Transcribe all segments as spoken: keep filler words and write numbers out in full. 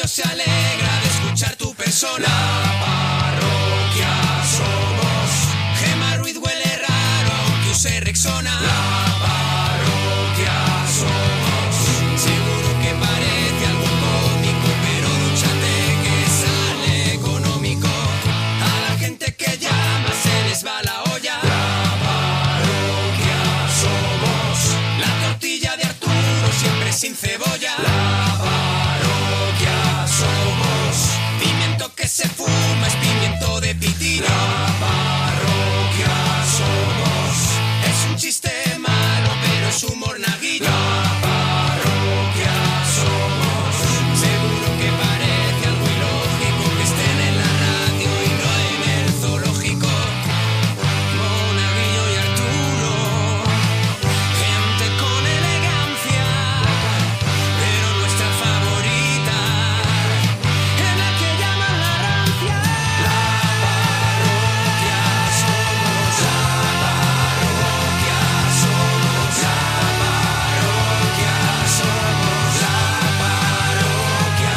se alegra de escuchar tu persona. La parroquia somos. Gemma Ruiz huele raro aunque use Rexona. La parroquia somos. Seguro que parece algo cómico, pero dúchate que sale económico. A la gente que llama se les va la olla. La parroquia somos. La tortilla de Arturo siempre sin cebolla. La parroquia somos. Pimiento que se fuma es pimiento de pitina. La parroquia somos. Es un chiste malo, pero es humor naguillo. La parroquia somos. Seguro que parece algo ilógico que estén en la radio y no en el zoológico. Monaguillo y Arturo, gente con elegancia, pero nuestra favorita es la que llaman la rancia. La parroquia somos. La parroquia somos. La parroquia somos. La parroquia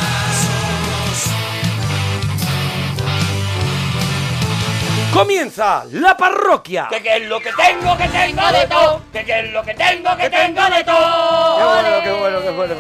somos. Comienza la parroquia. Que qué es lo que tengo, que tengo de todo. Que qué es lo que tengo, que tengo de Qué todo. bueno, qué bueno, qué bueno.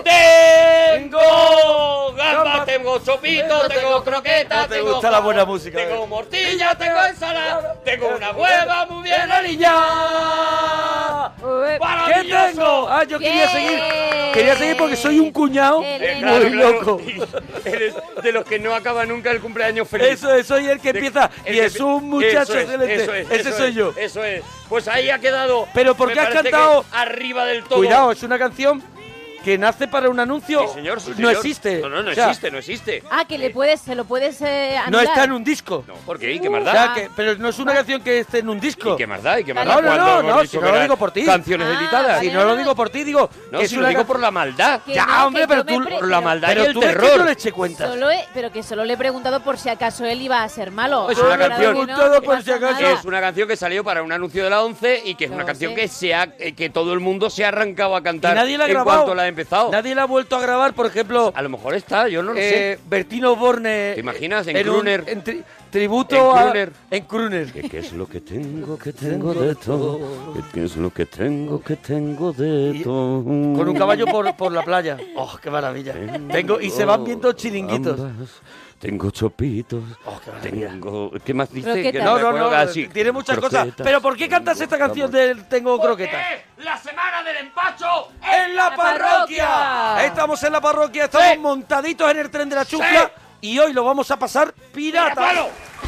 Tengo gambas, Gambas. tengo chopitos, tengo croquetas, No te tengo gusta la jamón, buena música, tengo eh. morcilla, tengo ensalada, tengo una hueva muy bien aliñada. ¿Qué ¡Maravilloso! tengo? Ah, yo quería Bien. seguir. Quería seguir porque soy un cuñado Eh, Eh, claro, muy claro. loco. Eres de los que no acaba nunca el cumpleaños feliz. Eso es, soy el que De- empieza el y que es pi- un muchacho eso es, excelente. eso es, Ese eso soy es, yo. Eso es. Pues ahí ha quedado. Pero ¿por me qué has parece que cantado? arriba del todo. Cuidado, es una canción que nace para un anuncio. Sí, señor, sí, no señor. existe. No, no, no O sea, existe, no existe. Ah, que le puedes, se lo puedes eh, No anular. está en un disco. No, ¿por qué? ¿Y qué O más sea, da? que- pero no es una canción que esté en un disco. ¿Y qué más da? ¿Y qué más No, da? no, ¿Cuándo no, hemos no, dicho si no que lo eran digo por ti. Canciones Ah, editadas. Si vale, no lo no, digo por ti, digo No, que si es lo una digo ca- por la maldad. Que Ya, no, hombre, que pero yo me tú- pre- Por la pero maldad y Pero el tú ves que terror. yo le eché cuentas. Solo he, pero que solo le he preguntado por si acaso él iba a ser malo. Es Ah, una claro canción. que no, Preguntado no por pasa si acaso. nada. Es una canción que salió para un anuncio de la ONCE y que es Lo una canción sé. que se ha, eh, que todo el mundo se ha arrancado a Y cantar nadie la ha en grabado. cuanto la ha empezado. Nadie la ha vuelto a grabar, por ejemplo. A lo mejor está, yo no lo eh, Bertino Borne. ¿Te imaginas? En un- Crooner. en tri- tributo En a. Crooner. En Crooner. sé. ¿Qué es lo que tengo, que tengo de todo? ¿Qué es lo que tengo, que tengo de Y- todo? Con un caballo por, por la playa. ¡Oh, qué maravilla! Tengo, y se van viendo chiringuitos. Ambas. Tengo chopitos. Oh, qué maravilla. Tengo... ¿Qué más dice? Croquetas. Que No, me no, acuerdo. no, Ah, sí. tiene muchas Croquetas. cosas. Pero ¿por qué cantas esta canción del Tengo croquetas? La semana del empacho ¡En la la parroquia! parroquia. Estamos en la parroquia, estamos Sí. montaditos en el tren de la chufla y hoy lo vamos a pasar pirata. ¡Pirata!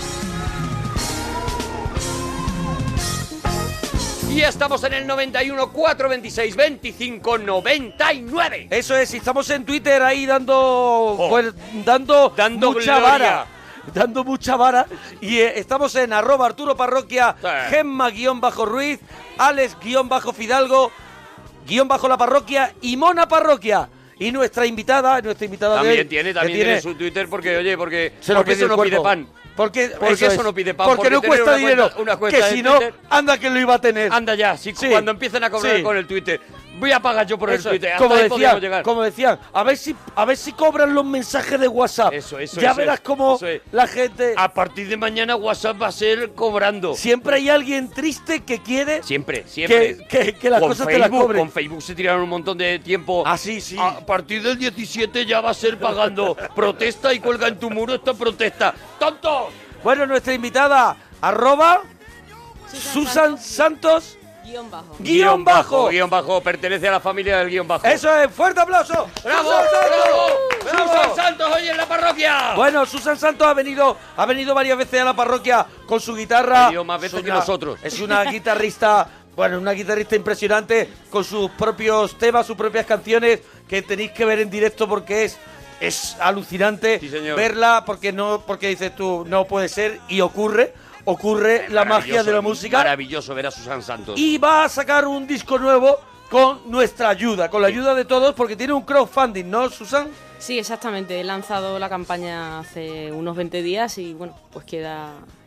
Y estamos en el noventa y uno, cuatro veintiséis, veinticinco, noventa y nueve. Eso es, y estamos en Twitter ahí dando pues, dando, Dando mucha gloria. vara. Dando mucha vara. Y eh, estamos en arroba Arturo Parroquia, Sí. Gemma guión bajo Ruiz, Alex guión bajo Fidalgo, guión bajo la parroquia y Mona Parroquia. Y nuestra invitada, nuestra invitada de También hoy, tiene, que también tiene su Twitter porque, oye, porque, se lo porque pide eso el no pide cuerpo. pan. Porque, Porque eso no pide pan, Porque, porque no tener cuesta una dinero. cuenta- una cuenta que de si no, Twitter- anda que lo iba a tener. Anda ya, si Sí. cuando empiecen a cobrar Sí. con el Twitter, voy a pagar yo por Eso el es. Twitter. Hasta Como ahí decían, podríamos llegar. como decían, a ver si a ver si cobran los mensajes de WhatsApp. Eso, eso, ya eso verás es, cómo eso es. la gente. A partir de mañana WhatsApp va a ser cobrando. Siempre hay alguien triste que quiere Siempre, siempre. que, que, que las Con cosas te las Facebook, cobren. Con Facebook se tiraron un montón de tiempo. Ah, sí, sí. A partir del diecisiete ya va a ser pagando. Protesta y cuelga en tu muro esta protesta. ¡Tontos! Bueno, nuestra invitada, arroba Susan Santos, Guión bajo. guión bajo. Guión bajo. Pertenece a la familia del guión bajo. Eso es, fuerte aplauso. ¡Bravo! Susan ¡Bravo! Santos. ¡Bravo! ¡Susan Santos hoy en la parroquia! Bueno, Susan Santos ha venido, ha venido varias veces a la parroquia con su guitarra. Ha venido más veces Es que una- nosotros. Es una guitarrista, bueno, una guitarrista impresionante con sus propios temas, sus propias canciones que tenéis que ver en directo porque es es alucinante Sí, señor. verla porque no porque dices tú no puede ser y ocurre, ocurre la magia de la música Maravilloso ver a Susan Santos. y va a sacar un disco nuevo con nuestra ayuda, con la ayuda de todos porque tiene un crowdfunding, ¿no, Susan? Sí, exactamente. He lanzado la campaña hace unos veinte días y bueno, pues queda,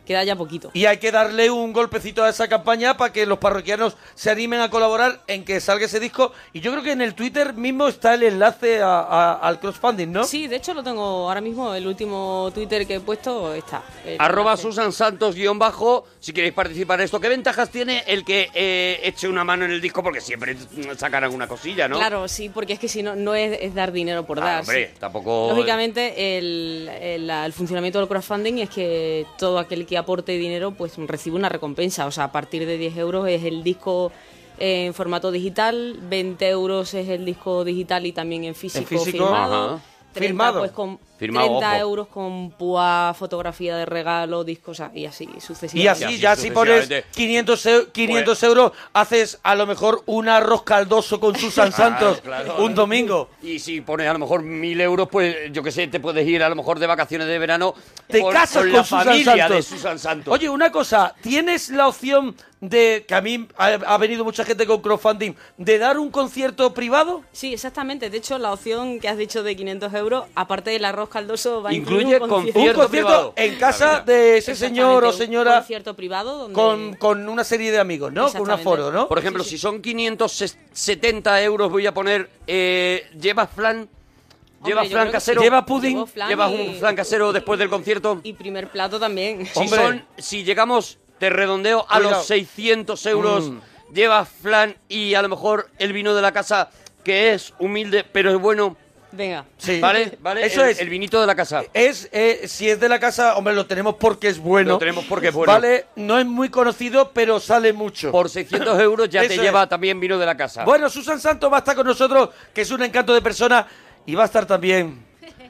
queda ya poquito. Y hay que darle un golpecito a esa campaña para que los parroquianos se animen a colaborar en que salga ese disco. Y yo creo que en el Twitter mismo está el enlace a, a, al crowdfunding, ¿no? Sí, de hecho lo tengo ahora mismo, el último Twitter que he puesto está. Arroba Susan Santos guión bajo, si queréis participar en esto. ¿Qué ventajas tiene el que eh, eche una mano en el disco? Porque siempre sacan alguna cosilla, ¿no? Claro, sí, porque es que si no, no es, es dar dinero por Ah, dar. hombre, sí. tampoco... Lógicamente, el, el, el funcionamiento del crowdfunding es que todo aquel que aporte dinero pues recibe una recompensa. O sea, a partir de diez euros es el disco en formato digital, veinte euros es el disco digital y también en físico, En físico, firmado. ajá. treinta, Firmado. pues con Firmado, treinta ojo. euros con púa, fotografía de regalo, discos y así Y sucesivamente. así, así ya si pones sucesivamente. quinientos, eu- quinientos euros, haces a lo mejor un arroz caldoso con Susan Santos claro. un domingo. Y si pones a lo mejor mil euros, pues yo qué sé, te puedes ir a lo mejor de vacaciones de verano Te con, casas con con la Susan familia Santos. de Susan Santos. Oye, una cosa, ¿tienes la opción de, que a mí ha, ha venido mucha gente con crowdfunding, de dar un concierto privado? Sí, exactamente. De hecho, la opción que has dicho de quinientos euros, aparte del arroz caldoso, va a Incluye incluir un concierto. Un Cierto concierto privado. en casa Maravilla. de ese señor o Exactamente, un señora concierto privado donde... con, con una serie de amigos, ¿no? Con un Exactamente. aforo, ¿no? Por ejemplo, Sí, sí. si son quinientos setenta euros, voy a poner, eh, ¿lleva flan? ¿Lleva Hombre, yo flan creo que casero? sí. ¿Lleva pudding? Llevo flan ¿Llevas y- un flan casero después del concierto? Y primer plato también. Si, Hombre. son, si llegamos, te redondeo, a Cuidado. los seiscientos euros, Mm. lleva flan y a lo mejor el vino de la casa, que es humilde, pero es bueno. Venga. Sí. ¿Vale? ¿Vale? Eso el, es. el vinito de la casa. Es, eh, si es de la casa, hombre, lo tenemos porque es bueno. Lo tenemos porque es bueno. Vale, no es muy conocido, pero sale mucho. Por seiscientos euros ya te Eso lleva es. también vino de la casa. Bueno, Susan Santos va a estar con nosotros, que es un encanto de persona, y va a estar también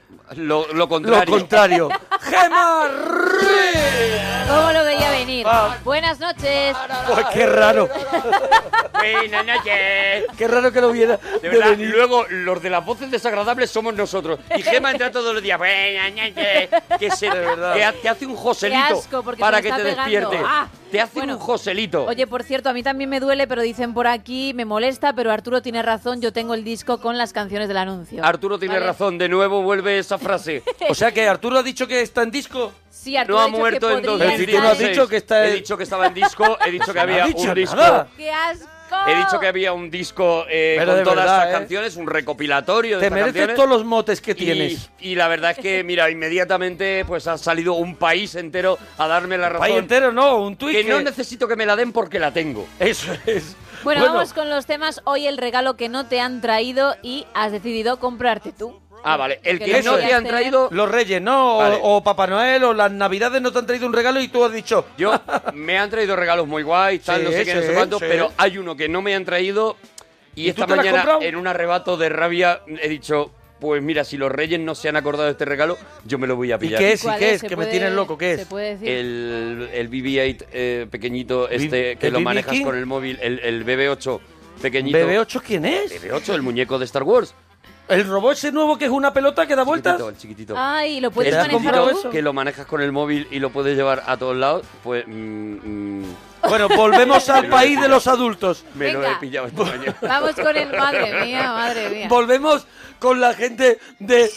Lo, lo lo contrario. contrario. ¡Gema Ruiz! ¿Cómo lo veía venir? Ah. Buenas noches. Pues qué raro, Buenas noches. qué raro que lo viera De de verdad, venir. luego los de las voces desagradables somos nosotros. Y Gema entra todos los días. Buenas noches. Que se verdad. que ha- te hace un joselito Qué asco, porque para se que me te está despierte. pegando. Ah, te hace bueno. un joselito. Oye, por cierto, a mí también me duele, pero dicen por aquí, me molesta, pero Arturo tiene razón, yo tengo el disco con las canciones del anuncio. Arturo tiene ¿Vale? razón, de nuevo vuelve esa frase. O sea que Arturo ha dicho que está en disco. Sí, Arturo No ha dicho muerto que en podría dos mil Si estar tú no has en- dieciséis. dicho que está He en- dicho que estaba en disco, he dicho que No ha había dicho un disco. nada. ¡Qué asco! He dicho que había un disco eh, Pero con de todas verdad, estas ¿eh? canciones, un recopilatorio de Te estas mereces canciones. todos los motes que Y- tienes. Y, la verdad es que, mira, inmediatamente pues ha salido un país entero a darme la razón. País entero, no, un tuit que que... no necesito que me la den porque la tengo. Eso es. Bueno, vamos con los temas. Hoy el regalo que no te han traído y has decidido comprarte tú. Ah, vale. El Porque que lo no querías te han tener. traído, Los Reyes, ¿no? O- Vale. O, Papá Noel o las Navidades no te han traído un regalo y tú has dicho... yo me han traído regalos muy guays, tal, Sí, no sé qué, no sé sí, cuánto, sí. pero hay uno que no me han traído y, ¿Y esta tú te lo has mañana comprado? en un arrebato de rabia he dicho, pues mira, si los Reyes no se han acordado de este regalo, yo me lo voy a ¿Y pillar. qué es? ¿Y ¿Cuál qué es? ¿Se Que me puede- tienes loco, ¿qué ¿Se es? puede decir? El, el B B ocho eh, pequeñito, este que ¿el lo B B manejas King? con el móvil, el, el B B ocho pequeñito. ¿B B ocho quién es? B B ocho, el muñeco de Star Wars. ¿El robot ese nuevo que es una pelota que da vueltas? Chiquitito, el chiquitito. Ay, ¿lo el puedes ¿Te has manejar comprado tú? eso? que lo manejas con el móvil y lo puedes llevar a todos lados, pues mm, mm, Bueno, volvemos al país de los adultos. me lo Venga. he pillado esta mañana. Vamos con el... Madre mía, madre mía. Volvemos con la gente de...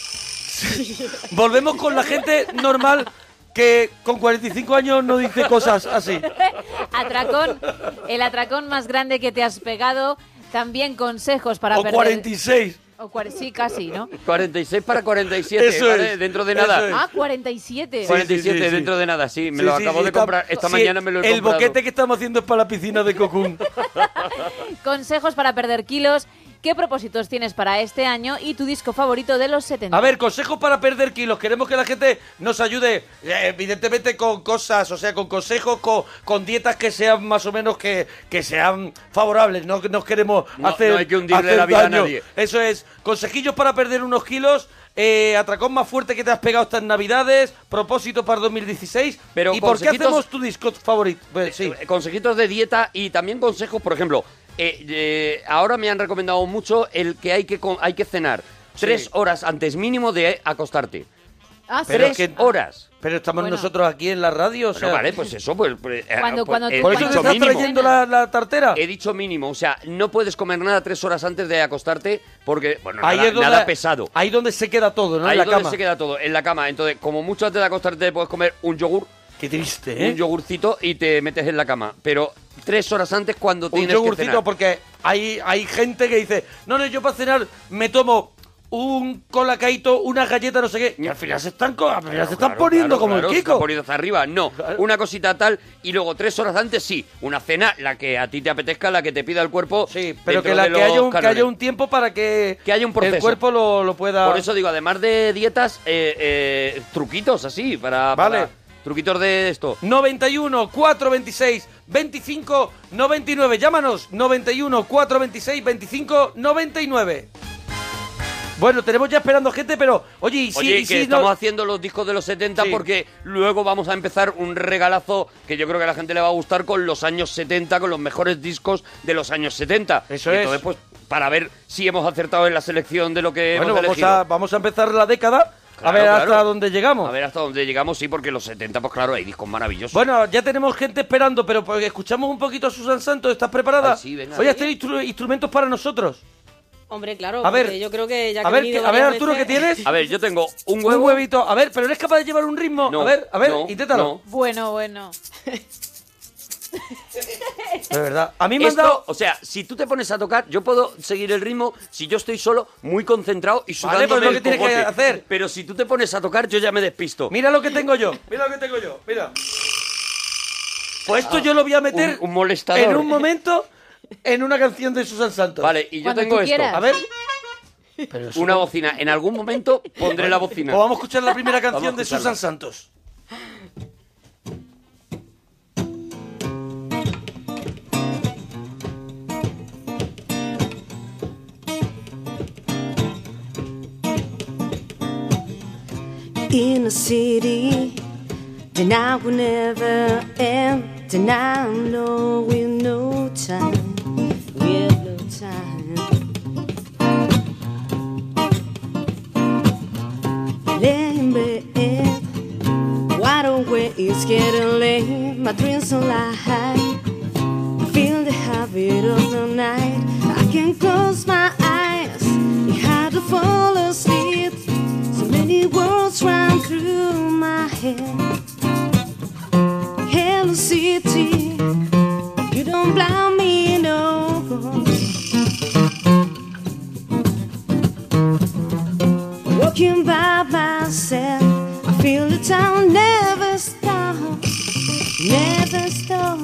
Volvemos con la gente normal que con cuarenta y cinco años no dice cosas así. Atracón, el atracón más grande que te has pegado. También consejos para O perder... cuarenta y seis. O cuare- Sí, casi, ¿no? cuarenta y seis para cuarenta y siete, Eso ¿vale? es, Dentro de eso nada. es. Ah, cuarenta y siete. Sí, cuarenta y siete, sí, sí, sí. dentro de nada, sí. Me Sí, lo sí, acabo sí, de está- comprar. Esta sí, mañana me lo he El comprado. boquete que estamos haciendo es para la piscina de Cocún. Consejos para perder kilos. ¿Qué propósitos tienes para este año y tu disco favorito de los setenta? A ver, consejos para perder kilos. Queremos que la gente nos ayude, eh, evidentemente, con cosas, o sea, con consejos, con, con dietas que sean más o menos que, que sean favorables. No nos queremos No- hacer no hay que hundirle hacer la vida a daño. nadie. Eso es, consejillos para perder unos kilos. Eh, atracón más fuerte que te has pegado estas navidades, propósito para dos mil dieciséis. Pero ¿Y por qué consejitos- hacemos tu disco favorito? Pues, sí. Eh, Consejitos de dieta y también consejos, por ejemplo, eh, eh, ahora me han recomendado mucho el que hay que, co- hay que cenar tres horas antes mínimo de acostarte. Ah, Pero Tres es que- horas. Pero estamos Bueno. nosotros aquí en la radio, o Bueno, sea... vale, pues eso, pues... pues, eh, Cuando- pues, cuando he tú- ¿Por eso te dicho estás mínimo. trayendo la, la tartera? He dicho mínimo, o sea, no puedes comer nada tres horas antes de acostarte porque, bueno, Ahí nada, es donde, nada pesado. Ahí donde se queda todo, ¿no? Ahí en la es donde cama. se queda todo, en la cama. Entonces, como mucho antes de acostarte puedes comer un yogur. Qué triste, ¿eh? Un yogurcito y te metes en la cama. Pero tres horas antes cuando Un tienes que yogurcito, cenar. porque hay, hay gente que dice, no, no, yo para cenar me tomo un colacaito, una galleta, no sé qué. Y al final se están, co- al final se están Claro, poniendo claro, como claro, el se están Kiko. poniendo hacia arriba. No, una cosita tal y luego tres horas antes sí. Una cena, la que a ti te apetezca, la que te pida el cuerpo. Sí, pero dentro que, la, de que, los haya un, que cánones. haya un tiempo para que, Que haya un proceso. el cuerpo lo, lo pueda... Por eso digo, además de dietas, eh, eh, truquitos así, para, Vale. para- truquitos de esto. noventa y uno, cuatrocientos veintiséis, veinticinco, noventa y nueve. Llámanos, noventa y uno, cuatrocientos veintiséis, veinticinco, noventa y nueve. Bueno, tenemos ya esperando gente, pero oye, y si, Oye, y que si estamos no- haciendo los discos de los setenta Sí. porque luego vamos a empezar un regalazo que yo creo que a la gente le va a gustar con los años setenta, con los mejores discos de los años setenta. Eso Y es. entonces, pues, para ver si hemos acertado en la selección de lo que Bueno, hemos vamos elegido. a, vamos a empezar la década, a Claro, ver claro. hasta dónde llegamos. A ver hasta dónde llegamos, sí, porque los setenta, pues claro, hay discos maravillosos. Bueno, ya tenemos gente esperando, pero pues, escuchamos un poquito a Susan Santos. ¿Estás preparada? Ay, sí, venga. Oye, ¿has instru- instrumentos para nosotros? Hombre, claro, A ver, porque yo creo que ya que a he ver, venido que- a ver, varias Arturo, ¿qué veces- tienes? A ver, yo tengo un Un huevo. huevito. A ver, pero eres capaz de llevar un ritmo. No, a ver, a ver, no, inténtalo. no. Bueno, bueno. De verdad. A mí me han Esto, dado... o sea, si tú te pones a tocar, yo puedo seguir el ritmo si yo estoy solo, muy concentrado y sudando pues lo que tienes que hacer. Pero si tú te pones a tocar, yo ya me despisto. Mira lo que tengo yo. Mira lo que tengo yo. Mira. Pues esto yo lo voy a meter un- un molestador. en un momento en una canción de Susan Santos. Vale, y yo Cuando tengo tú esto. quieras. A ver. Pero eso Una no- bocina. En algún momento pondré la bocina. Pues vamos a escuchar la primera Vamos canción a de escucharla. Susan Santos. In a city, the night will never end. The night know with no time, with no time. Lay in bed, wide awake, it's getting late. My dreams are light. Feel the habit of the night. I can close my eyes, it's hard to fall asleep. So many words run through my head. Hello city, you don't blind me no more. Walking by myself, I feel the time never stop, never stop.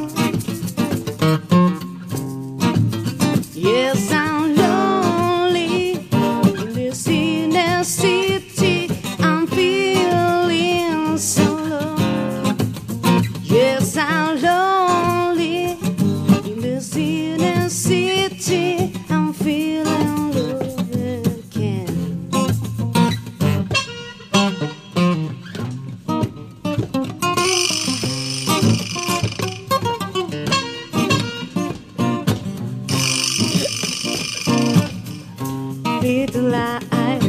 Yes, I'm lonely in this inner city. I'm feeling so low. Yes, I'm lonely in this inner city. I'm feeling low again. Little light.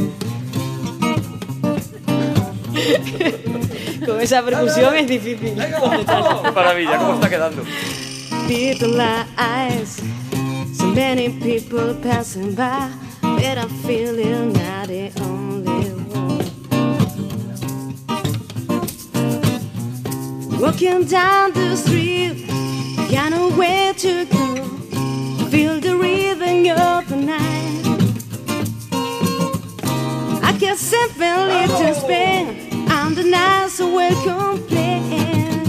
Con esa percusión es difícil. Maravilla, ¿cómo está quedando? Little lights, so many people passing by, but I'm feeling not the only one. Walking down the street, got nowhere to go. Feel the rhythm of the night. I can simply to spend on the night, so welcome play.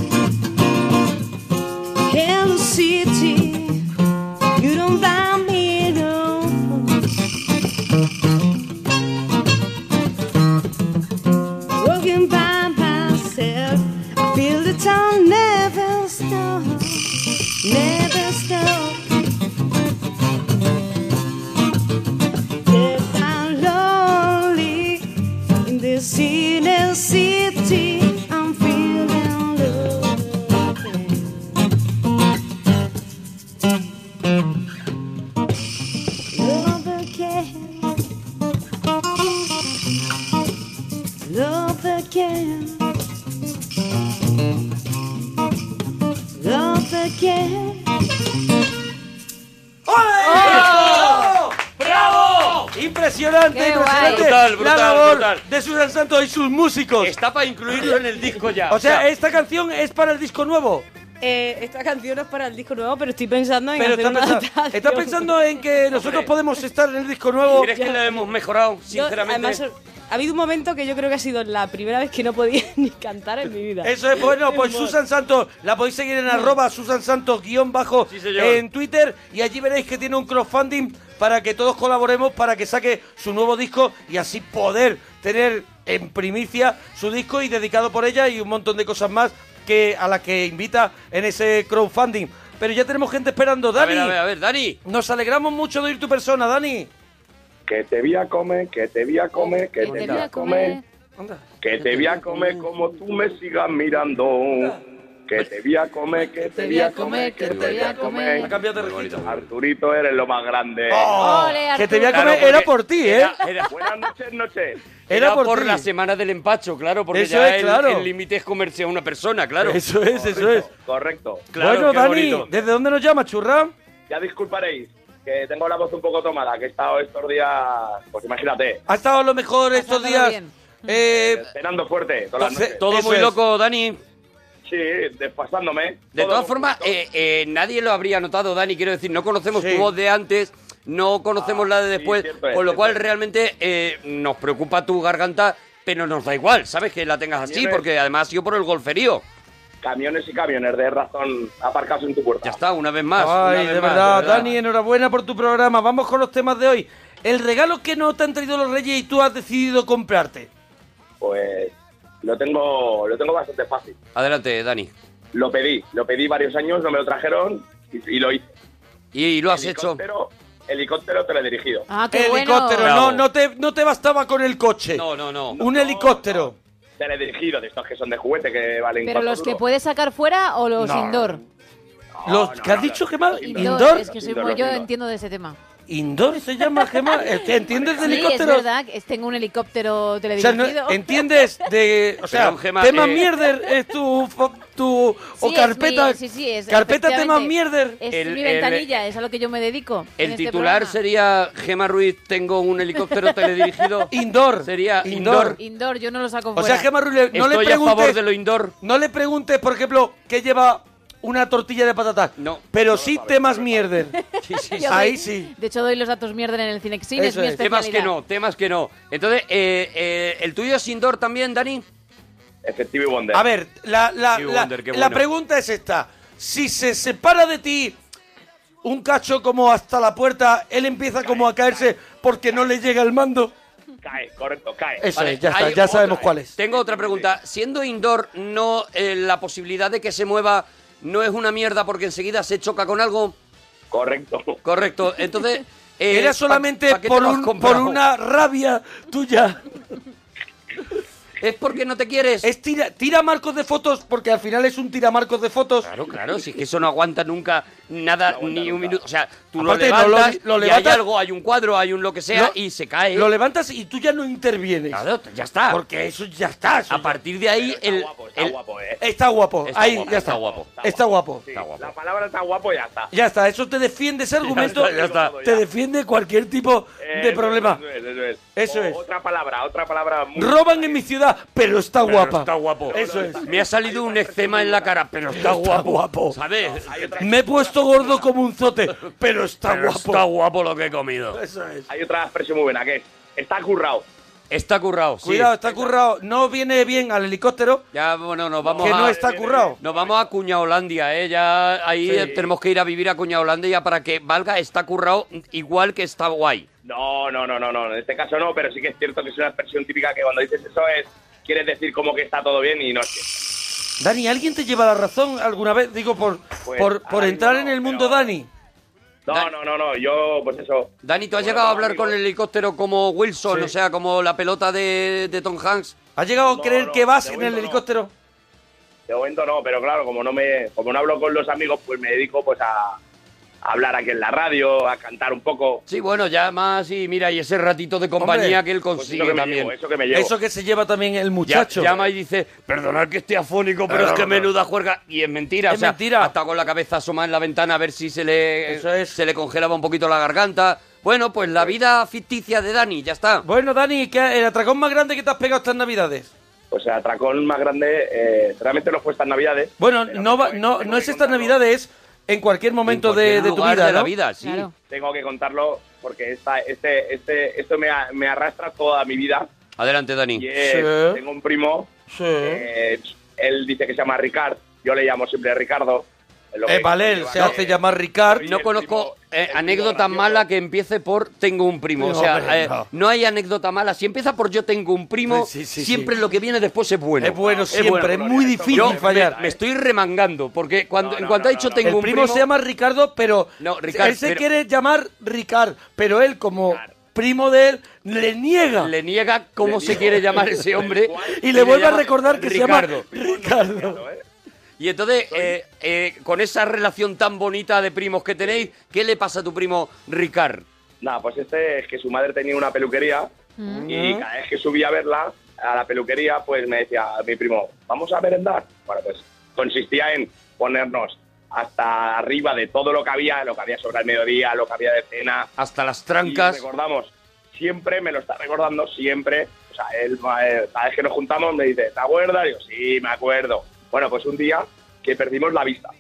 Hello city, you don't blind me no. Walking by myself, I feel the time never stop, never stop. Yes, I'm lonely in this inner city. I'm feeling low. Love again, love again, love again. ¡Ole! ¡Bravo! ¡Bravo! Impresionante, Qué impresionante. guay. Brutal, brutal, la labor brutal. de Susan Santos y sus músicos. Está para incluirlo en el disco ya. O sea, esta canción es para el disco nuevo. Eh, esta canción es para el disco nuevo, pero estoy pensando en Pero hacer está una pensando, adaptación. está pensando en que nosotros podemos estar en el disco nuevo. ¿Crees que lo hemos mejorado, Yo, sinceramente? además, ha habido un momento que yo creo que ha sido la primera vez que no podía ni cantar en mi vida. Eso es bueno, pues Susan Santos la podéis seguir en arroba Susan Santos guión bajo Sí, señor. en Twitter y allí veréis que tiene un crowdfunding para que todos colaboremos para que saque su nuevo disco y así poder tener en primicia su disco y dedicado por ella y un montón de cosas más que a las que invita en ese crowdfunding. Pero ya tenemos gente esperando, Dani. A ver, a ver, a ver, Dani. Nos alegramos mucho de oír tu persona, Dani. Que te voy a comer, que te voy a comer, que Que te voy a comer. Anda. Que te voy a comer como tú me sigas mirando. Que te voy a comer, que te voy a comer, que te voy a Ha comer. cambiado de registro. Arturito, eres lo más grande. Oh, Ole, que te voy a Arturo. comer, Claro, era porque por ti, ¿eh? Era, era- Buenas noches, noches. Era era por por, ti. la semana del empacho, claro, porque Eso ya es, el- claro. el límite es comerse a una persona, claro. Eso es, eso es. Correcto. Claro, bueno, qué Dani, bonito. ¿desde dónde nos llamas, churra? Ya disculparéis, que tengo la voz un poco tomada, que he estado estos días, pues imagínate, Ha estado a lo mejor estos Pasándolo días. bien. Eh, cenando fuerte todas las noches. Todo Eso muy es. loco, Dani. Sí, desfasándome. De Todo todas con formas, gusto. eh, eh, nadie lo habría notado, Dani. Quiero decir, no conocemos Sí. tu voz de antes, no conocemos Ah, la de sí, después, cierto es, con lo cierto cual es. realmente eh, nos preocupa tu garganta, pero nos da igual, ¿sabes? Que la tengas así, Camiones. porque además ha sido por el golferío. Camiones y camiones de razón aparcados en tu puerta. Ya está, una vez más. una ay, vez de más, verdad, Dani, enhorabuena por tu programa. Vamos con los temas de hoy. El regalo que no te han traído los Reyes y tú has decidido comprarte. Pues lo tengo, lo tengo bastante fácil. Adelante, Dani. Lo pedí, lo pedí varios años, no me lo trajeron y, y lo hice. Y, y lo has hecho. Helicóptero, helicóptero teledirigido. Ah, qué Helicóptero, bueno. no, no te, no te bastaba con el coche. No, no, no. Un helicóptero. Teledirigido, de estos que son de juguete que valen ¿Pero cuatro los que duros. puedes sacar fuera o los No. indoor? Los, no, ¿Qué has no, dicho, no, Gemma? los Indoor, ¿Indoor? es que soy Indoor, muy, yo indoor. entiendo de ese tema. ¿Indoor se llama, Gemma? ¿Entiendes de Sí, es helicópteros? verdad, que tengo un helicóptero O sea, no- teledirigido. ¿entiendes de... O sea, Pero, Gemma, temas eh, mierder es tu... fo- tu Sí, o es carpeta... mi- sí, sí, es, carpeta temas efectivamente. mierder. Es El- mi el- ventanilla, es a lo que yo me dedico. en El este titular programa. sería Gemma Ruiz, tengo un helicóptero teledirigido. Indoor. Sería Indoor. indoor. Indoor, yo no lo saco O fuera. sea, Gemma Ruiz, no le Estoy a preguntes... favor de lo indoor. No le preguntes, por ejemplo, qué lleva una tortilla de patatas. No. Pero sí temas mierder. Sí, sí, sí. Yo Ahí doy- sí. De hecho, doy los datos mierda en el Cinexin, es Eso mi es. Temas especialidad. que no, temas que no. Entonces, eh, eh, ¿el tuyo es indoor también, Dani? Efectivo y Wonder. A ver, la, la, Stevie la, Wonder, qué la bueno. pregunta es esta. Si se separa de ti un cacho como hasta la puerta, él empieza como a caerse porque no le llega el mando. Cae, correcto, cae. Eso Vale, es, ya está, hay ya otra, sabemos eh. cuál es. Tengo otra pregunta. Siendo indoor, no eh, la posibilidad de que se mueva no es una mierda porque enseguida se choca con algo. Correcto. Correcto. Entonces, eh, Era ¿pa- solamente pa qué te por, lo has un, por comprado? una rabia tuya. Es porque no te quieres. Es tira, tira marcos de fotos porque al final es un tira marcos de fotos. Claro, claro, si es que eso no aguanta nunca nada, ni un minuto. O sea, tú Aparte, lo no lo- levantas, lo y levantas- hay algo, hay un cuadro, hay un lo que sea, Lo- y se cae. Lo levantas y tú ya no intervienes. Claro, ya está. Porque eso ya está. eso A ya- partir de ahí, Está el, guapo, está el- guapo, eh. Está guapo. Está Ahí guapo, ya está está. guapo. Está guapo. Sí, Está guapo. La palabra está guapo y ya está. Ya está, eso te defiende ese argumento. está, ya está. Te defiende cualquier tipo de Eso, problema. Eso es, eso es. Eso O- es. Otra palabra, otra palabra muy... Roban en mi ciudad, pero está Pero guapa. está guapo. Eso es. Me ha salido un eczema en la cara, pero está guapo. guapo. ¿Sabes? Hay otra, Me he puesto gordo como un zote, pero está Pero guapo. está guapo lo que he comido. Eso es. hay otra expresión muy buena que es, está currado. Está currado, sí. Cuidado, está currado. No viene bien al helicóptero, Ya, bueno, nos vamos que a... no está currado. Nos vamos a Cuñaholandia, ¿eh? Ya ahí Sí. eh, tenemos que ir a vivir a Cuñaholandia para que valga está currado igual que está guay. No, no, no, no, no, en este caso no, pero sí que es cierto que es una expresión típica que cuando dices eso es, quieres decir como que está todo bien y no es que... Dani, ¿alguien te lleva la razón alguna vez? Digo, por, Pues, por, por ahora entrar mismo en el no, mundo pero- Dani. No, Dan- no, no, no, yo, pues eso... Dani, ¿tú has Bueno, llegado a como hablar con el amigos- helicóptero como Wilson? Sí. O sea, como la pelota de, de Tom Hanks. ¿Has llegado a No, creer no, que vas de en el momento no. helicóptero? De momento no, pero claro, como no me, como no hablo con los amigos, pues me dedico pues a, a hablar aquí en la radio, a cantar un poco. Sí, bueno, ya más y mira, y ese ratito de compañía Hombre, que él Pues consigue eso que me también. llevo, eso que me llevo. Eso que se lleva también el Ya- muchacho. llama y dice, perdonad que esté afónico, pero es que menuda juerga. Y es mentira, Es o sea, mentira. hasta con la cabeza asomada en la ventana a ver si se le, Eso es. se le congelaba un poquito la garganta. Bueno, pues la vida ficticia de Dani, ya está. Bueno, Dani, ¿qué, ¿el atracón más grande que te has pegado estas navidades? Pues el atracón más grande, eh, realmente no fue estas navidades. Bueno, pero no, va- tengo- no, tengo no es que estas contarlo. navidades, en cualquier momento En cualquier de, de tu lugar vida, de la ¿no? vida, sí. Claro. Tengo que contarlo porque esta, este, este, esto me, a- me arrastra toda mi vida. Adelante, Dani. Y es- Sí. tengo un primo, Sí. eh, él dice que se llama Ricard, yo le llamo siempre Ricardo. Es lo Eh, que- vale, él que- se hace llamar Ricard. No el conozco primo- eh, el primo anécdota gracioso. mala que empiece por tengo un primo. O No, sea, hombre, eh, no. no hay anécdota mala. Si empieza por yo tengo un primo, Sí, sí, sí, siempre sí. lo que viene después es bueno. Es bueno siempre, bueno. es muy difícil Yo fallar. me, me estoy remangando porque cuando No, en no, cuanto no, ha dicho no, no. tengo El un primo, primo, se llama Ricardo, pero No, Ricard, él se pero- quiere llamar Ricard, pero él como primo de él le niega le niega cómo se quiere llamar ese hombre y le vuelve a llama recordar que Ricardo. se llama Ricardo. Y entonces, eh, eh, con esa relación tan bonita de primos que tenéis, ¿qué le pasa a tu primo Ricard? Nada, pues este es que su madre tenía una peluquería y cada vez que subía a verla a la peluquería, pues me decía mi primo, ¿vamos a merendar? Bueno, pues consistía en ponernos hasta arriba de todo lo que había, lo que había sobre el mediodía, lo que había de cena. Hasta las Y trancas. recordamos, siempre me lo está recordando, siempre. O sea, él, eh, cada vez que nos juntamos me dice, ¿te acuerdas? Y yo, sí, me acuerdo. Bueno, pues un día que perdimos la vista.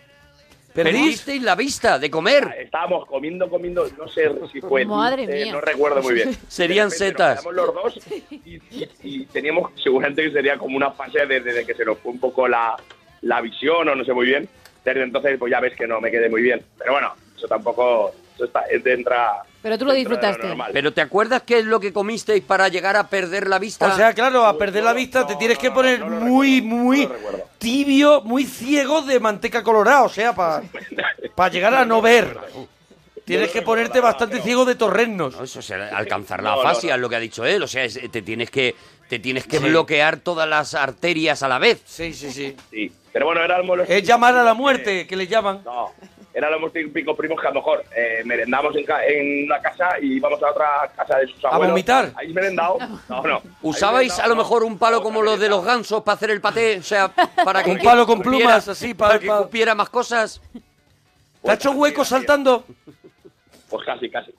Perdisteis la vista de comer. Estábamos comiendo, comiendo, no sé si fue Madre dulce, mía. no recuerdo muy bien. Serían De repente setas. Nos quedamos los dos y, y- y teníamos, seguramente que sería como una fase de, de- de que se nos fue un poco la, la visión o no sé muy bien. Desde entonces, pues ya ves que no me quedé muy bien. Pero bueno, eso tampoco, eso está, entra... Pero tú lo dentro de disfrutaste. normal. Pero ¿te acuerdas qué es lo que comisteis para llegar a perder la vista? O sea, claro, a perder la vista te no, tienes no, que no, poner no lo muy, recuerdo, muy no lo recuerdo. tibio, muy ciego de manteca colorada, o sea, para llegar a no ver. Tienes que ponerte bastante ciego de torrenos. No, eso es alcanzar la No, no, afasia, no. es lo que ha dicho él. O sea, es- te tienes que te tienes que Sí. bloquear todas las arterias a la vez. Sí, sí, sí. Sí, pero bueno, éramos los... Es llamar a la muerte, que le llaman. No, éramos los típicos primos que a lo mejor eh, merendamos en, ca- en una casa y íbamos a otra casa de sus abuelos. vomitar? ¿Habéis merendado? No, no. ¿Usabais ¿Habéis a lo merendado? mejor un palo No, como no, los de los merendado. gansos para hacer el paté? O sea, para que Un palo con cupiera- plumas, así, pa- para que pa- cupiera más cosas. ¿Te ha hecho hueco saltando? Pues casi, casi.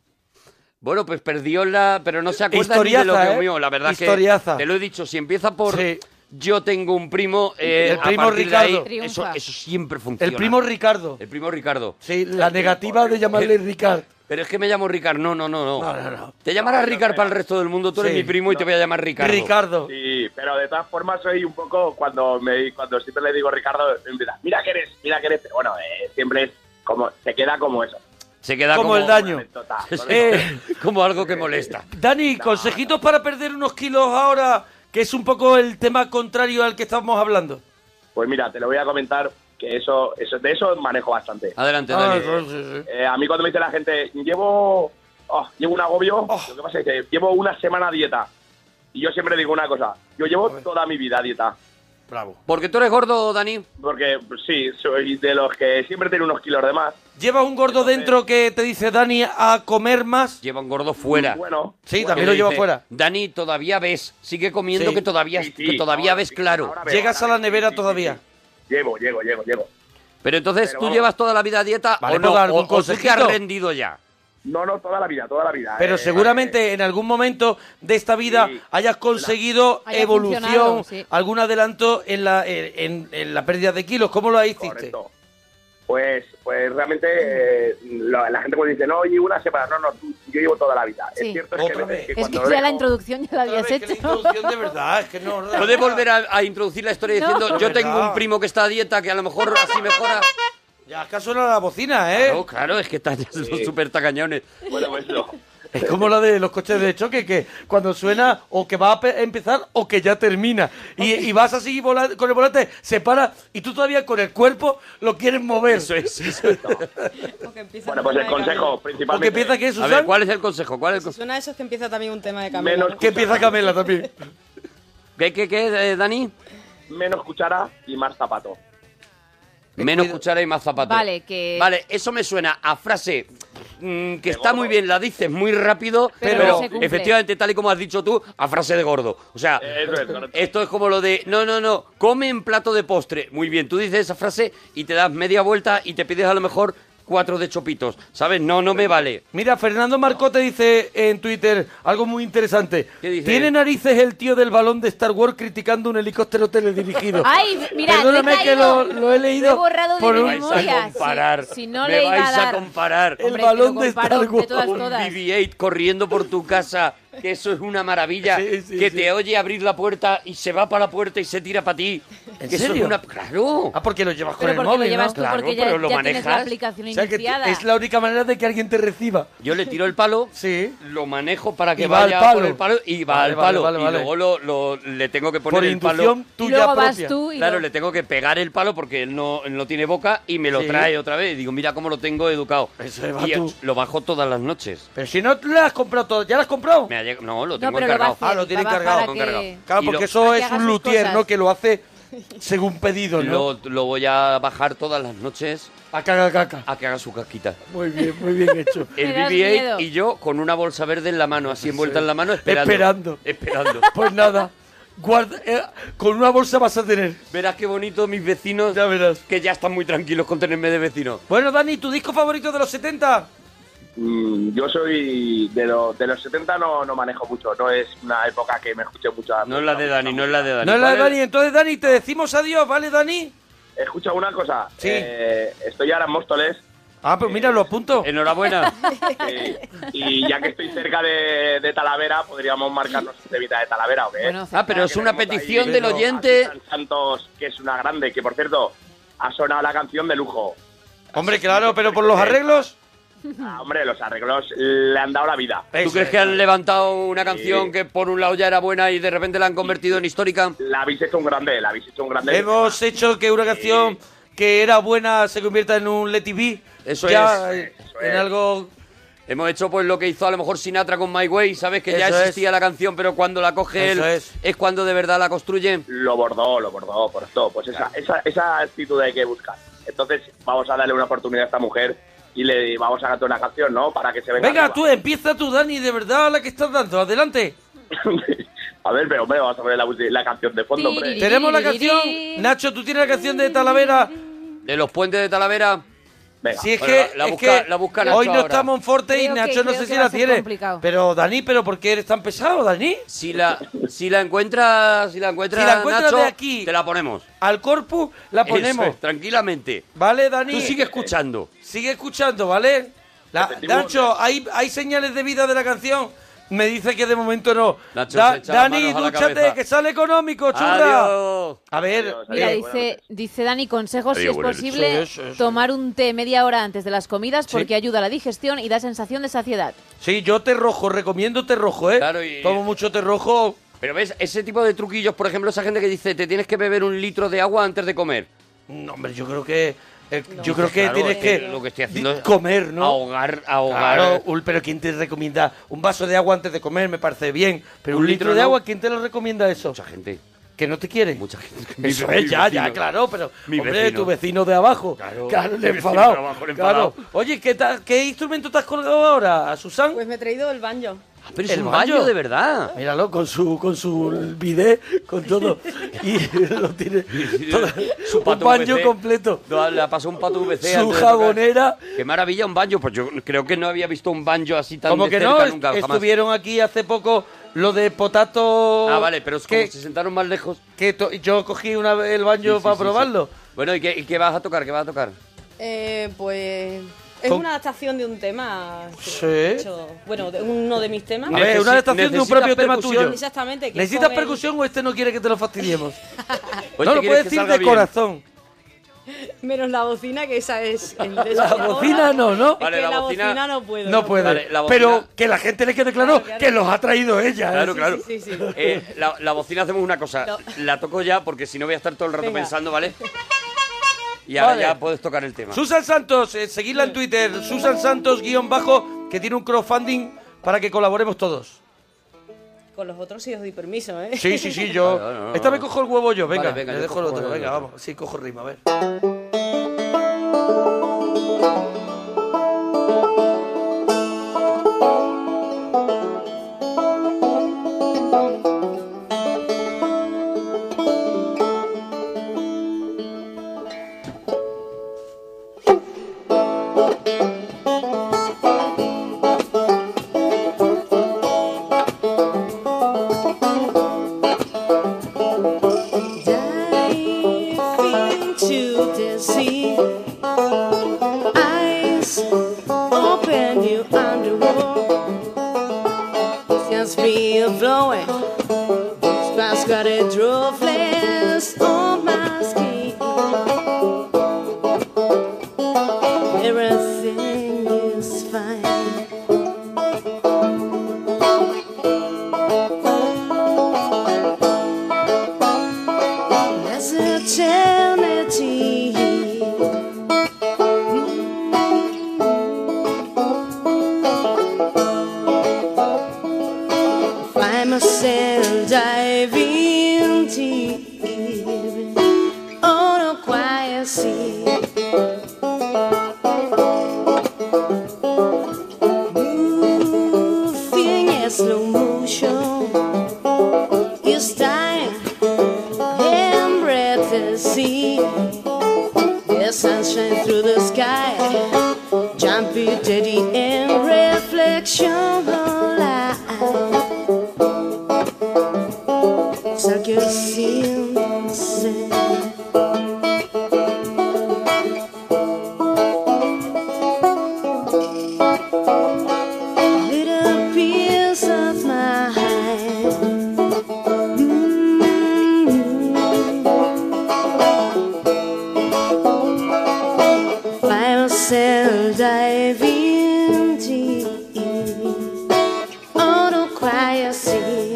Bueno, pues perdió la... Pero no se acuerda ni de lo Historiaza, que ¿eh? comió. La verdad Historiaza. que... Te lo he dicho, si empieza por... Sí. Yo tengo un primo... eh, El primo a partir de ahí, Ricardo. eso, Triunfa. eso siempre funciona. El primo Ricardo. El primo Ricardo. Sí, la negativa de llamarle Ricard. Pero es que me llamo Ricard. No, no, no, no. No, no, no. Te llamarás Ricard para el resto del mundo. Tú eres Sí. mi primo y te voy a llamar Ricardo. Ricardo. Sí, pero de todas formas soy un poco, cuando me cuando siempre le digo Ricardo, empieza, mira que eres, mira que eres, pero bueno, eh, siempre es como, se queda como eso. Se queda Como como, el daño. Anécdota. Eh, como algo que molesta. Dani, consejitos para perder unos kilos ahora, que es un poco el tema contrario al que estábamos hablando. Pues mira, te lo voy a comentar, que eso, eso de eso manejo bastante. Adelante, Ah, Dani. sí, sí, sí. Eh, a mí cuando me dice la gente, llevo, oh, llevo un agobio, Oh. lo que pasa es que llevo una semana a dieta. Y yo siempre digo una cosa, yo llevo toda mi vida a dieta. Bravo. Porque tú eres gordo, Dani. Porque pues, sí, soy de los que siempre tiene unos kilos de más. ¿Llevas un gordo dentro que te dice Dani a comer más? Lleva un gordo fuera. Bueno, Sí, bueno, también Que lo lleva dice, fuera. Dani, todavía ves. Sigue comiendo Sí. que todavía, Sí, sí, que todavía ahora ves sí, claro. ahora veo, Llegas a ahora la sí, nevera sí, sí, todavía. sí. Llevo, llego, llego, llego. Pero entonces Pero tú vamos. llevas toda la vida a dieta Vale, o no. ¿puedo dar O, algún o tú te has consejito? rendido ya. No, no, toda la vida, toda la vida. Pero eh, seguramente en algún momento de esta vida Sí. hayas conseguido Haya evolución, funcionado, sí. algún adelanto en la, en, en la pérdida de kilos. ¿Cómo lo hiciste? Correcto. Pues, pues realmente eh, la, la gente cuando dice, no, llevo una semana, no, no, tú- yo llevo toda la vida. Sí. Es cierto es que, Otra veces vez. que Es cuando que ya la dejo- introducción ya la habías Otra vez, que hecho. la introducción de verdad, es que no... no, ¿Puedes no. volver a, a introducir la historia No. diciendo yo tengo ¿Verdad? un primo que está a dieta que a lo mejor así mejora? Ya es que suena la bocina, ¿eh? No, claro, es que están son súper tacañones. Bueno, pues no. Es como la de los coches de choque, que cuando suena o que va a pe- empezar o que ya termina. Y, y vas así vola- con el volante, se para y tú todavía con el cuerpo lo quieres mover. Eso es, eso es. Bueno, pues el consejo ¿O que principalmente... empieza qué, A Susan? ver, ¿cuál es el consejo? ¿Cuál es el Si consejo? suena eso es que empieza también un tema de camino. Menos ¿no? Que empieza Camela también. ¿Qué, qué, qué, eh, Dani? menos cuchara y más zapato. Menos cuida- cuchara y más zapato. Vale, que- Vale, eso me suena a frase mm, que De está gordo. muy bien, la dices muy rápido, Pero pero, no se cumple. efectivamente, tal y como has dicho tú, a frase de gordo. O sea, Eso es, correcto. esto es como lo de, no, no, no, come en plato de postre. Muy bien, tú dices esa frase y te das media vuelta y te pides a lo mejor cuatro de chopitos, ¿sabes? No, no me vale. Mira, Fernando Marcote dice en Twitter algo muy interesante. ¿Qué dice? ¿Tiene narices el tío del balón de Star Wars criticando un helicóptero teledirigido? Ay, mira, Perdóname lo he que caído. lo, lo he leído Lo he borrado de por mi un- vais memoria. a comparar. Si, si no me le iba vais a a dar. comparar. El Hombre, balón que lo de Star comparo Wars. de todas, Un todas. B B ocho corriendo por tu casa, que eso es una maravilla, Sí, sí, que sí. te oye abrir la puerta y se va para la puerta y se tira para ti. ¿En que Eso serio? es una... Claro. Ah, porque lo llevas con Pero el porque móvil, lo llevas ¿no? tú, Claro, porque ya, pero lo ya tienes la manejas. aplicación O sea, que iniciada. te- es la única manera de que alguien te reciba. Yo le tiro el palo, Sí. lo manejo para que Y va vaya al palo. por el palo y va Vale, al vale, palo. vale, y vale. luego lo, lo- le tengo que poner Por el palo. inducción Y tuya luego vas propia. tú y Claro, lo- le tengo que pegar el palo porque él no, él no tiene boca y me lo Sí. trae otra vez. Y digo, mira cómo lo tengo educado. Eso va y tú. lo bajo todas las noches. Pero si no le has comprado todo, ¿ya lo has comprado? Me ha lleg- no, lo No, tengo pero lo va a encargado. hacer. Ah, lo tiene va a bajar encargado, a con que- cargado. Claro, Y porque lo- eso para que es haga un sus luthier, cosas. ¿no? Que lo hace según pedido, ¿no? Lo, lo voy a bajar todas las noches A caga caca. a que haga su casquita. Muy bien, muy bien hecho. El Me B das B miedo. ocho y yo con una bolsa verde en la mano, así envuelta en la mano, esperando. Esperando. Esperando. Pues nada, guarda, eh, con una bolsa vas a tener. Verás qué bonito mis vecinos, Ya verás. que ya están muy tranquilos con tenerme de vecino. Bueno, Dani, ¿tu disco favorito de los setenta? Mm, yo soy de, lo- de los setenta, no, no manejo mucho, no es una época que me escuche mucho. No es la de Dani, no es la de Dani. No es la de ¿Cuál Dani. Entonces, Dani, te decimos adiós, ¿vale, Dani? Escucha una cosa, Sí. eh, estoy ahora en Móstoles Ah, pues mira, lo apunto. Enhorabuena. eh, y ya que estoy cerca de, de Talavera, podríamos marcarnos un temita de Talavera, ¿o qué? Bueno, Ah, pero es Que una tenemos ahí, petición del pero oyente. Azucena Santos, que es una grande, que por cierto, ha sonado la canción de lujo. Hombre, claro, pero por los arreglos. Ah, hombre, los arreglos le han dado la vida. ¿Tú Eso crees es. que han levantado una canción Sí. que por un lado ya era buena y de repente la han convertido en histórica? La habéis hecho un grande, la habéis hecho un grande. Hemos hecho que una canción que era buena se convierta en un Let It Be. Eso ya, es, eh, eso en es. algo. Hemos hecho pues lo que hizo a lo mejor Sinatra con My Way, ¿sabes? Que ya Eso existía es. la canción, pero cuando la coge Eso él es. cuando de verdad la construye. Lo bordó, lo bordó, por esto. Pues esa, esa, esa actitud hay que buscar. Entonces, vamos a darle una oportunidad a esta mujer y le vamos a cantar una canción, ¿no? Para que se venga. Venga, arriba. tú, empieza tú, Dani, de verdad la que estás dando. Adelante. A ver, pero hombre, vamos a poner la, la canción de fondo, hombre. Tiri. Tenemos la canción. Nacho, ¿tú tienes la canción de Talavera? De los puentes de Talavera. Venga. Si es Bueno, que, la- la es busca- que la busca Nacho hoy no ahora. estamos en Forte y Creo que- Nacho no creo sé que si va la a ser tiene. complicado. Pero Dani, ¿pero por qué eres tan pesado, Dani? Si la, si la encuentras, si la encuentras, Si la encuentras Nacho, de aquí. te la ponemos. Al corpus la Eso ponemos. es, tranquilamente. ¿Vale, Dani? Tú sigue escuchando. Sigue escuchando, ¿vale? La- Repetimos. Nacho, ¿hay, ¿hay señales de vida de la canción? Me dice que de momento no. Nacho, Da- se echa las Dani, manos a la dúchate, cabeza. que sale económico, churra. Adiós. A ver, Adiós, Mira, Eh, dice, dice Dani, consejos si Adiós, es buenas posible Sí, sí, sí. tomar un té media hora antes de las comidas Sí. porque ayuda a la digestión y da sensación de saciedad. sí, yo té rojo, recomiendo té rojo, ¿eh? Claro, y- Tomo mucho té rojo. Pero ves, ese tipo de truquillos, por ejemplo, esa gente que dice, te tienes que beber un litro de agua antes de comer. No, hombre, yo creo que... eh, yo creo que Claro, tienes es que... que lo que estoy haciendo di- es comer, ¿no? Ahogar, ahogar. Claro, ul- pero ¿quién te recomienda un vaso de agua antes de comer? Me parece bien. Pero un, Un litro, litro de no. agua, ¿quién te lo recomienda eso? Mucha gente, ¿Que no te quiere? mucha gente. Mi Eso ve- es, mi ya, ya, vecino. claro, pero Mi hombre, vecino. tu vecino de abajo. Claro, Claro, mi le he vecino enfadado. de abajo, le he enfadado. Claro. Oye, ¿qué, ta- ¿qué instrumento te has colgado ahora, Susan? Pues me he traído el banjo. Ah, pero es ¿El un banjo? baño de verdad. Míralo, con su con su bidet, con todo. Y lo tiene todo, Su un pato baño V C. completo. No, Le pasó un pato V C. Su antes de tocar. jabonera. Qué maravilla un banjo. Pues yo creo que no había visto un banjo así tan Como de que cerca no, est- nunca, jamás. estuvieron aquí hace poco lo de Potato. Ah, vale, pero es como que, se sentaron más lejos. que to- yo cogí una vez el baño Sí, sí, para sí, probarlo. sí. Bueno, ¿y qué, y qué vas a tocar? ¿Qué vas a tocar? Eh, pues es Con- una adaptación de un tema. que Sí. he hecho- bueno, de uno de mis temas. A ver, Necesi- una adaptación de un necesitas propio tema percusión. tuyo. Exactamente. que es ¿Necesitas con el- percusión o este no quiere que te lo fastidiemos? Hoy no, te lo quieres puedes que decir salga de bien. corazón. Menos la bocina, que esa es. el La desfilador. bocina no, ¿no? Es Vale, que la la bocina- bocina no puedo. No puede. Vale, la bocina- Pero que la gente le quede claro Claro, claro. que los ha traído ella. ¿eh? Claro, claro. sí, sí, sí. Eh, la, la bocina hacemos una cosa. No. La toco ya porque si no voy a estar todo el rato Venga. pensando, ¿vale? Y ahora Vale. ya puedes tocar el tema. Susan Santos, eh, seguidla en Twitter, Susan Santos guión bajo, que tiene un crowdfunding para que colaboremos todos. Con los otros sí os doy permiso, ¿eh? Sí, sí, sí, yo. Vale, no, no, Esta no. vez cojo el huevo yo, venga, Vale, venga, le yo dejo cojo el otro, el venga, otro. vamos, sí, cojo rima, a ver. Masquerade droplets on my skin. Everything is fine. There's eternity. Find myself diving deep on a quiet sea. Moving in slow motion, it's time and breath the sea. The sunshine through the sky, jumpy, dirty, and reflection of light. Circus in the sand. Little piece of my hand. Mm. Find myself diving deep on a quiet sea.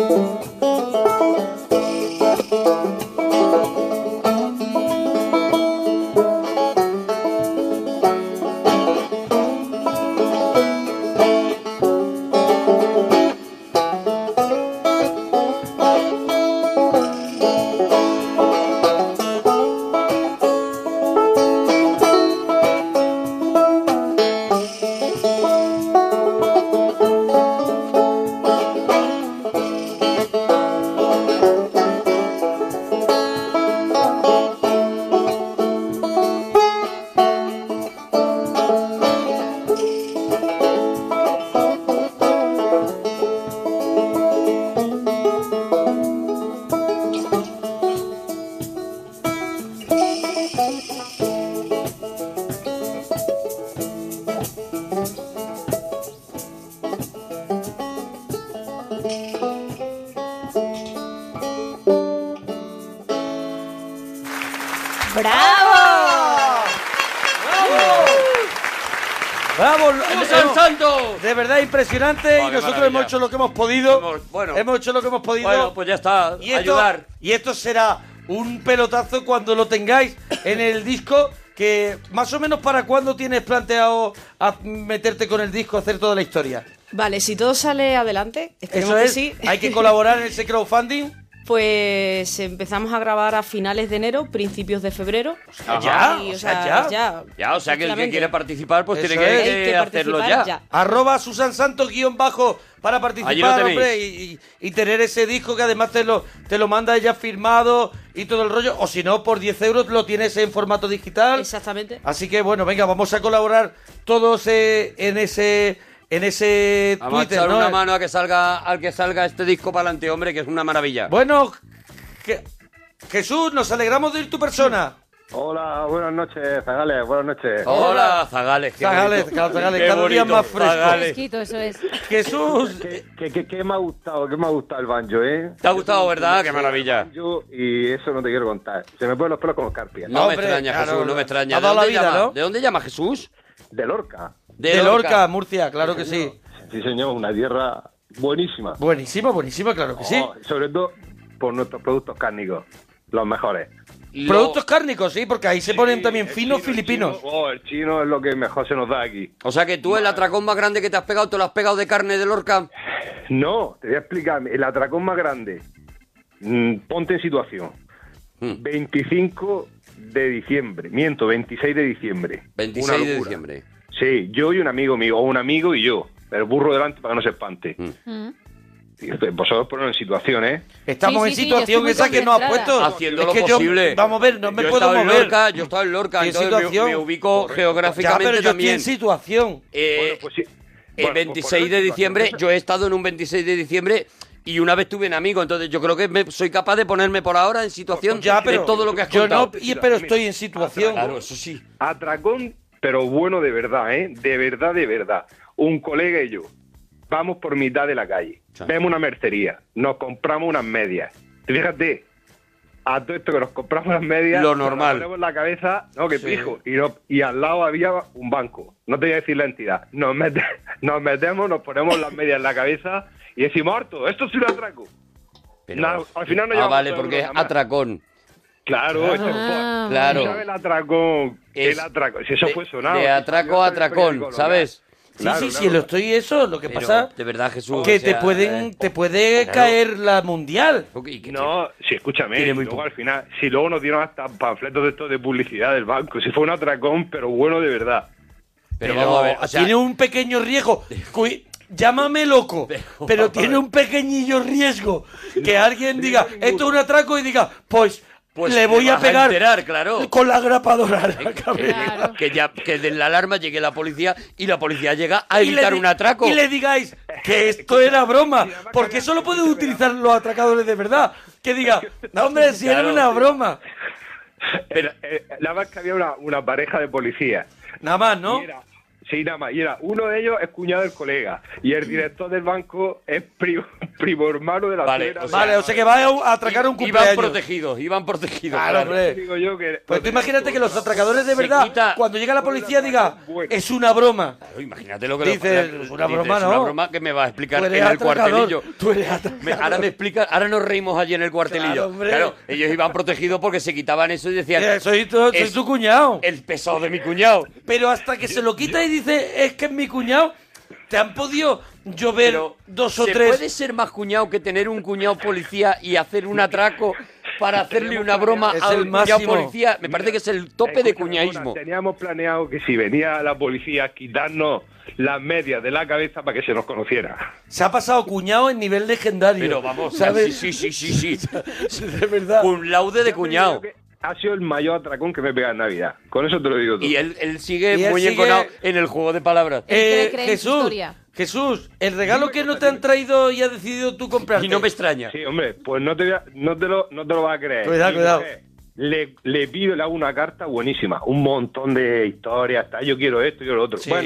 ¡Bravo! ¡Bravo! ¡Vamos al santo! De verdad impresionante. Oh, y qué nosotros maravilla. hemos hecho lo que hemos podido. Hemos- bueno. Hemos hecho lo que hemos podido. Bueno, pues ya está. y esto, Ayudar. Y esto será un pelotazo cuando lo tengáis en el disco. Que más o menos para cuándo tienes planteado a meterte con el disco, hacer toda la historia. Vale, si todo sale adelante, esperemos Eso que es. sí. Hay que colaborar en ese crowdfunding. Pues empezamos a grabar a finales de enero, principios de febrero. Ajá. Ya, Y, o sea, ya. Ya, o sea que el que efectivamente. quiere participar, pues Eso tiene que, es. Hay que que hacerlo participar ya. ya. Arroba Susan Santos guión bajo para Allí lo participar, tenéis. hombre, y, y- y tener ese disco que además te lo, te lo manda ella firmado y todo el rollo. O si no, por diez euros lo tienes en formato digital. Exactamente. Así que bueno, venga, vamos a colaborar todos eh, en ese en ese Vamos Twitter, a echar ¿no? una mano a que salga, al que salga este disco para adelante, hombre, que es una maravilla. Bueno, Je- Jesús, nos alegramos de ir tu persona. Hola, buenas noches, Zagales, buenas noches. Hola, Zagales. qué Zagales, bonito. claro, Zagales, Qué cada día bonito, más fresco. Zagales. Fresquito, eso es. Jesús, ¿Qué, qué, qué- qué me ha gustado? ¿Qué me ha gustado el banjo, eh? ¿Te ha gustado, verdad? Qué maravilla. Banjo, y eso no te quiero contar. Se me ponen los pelos como escarpias. No me Hombre, extraña, claro, Jesús, no me extraña. ha ¿De dado la dónde vida, llama? ¿no? ¿De dónde llama Jesús? De Lorca. de Lorca, Murcia, claro que sí. Sí, señor, una tierra buenísima. Buenísima, buenísima, claro que sí. Oh, sobre todo por nuestros productos cárnicos, los mejores. Lo- Productos cárnicos, sí, porque ahí se ponen Sí, también el finos chino, el filipinos. chino, oh, el chino es lo que mejor se nos da aquí. O sea que tú el atracón más grande que te has pegado, ¿te lo has pegado de carne de Lorca? No, te voy a explicar. El atracón más grande. Mm, ponte en situación. Hmm. veinticinco de diciembre. Miento, veintiséis de diciembre. veintiséis Una de locura. diciembre. Sí, yo y un amigo mío, o un amigo y yo. El burro delante para que no se espante. Mm. Y ustedes- vosotros ponen en situación, ¿eh? Estamos Sí, en sí, sí, yo situación estoy muy esa que nos ha concentrada. puesto. Haciendo Es lo que yo- posible. vamos a ver, no me Yo he puedo estado en mover. Lorca, yo he estado en Lorca, ¿Qué entonces me- situación? me, ubico Ya, geográficamente pero yo también. estoy en situación. Eh, Bueno, pues sí. el Bueno, pues veintiséis por de eso, diciembre, situación. yo he estado en un veintiséis de diciembre y una vez tuve un amigo, entonces yo creo que me- soy capaz de ponerme por ahora en situación Ya, pero de todo lo que has yo contado. no, y- pero estoy en situación. Claro, eso sí. Atracón, pero bueno de verdad, ¿eh? De verdad, de verdad. Un colega y yo. Vamos por mitad de la calle. vemos una mercería, nos compramos unas medias. Fíjate, a todo esto que nos compramos las medias, Lo normal. nos ponemos en la cabeza, no, que Sí. pijo, y, no- y al lado había un banco, no te voy a decir la entidad, nos, mete- nos metemos, nos ponemos las medias en la cabeza y decimos, harto, esto sí lo atraco. Pero- Nada, al final no ah, llevamos vale, dos porque euros es nada más. atracón. Claro, esto Ah, fue- Claro. ¿sabes el atracón? Es el atracón, si eso de- fue sonado. de atraco a Yo soy atracón, periódico ¿sabes? Sí, Claro, sí, claro. sí, lo estoy eso. Lo que Pero, pasa de verdad, Jesús. que o sea, te pueden, eh, te puede claro. caer la mundial. y que- No, sí, escúchame, Tiene y muy luego poco. al final, si luego nos dieron hasta panfletos de estos de publicidad del banco, si fue un atracón, pero bueno de verdad. Pero vamos a ver, o sea, tiene un pequeño riesgo. Cui- Llámame loco, pero, tiene un pequeño riesgo que alguien diga, esto es un atraco y diga, pues, Pues le te voy a vas a pegar enterar, claro. con la grapadora a la cabeza. Claro. que ya que de la alarma llegue la policía y la policía llega a Y le evitar di- un atraco. Y le digáis que esto era broma, porque eso lo pueden utilizar los atracadores de verdad. Que diga, no hombre, si era Claro. una broma. Pero, eh, nada más que había una, una pareja de policías. Nada más, ¿no? Y era, sí, nada más. Y era, uno de ellos es cuñado del colega. Y el director del banco es primo, primo hermano de la Vale, señora o sea, de- Vale, o sea que va a atracar un Iban cumpleaños. protegidos, iban protegidos. Claro, claro. hombre. Digo yo que... Pues tú imagínate que los atracadores de Se verdad, quita- cuando llega la policía, diga, es una broma. Claro, imagínate lo que Dice, lo- es una dice, broma, es ¿no? una broma que me va a explicar Tú en eres el atracador. cuartelillo. Tú eres Me- atracador. ahora me explica, ahora nos reímos allí en el cuartelillo. Claro, hombre. Claro, ellos iban protegidos porque se quitaban eso y decían, Eh, soy, tu, soy es tu cuñado. el pesado de mi cuñado. Pero hasta que se lo quita y dice, es que es mi cuñado, te han podido llover Pero dos o ¿se tres. puede ser más cuñado que tener un cuñado policía y hacer un atraco para hacerle una broma Es a el un cuñado máximo. policía? Me parece que es el tope de Escúchame, cuñaísmo. Mona, teníamos planeado que si venía la policía, quitarnos las medias de la cabeza para que se nos conociera. Se ha pasado cuñado en nivel legendario. Pero vamos, ¿sabes? sí, sí, sí, sí, sí. De verdad. Un laude de cuñado. Creo que ha sido el mayor atracón que me pega en Navidad. Con eso te lo digo todo. Y él, él sigue Y él muy sigue- enconado en el juego de palabras. Él cree- Eh, cree en su Jesús, historia. Jesús, el regalo que no te han traído y has decidido tú comprarte. Y no me extraña. Sí, hombre, pues no te, voy a- no te, lo, no te lo vas a creer. Cuidado, Mi cuidado. mujer, Le, le pido, le hago una carta buenísima. Un montón de historias, tal, yo quiero esto, yo lo otro. Sí. Bueno,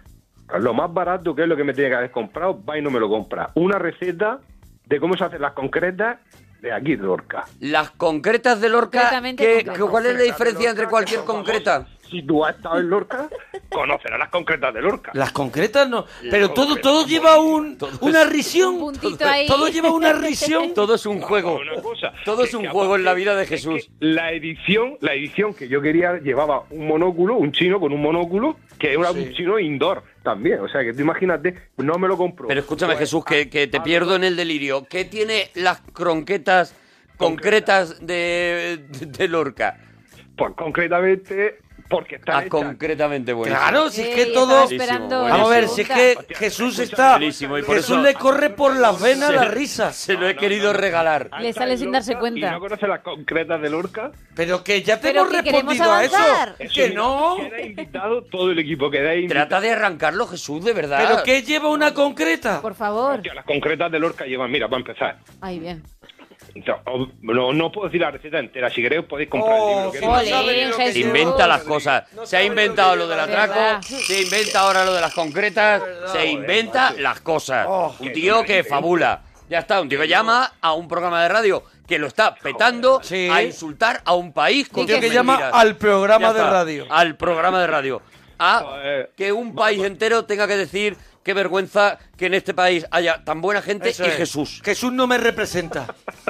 lo más barato, que es lo que me tiene que haber comprado, va y no me lo compra. Una receta de cómo se hacen las concretas de aquí, de Lorca. Las concretas de Lorca, Concretamente ¿qué- concretas. ¿cuál es la diferencia Lorca, entre que cualquier son famosas. concreta? Si tú has estado en Lorca, conocerás las concretas de Lorca. Las concretas no. Pero todo, concretas. todo lleva un, una Un risión. puntito todo, ahí. todo lleva una risión. Todo es un juego. Una cosa, Todo es que- un que juego en la aparte vida de es que Jesús. La edición, la edición que yo quería llevaba un monóculo, un chino con un monóculo, que era un chino indoor también. O sea, que tú imagínate, no me lo compro. Pero escúchame, Pues, Jesús, que, que te ah, pierdo en el delirio. ¿Qué tiene las cronquetas concretas de, de Lorca? Pues concretamente, porque está Ah, concretamente bueno. Claro, si es que Ey, todo. estaba esperando Buenísimo, Vamos a ver, la si es pregunta. que Jesús está. Buenísimo, y por Jesús eso- le corre por las venas la risa. Se lo he querido regalar. Le sale sin darse ¿Y cuenta. no conoce las concretas de Lorca? Pero que ya te Pero hemos que queremos respondido a eso. avanzar. Que no. Queda invitado todo el equipo, queda invitado. Trata de arrancarlo, Jesús, de verdad. ¿Pero qué lleva una concreta? Por favor. Hostia, las concretas de Lorca llevan, mira, para empezar. Ahí bien. No, o- no, no puedo decir la receta entera, si queréis podéis comprar Oh, el libro. que si no no Ole, sabe lo que Jesús. Se lleva. inventa las cosas. No Se ha sabe inventado lo lo que del lleva. atraco, ¿Verdad? se inventa ahora lo de las concretas, se inventa las cosas. Oh, Un tío que fabula. Ya está, un tío que llama a un programa de radio que lo está petando Sí. a insultar a un país con Un tío sus que llama mentiras. al programa Ya de está, radio. Al programa de radio. A Joder. que un país entero tenga que decir qué vergüenza que en este país haya tan buena gente Eso y es. Jesús. Jesús no me representa.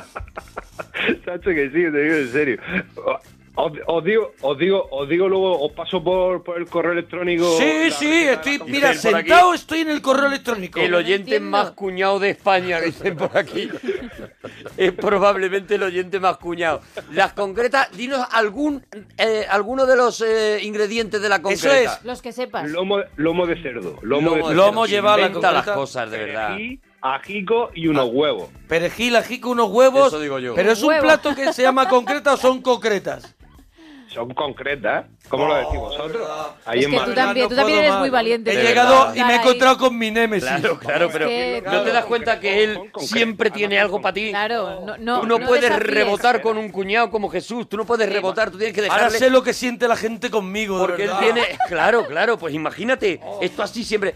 Sacho, que sí, te digo en serio. Os, os digo, os digo, os digo luego, os paso por, por el correo electrónico. Sí, la sí, receta estoy, de la mira, Dicen por aquí- sentado estoy en el correo electrónico. El oyente entiendo. más cuñado de España, dicen por aquí. Es probablemente el oyente más cuñado. Las concretas, dinos algún eh, alguno de los eh, ingredientes de la concreta. Eso es. Los que sepas. Lomo, lomo de cerdo. Lomo, de Lomo, cerdo. Lomo lleva la inventa las concreta. cosas, de verdad. Perejil, ajico y unos huevos. Perejil, ajico, unos huevos. Eso digo yo. Pero es un Huevo. plato que se llama concreta o son concretas. Son concretas, ¿eh? ¿Cómo lo decís vosotros? Ahí Es en que tú Madrid. también, tú también puedo eres más. muy valiente. He De llegado verdad. y me he encontrado con mi némesis. Claro, claro, pero que- ¿no te das cuenta que él Con concreta. siempre tiene algo para ti? Claro, no, no, Tú no, no puedes desafíes. rebotar con un cuñado como Jesús. Tú no puedes rebotar, tú tienes que Ahora dejarle... sé lo que siente la gente conmigo. de Porque él verdad. tiene... Claro, claro, pues imagínate. Esto así siempre...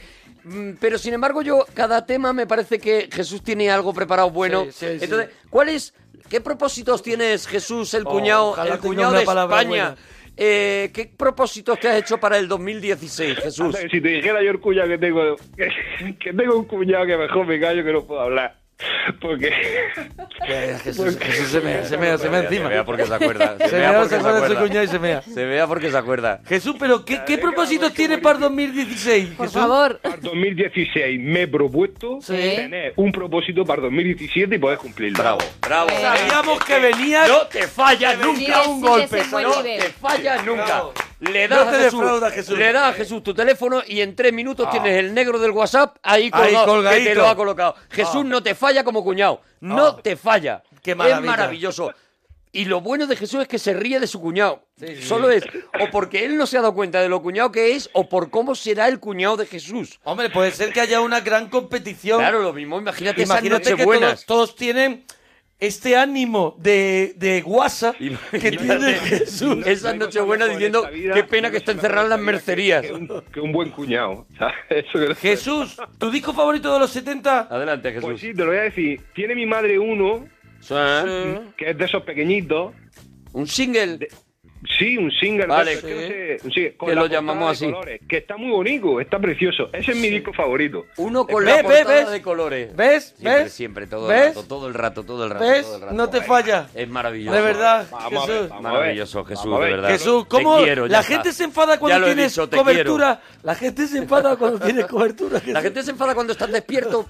mm, pero sin embargo yo, cada tema me parece que Jesús tiene algo preparado bueno. Sí, sí, sí. Entonces, ¿cuál es, qué propósitos tienes, Jesús, el Oh, cuñado, ojalá el tenga cuñado una de palabra España? buena. Eh, ¿Qué propósitos te has hecho para el dos mil dieciséis, Jesús? Anda, que si te dijera yo el cuñado que tengo, que, que tengo un cuñado que mejor me callo que no puedo hablar. Porque... Eh, Jesús, Jesús se mea, se mea, se mea encima. Se vea porque se acuerda. Se mea, se acuerda de su cuñado y se mea. Se vea porque se acuerda. Jesús, pero ¿qué, qué propósitos tienes para el dos mil dieciséis? Por Jesús? favor. Para el dos mil dieciséis me he propuesto Sí. tener un propósito para el dos mil diecisiete y poder cumplirlo. Bravo, bravo. Sabíamos que venías. No te fallas nunca Sigues, un sigues golpe. en buen No nivel. te fallas nunca. Bravo. Le No das te a Jesús, defrauda, Jesús. le das a Jesús tu teléfono y en tres minutos tienes el negro del WhatsApp ahí colgado, que colgadito. te lo ha colocado. Jesús no te falla como cuñado. No Ah. te falla. Qué maravilla. Es maravilloso. Y lo bueno de Jesús es que se ríe de su cuñado. Solo es o porque él no se ha dado cuenta de lo cuñado que es o por cómo será el cuñado de Jesús. Hombre, puede ser que haya una gran competición. Claro, lo mismo. Imagínate, Imagínate esas que nochebuenas. todos, todos tienen este ánimo de, de guasa que tiene Jesús. Esas nochebuenas diciendo qué pena que está encerrado en las mercerías. Que un, que un buen cuñado. ¿sabes? Eso que no- Jesús, ¿tu disco favorito de los setenta? Adelante, Jesús. Pues sí, te lo voy a decir. Tiene mi madre uno, Sí. que es de esos pequeñitos. Un single. De- Sí, un single. Vale. de esos, que no sé, un single, con Que la lo portada llamamos de así. colores, que está muy bonito, está precioso. Ese es mi disco favorito. Uno con Ve, la ve, portada ves. de colores. ¿Ves? Siempre, ¿Ves? siempre, todo ¿Ves? el rato, todo el rato, todo el rato. ¿Ves? todo el rato. No te falla. Es maravilloso. De verdad, Vamos a ver, Jesús. vamos a ver. Maravilloso, Jesús, Vamos a de ver. verdad. Jesús, Te ¿cómo quiero, ya la está. gente se enfada Ya cuando lo he tienes dicho, te cobertura? La gente se enfada cuando tienes cobertura, Jesús. La gente se enfada cuando estás despierto.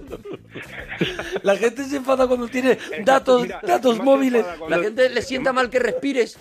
La gente se enfada cuando tienes datos, Mira, datos más móviles. enfada cuando- La gente le sienta mal que respires.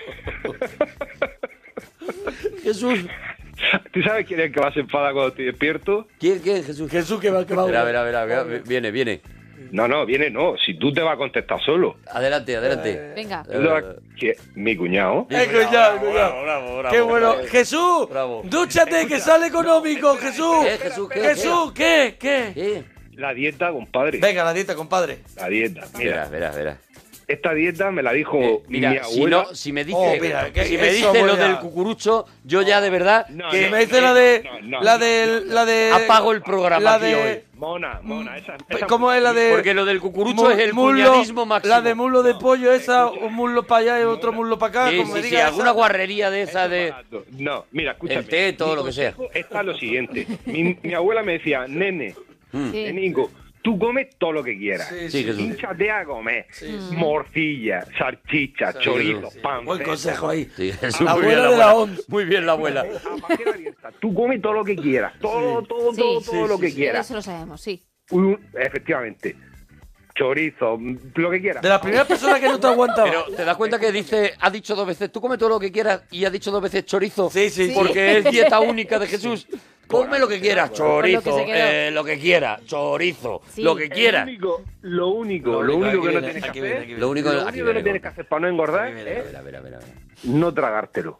Jesús. ¿Tú sabes quién es el que más se enfada cuando estoy despierto? ¿Quién, quién, Jesús? Jesús que va, que va. A ver, a ver, a ver, a ver, viene, viene. No, no, viene no. Si tú te vas a contestar solo. Adelante, adelante. Venga. Tú te vas- ¿Qué? Mi cuñado. Eh, cuidado, cuidado. Bravo, bravo, bravo, Qué bueno. bravo. Jesús, Bravo. dúchate que sale económico, Jesús. ¿Qué, Jesús, qué, Jesús, ¿qué? ¿Qué? ¿Qué? La dieta, compadre. Venga, la dieta, compadre. La dieta. Mira, Verás, verás, verás. esta dieta me la dijo Eh, mi mira, si, abuela. no, si me dice, Oh, mira, que si me eso dice voy lo a- del cucurucho, yo ya de verdad No, que Si me dice la de. no, no, La no. de. La de. apago el programa la aquí de- hoy. Mona, mona, esa, esa- ¿Cómo es la de.? Porque lo del cucurucho mu- es el muslo- cuñadismo máximo. La de muslo de pollo, esa, un muslo para allá y otro muslo para acá. Sí, como me sí, sí, diga alguna esa. guarrería de esa de... barato. No, mira, escúchame. El té, todo Mi lo que sea. consejo Está lo siguiente. Mi, mi abuela me decía, nene, Mm. Sí. nenico, tú comes todo lo que quieras. Sí, Sí, Jesús. Hínchate a comer. Morcilla, salchicha, chorizo, pan. Buen consejo ahí. Sí, Jesús, La muy bien abuela la de la abuela. O M S. Muy bien la abuela. A partir de abierta, tú comes todo lo que quieras. Todo, todo, Sí. todo, Sí, todo lo que quieras. Eso lo sabemos, sí. Un- efectivamente. Chorizo, lo que quieras. De las primeras personas que no te aguantaba. Pero te das cuenta que dice, ha dicho dos veces, tú come todo lo que quieras y ha dicho dos veces chorizo. Sí, sí, sí. Porque es dieta única de Jesús. Come lo que quieras, Con chorizo, lo que se quedó. eh, lo que quiera, chorizo, Sí. lo que Lo quiera. único, lo único, Lo lo único, único aquí que no viene, tienes que aquí viene, hacer, aquí viene. Lo único, lo aquí único que viene, no tienes que hacer para no engordar A ver, a es ver, a ver, a ver, a ver. no tragártelo.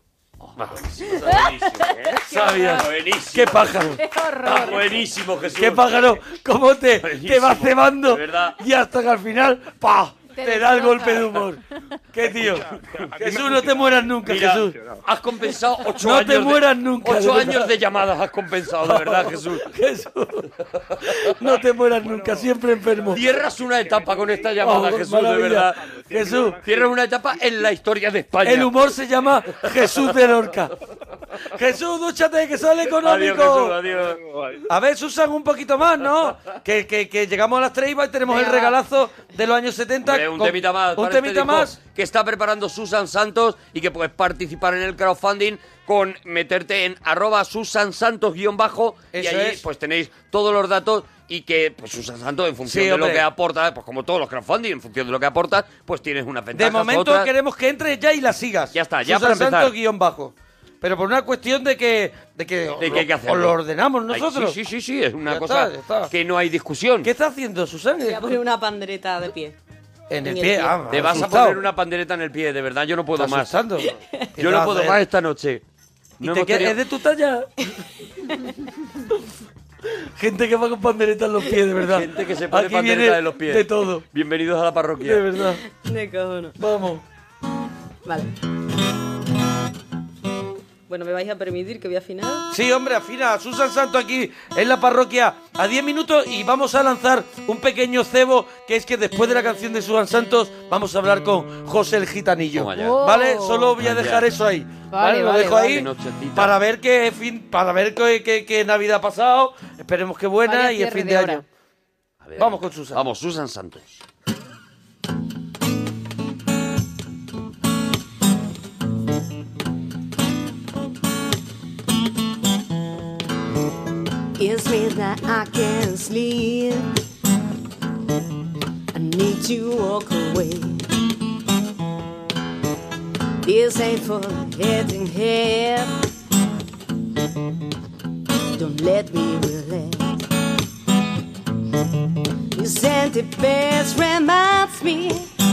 Sabías. Buenísimo. ¡Qué pájaro! ¡Qué Está horror! buenísimo, Jesús. ¡Qué pájaro! ¿Cómo te, te va Buenísimo, cebando? de verdad. Y hasta que al final, ¡pa! Te Te da el destroza. golpe de humor. ¡Qué tío! Jesús, no te mueras nunca, Mira, Jesús. has compensado ocho No años. te mueras nunca, de Ocho verdad. años de llamadas has compensado, de verdad, Jesús. Jesús. No te mueras nunca, siempre enfermo. Cierras una etapa con esta llamada, Oh, Jesús, de maravilla. verdad. Jesús, Cierras una etapa en la historia de España. el humor se llama Jesús de Lorca. Jesús, dúchate, que sale Adiós, económico. Jesús, adiós. A ver, Susan, un poquito más, ¿no? Que, que, que llegamos a las tres y tenemos Venga, el regalazo de los años setenta. Hombre, un con- temita más. Un para este temita disco más. que está preparando Susan Santos y que puedes participar en el crowdfunding con meterte en arroba Susan Santos guión bajo y Eso allí es. pues tenéis todos los datos y que pues Susan Santos en función Sí, de lo hombre. que aporta, pues como todos los crowdfunding, en función de lo que aportas, pues tienes unas De ventajas, momento otras. queremos que entres ya y la sigas. Ya está, ya Susan para empezar. Santos guión bajo. Pero por una cuestión de que, de que, De que hay que os hacerlo. lo ordenamos Ay, nosotros. sí, sí, sí, sí, es una Ya cosa está, ya está. que no hay discusión. ¿Qué está haciendo, Susan? Voy a poner una pandereta de pie. En el en el pie. pie. Ah, Te vas a asustado. poner una pandereta en el pie, de verdad, yo no puedo Está más. asustando. Yo no puedo más esta noche. ¿Y No te hemos queda- tenido- ¿Es de tu talla? Gente que va con pandereta en los pies, de verdad. Gente que se pone Aquí pandereta viene en los pies. de todo. Bienvenidos a la parroquia. De verdad. De cojones. Vamos. Vale. Bueno, ¿me vais a permitir que voy a afinar? Sí, hombre, afina. Susan Santos aquí en la parroquia a diez minutos y vamos a lanzar un pequeño cebo, que es que después de la canción de Susan Santos vamos a hablar con José el Gitanillo. Toma ya. ¿Vale? Solo voy a Toma dejar ya. eso ahí. Vale, ¿Vale? Lo vale, dejo vale. ahí Qué nochecita. para ver qué fin, para ver qué, qué- qué Navidad ha pasado. Esperemos que buena Vaya y el cierre fin de de hora. año. A ver, Vamos con Susan. Vamos, Susan Santos. It's midnight, I can't sleep. I need to walk away. This ain't for getting here. Don't let me relax. This empty bed reminds me.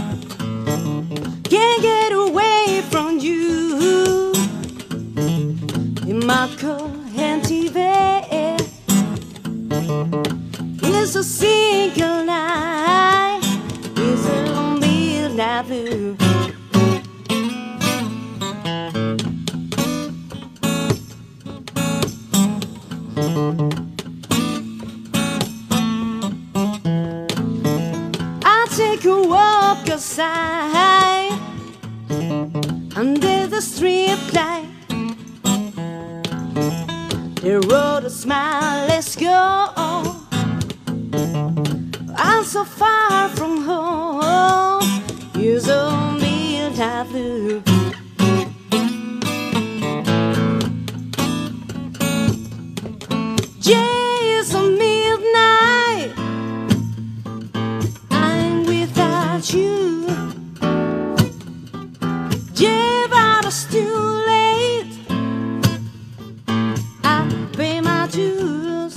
Can't get away from you. In my cold empty bed. It's a single night. It's a midnight blue. I take a walk outside under the street light. The road is mine, let's go. I'm so far from home. You're so midnight blue. Yeah, it's a midnight. I'm without you. Yeah, but it's too late. I pay my dues.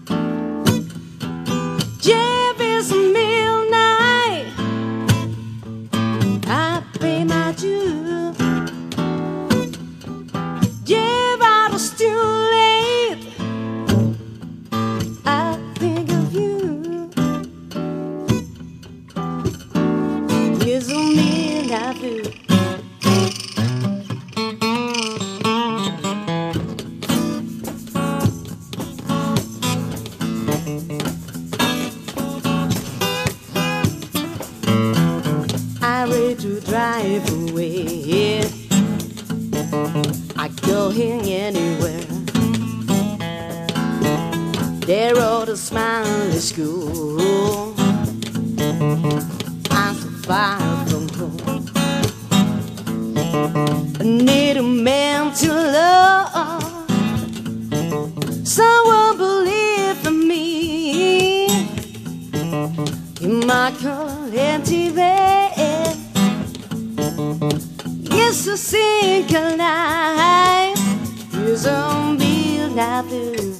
Yeah, it's midnight. I pay my dues. Yeah, but it's too late. I think of you. It's a midnight blue. I'm ready to drive away. I go in anywhere. They're all the smileless school. I'm so far from home. I need a man to love. Someone believe in me. In my cold empty bed. It's a single night. It's a midnight blue.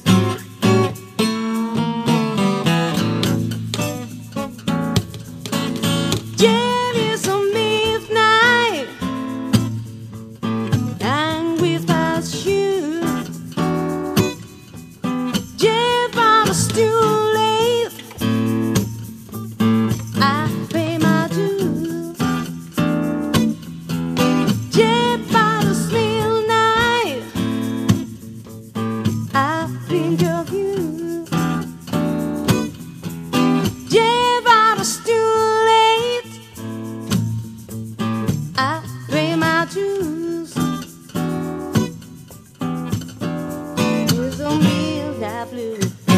Yeah, it's a midnight. I'm without you. Yeah, but it's too late. I pay my dues. Yeah, but it's midnight. I think of you. Yeah, but it's too late. I pay my dues. It's a midnight blue.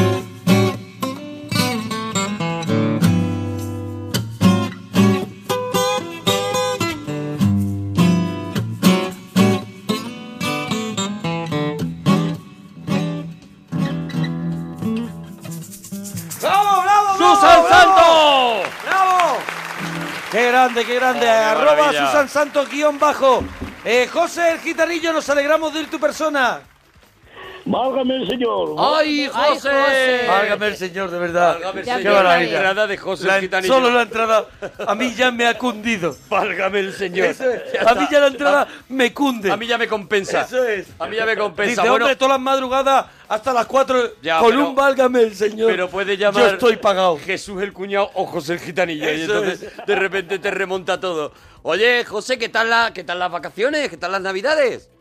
¡Bravo, bravo, bravo! ¡Susan bravo! Santos! ¡Bravo! ¡Qué grande, qué grande! Oh, qué Arroba maravilla. Susan Santos guión bajo. Eh, José el Gitanillo, nos alegramos de ir tu persona. Válgame el señor. ¡Ay, Ay, José! José. Válgame el Señor, de verdad. Válgame el Ya Señor, empieza la bien. entrada de José La- el Gitanillo. solo la entrada a mí ya me ha cundido. Válgame el Señor. Eso es. Ya A mí está. ya la entrada me cunde. A mí ya me compensa. Eso es. A mí ya me compensa. Dice, Bueno, hombre, todas las madrugadas hasta las cuatro Ya, con pero- un válgame el Señor. pero puede llamar Yo estoy pagado. Jesús el cuñado o José el Gitanillo. Y Eso entonces de repente te remonta todo. Oye, José, ¿qué tal, la, ¿qué tal las vacaciones? ¿Qué tal las navidades?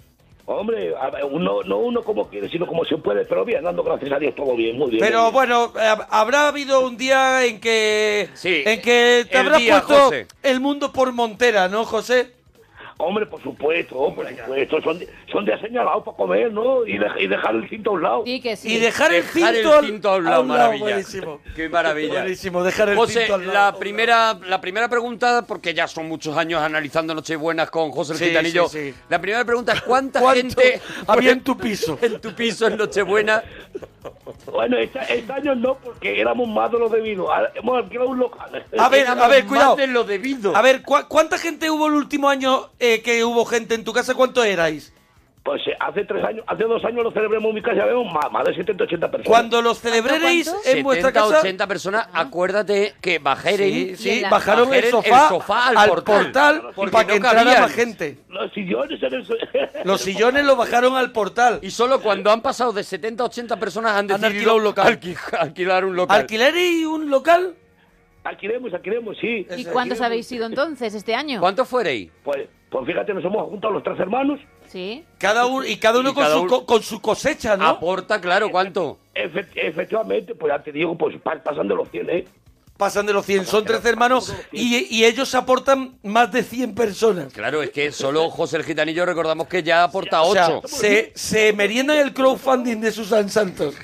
Hombre, a ver, uno, no uno como quiere, sino como se puede, pero bien, dando gracias a Dios, todo bien, muy bien. Pero muy bien. bueno, eh, habrá habido un día en que Sí, en que te el habrás día, puesto José. el mundo por montera, ¿no, José? Hombre, por supuesto, por supuesto, son, son días señalados para comer, ¿no? Y, de- y dejar el cinto a un lado. Sí, que sí. Y dejar el Dejar cinto, el cinto a un lado, maravilla. buenísimo. Qué maravilla. Buenísimo, dejar el José, cinto al lado. la primera, la primera pregunta, porque ya son muchos años analizando Nochebuenas con José el Sí, Gitanillo. sí, sí. La primera pregunta es ¿cuánta ¿Cuánto gente había en tu piso? en tu piso en Nochebuena? Bueno, este, este año no, porque éramos más de lo debido. Ah, hemos alquilado un local. A ver, Éramos a ver, más cuidado. de lo debido. A ver, ¿cu- ¿cuánta gente hubo el último año eh, que hubo gente en tu casa? ¿Cuánto erais? Pues eh, hace tres años, hace dos años lo celebramos en mi casa, habíamos más, más de setenta, ochenta personas. Cuando los celebréis ¿Cuánto? en vuestra setenta, casa... ochenta personas, acuérdate que bajaréis Sí, Y sí, en la- bajaron el bajaron sofá, el sofá al al portal, portal, porque para no que entrara cabían. más gente. Los sillones en el... Los sillones los bajaron al portal. y solo cuando han pasado de setenta a ochenta personas han Han decidido alquilado un local. alqui- alquilar un local. ¿Alquilaréis un local? Alquilemos, alquilemos, sí. ¿Y cuántos habéis sido entonces este año? ¿Cuántos fuereis? Pues, pues fíjate, nos hemos juntado los tres hermanos. Sí. Cada uno, y cada uno Y con, cada su, uno- co- con su cosecha, ¿no? Aporta, claro, ¿cuánto? Efe- efectivamente, pues ya te digo, pues pa- pasan de los cien, ¿eh? Pasan de los cien, son tres hermanos y, y ellos aportan más de cien personas. Claro, es que solo José el Gitanillo recordamos que ya aporta O sea, ocho. se, se meriendan el crowdfunding de Susan Santos.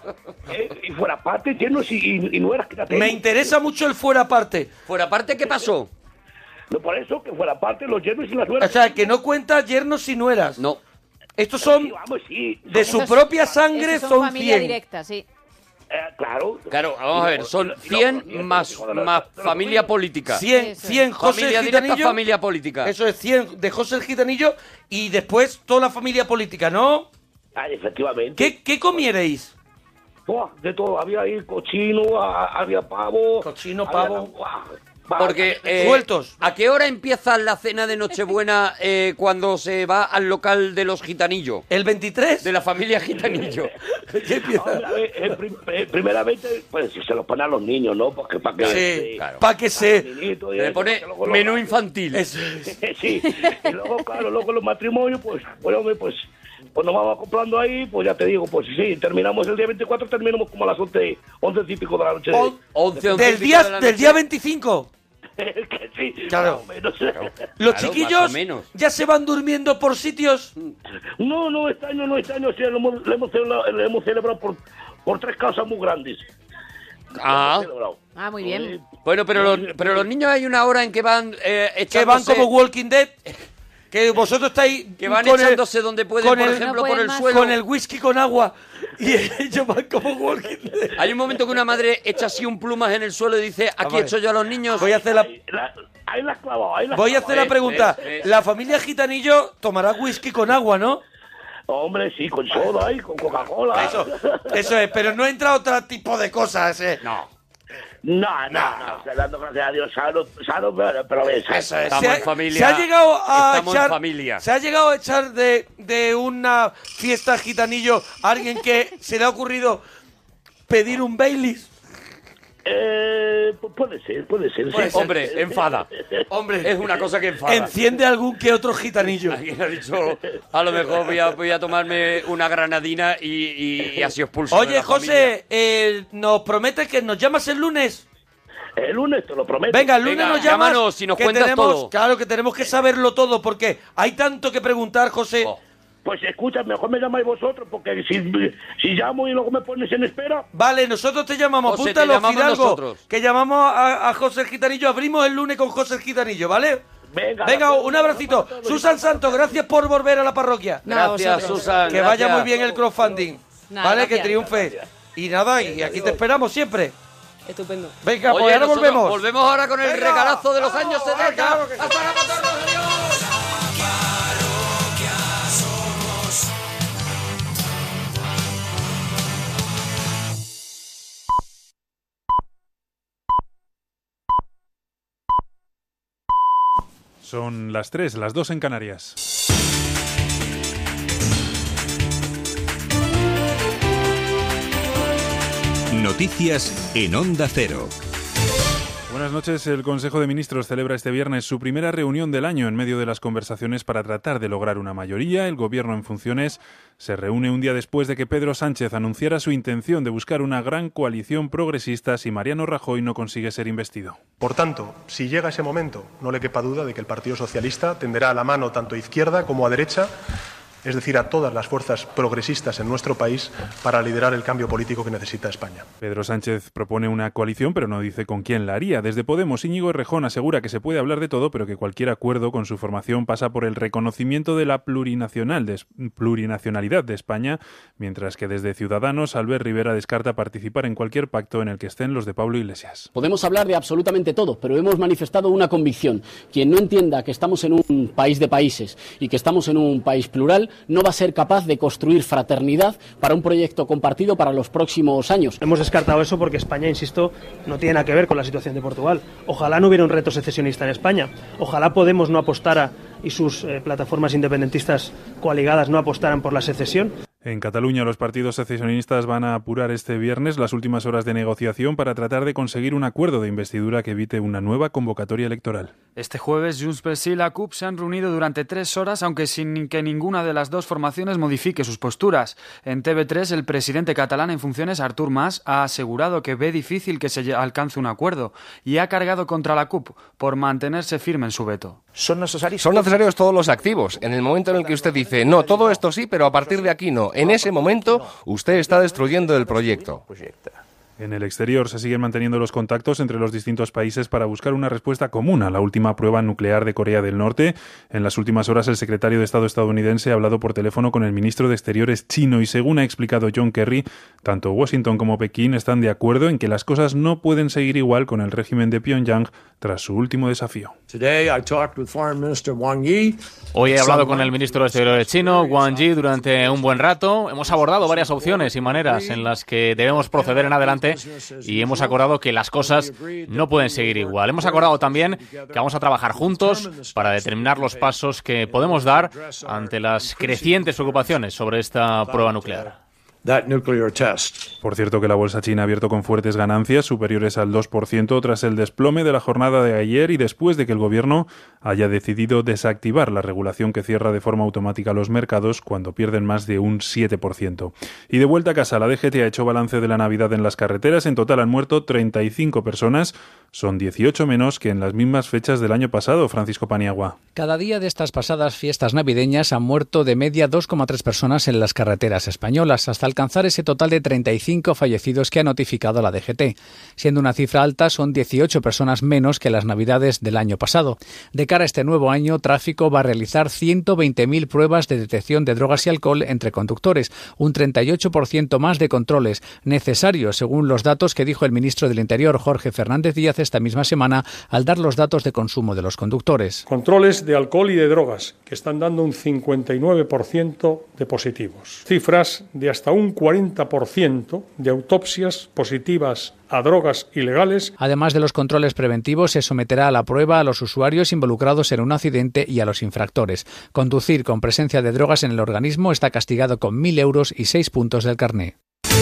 Eh, Y fuera parte, llenos y, y, y nueras que la tengo. Me interesa mucho el fuera parte. Fuera parte, ¿qué pasó? No, por eso, que fuera parte, los llenos y las O nueras. sea, que no cuenta yernos y nueras. No. Estos Sí, son vamos, sí. de su Esos- propia sangre, esos son familia cien. directa, sí. Eh, claro. Claro, vamos a ver, son Y luego- cien y luego- más, hijo de la- más de la familia familia. política. cien, Eso es. cien José Familia el directa, Gitanillo. familia política. Eso es cien de José el Gitanillo y después toda la familia política, ¿no? Ah, efectivamente. ¿Qué, qué comierais? Buah, de todo, había ahí cochino, a- había pavo. Cochino, había- pavo. buah, buah, Porque, eh, Sueltos. ¿a qué hora empieza la cena de Nochebuena eh, cuando se va al local de los Gitanillo? ¿El veintitrés? De la familia Gitanillo. ¿Qué empieza? Hombre, a ver, eh, prim- eh, primeramente, pues si se los ponen a los niños, ¿no? Porque para que... Sí, eh, claro. para que se... niñito y Le eso, pone para que luego los- menú infantil. Eso es. Sí, y luego, claro, luego los matrimonios, pues, pues, hombre, pues, pues nos vamos comprando ahí, pues ya te digo, pues sí, terminamos el día veinticuatro, terminamos como a las once, once y pico de la noche. On- once, once y del pico día, de la del noche. día veinticinco. Que sí, Claro. más o menos. Los Claro, más chiquillos o menos. ya se van durmiendo por sitios. No, no, este año no, este año sí, lo hemos, lo hemos celebrado, lo hemos celebrado por, por tres causas muy grandes. Ah, Lo hemos celebrado. Ah, muy bien. bueno, pero los, pero los niños hay una hora en que van eh, Que van echándose- como Walking Dead. Que vosotros estáis... que van con el- echándose donde pueden, con por el- ejemplo, No por pueden el más. suelo. con el whisky con agua. Y ellos van como Walking Dead. Hay un momento que una madre echa así un plumas en el suelo y dice, aquí ver. echo yo a los niños. Voy a hacer la... Ahí la, ahí la has clavado, ahí la has Voy a clavado, hacer la ¿eh? pregunta. eh, eh. La familia Gitanillo tomará whisky con agua, ¿no? Hombre, sí, con soda y con Coca-Cola. Eso, eso es, pero no entra otro tipo de cosas. eh. No. No, no, no, no, dando gracias a Dios, sano, sano, pero, pero bien, sano. Eso es. Estamos Se ha, en familia. se ha llegado a Estamos en echar, familia. se ha llegado a echar de, de una fiesta gitanillo a alguien que se le ha ocurrido pedir un Baileys. Eh, pu- puede ser, puede ser. sí. Hombre, enfada. Hombre, Es una cosa que enfada. enciende algún que otro gitanillo. Alguien ha dicho, a lo mejor voy a, voy a tomarme una granadina y, y- y así os pulso. de Oye, la José, eh, ¿nos prometes que nos llamas el lunes? El lunes, te lo prometo. Venga, el lunes Venga, nos llamas. llámanos y nos que cuentas tenemos, todo. Claro que tenemos que saberlo todo porque hay tanto que preguntar, José. Oh. Pues escucha, mejor me llamáis vosotros, porque si, si llamo y luego me pones en espera... Vale, nosotros te llamamos, José, te apúntalo, llamamos Fidalgo, nosotros. que llamamos a, a José el Gitanillo, abrimos el lunes con José el Gitanillo, ¿vale? Venga, Venga, gracias. un abracito. Susan Santos, gracias por volver a la parroquia. Nada, Gracias, vosotros. Susan. Que vaya gracias. muy bien el crowdfunding, Nada, ¿vale? Que gracias. triunfe. Y nada, y aquí te esperamos siempre. Estupendo. Venga, Oye, pues ahora nosotros volvemos. Volvemos ahora con el Venga. regalazo de los Vamos, años setenta. claro que sí. ¡Hasta la paterna, adiós! Parroquia somos. Son las tres, las dos en Canarias. Noticias en Onda Cero. Buenas noches. El Consejo de Ministros celebra este viernes su primera reunión del año en medio de las conversaciones para tratar de lograr una mayoría. El Gobierno en funciones se reúne un día después de que Pedro Sánchez anunciara su intención de buscar una gran coalición progresista si Mariano Rajoy no consigue ser investido. Por tanto, si llega ese momento, no le quepa duda de que el Partido Socialista tenderá la mano tanto a izquierda como a derecha, es decir, a todas las fuerzas progresistas en nuestro país, para liderar el cambio político que necesita España. Pedro Sánchez propone una coalición, pero no dice con quién la haría. Desde Podemos, Íñigo Errejón asegura que se puede hablar de todo, pero que cualquier acuerdo con su formación pasa por el reconocimiento de la plurinacional de, plurinacionalidad de España, mientras que desde Ciudadanos, Albert Rivera descarta participar en cualquier pacto en el que estén los de Pablo Iglesias. Podemos hablar de absolutamente todo, pero hemos manifestado una convicción. Quien no entienda que estamos en un país de países y que estamos en un país plural, no va a ser capaz de construir fraternidad para un proyecto compartido para los próximos años. Hemos descartado eso porque España, insisto, no tiene nada que ver con la situación de Portugal. Ojalá no hubiera un reto secesionista en España. Ojalá Podemos no apostara y sus eh, plataformas independentistas coaligadas no apostaran por la secesión. En Cataluña, los partidos secesionistas van a apurar este viernes las últimas horas de negociación para tratar de conseguir un acuerdo de investidura que evite una nueva convocatoria electoral. Este jueves, Junts per Sí y la C U P se han reunido durante tres horas, aunque sin que ninguna de las dos formaciones modifique sus posturas. En T V tres, el presidente catalán en funciones, Artur Mas, ha asegurado que ve difícil que se alcance un acuerdo y ha cargado contra la C U P por mantenerse firme en su veto. Son necesarios, Son necesarios todos los activos. En el momento en el que usted dice, no, todo esto sí, pero a partir de aquí no. En ese momento, usted está destruyendo el proyecto. En el exterior se siguen manteniendo los contactos entre los distintos países para buscar una respuesta común a la última prueba nuclear de Corea del Norte. En las últimas horas, el secretario de Estado estadounidense ha hablado por teléfono con el ministro de Exteriores chino y, según ha explicado John Kerry, tanto Washington como Pekín están de acuerdo en que las cosas no pueden seguir igual con el régimen de Pyongyang tras su último desafío. Hoy he hablado con el ministro de Exteriores chino, Wang Yi, durante un buen rato. Hemos abordado varias opciones y maneras en las que debemos proceder en adelante y hemos acordado que las cosas no pueden seguir igual. Hemos acordado también que vamos a trabajar juntos para determinar los pasos que podemos dar ante las crecientes preocupaciones sobre esta prueba nuclear. Por cierto, que la bolsa china ha abierto con fuertes ganancias superiores al dos por ciento tras el desplome de la jornada de ayer y después de que el gobierno haya decidido desactivar la regulación que cierra de forma automática los mercados cuando pierden más de un siete por ciento. Y de vuelta a casa, la D G T ha hecho balance de la Navidad en las carreteras. En total han muerto treinta y cinco personas. Son dieciocho menos que en las mismas fechas del año pasado. Francisco Paniagua. Cada día de estas pasadas fiestas navideñas han muerto de media dos coma tres personas en las carreteras españolas, hasta alcanzar ese total de treinta y cinco fallecidos que ha notificado la D G T. Siendo una cifra alta, son dieciocho personas menos que las navidades del año pasado. De cara a este nuevo año, Tráfico va a realizar ciento veinte mil pruebas de detección de drogas y alcohol entre conductores, un treinta y ocho por ciento más de controles necesarios, según los datos que dijo el ministro del Interior, Jorge Fernández Díaz, esta misma semana, al dar los datos de consumo de los conductores. Controles de alcohol y de drogas, que están dando un cincuenta y nueve por ciento de positivos. Cifras de hasta un cuarenta por ciento de autopsias positivas a drogas ilegales. Además de los controles preventivos, se someterá a la prueba a los usuarios involucrados en un accidente y a los infractores. Conducir con presencia de drogas en el organismo está castigado con mil euros y seis puntos del carné.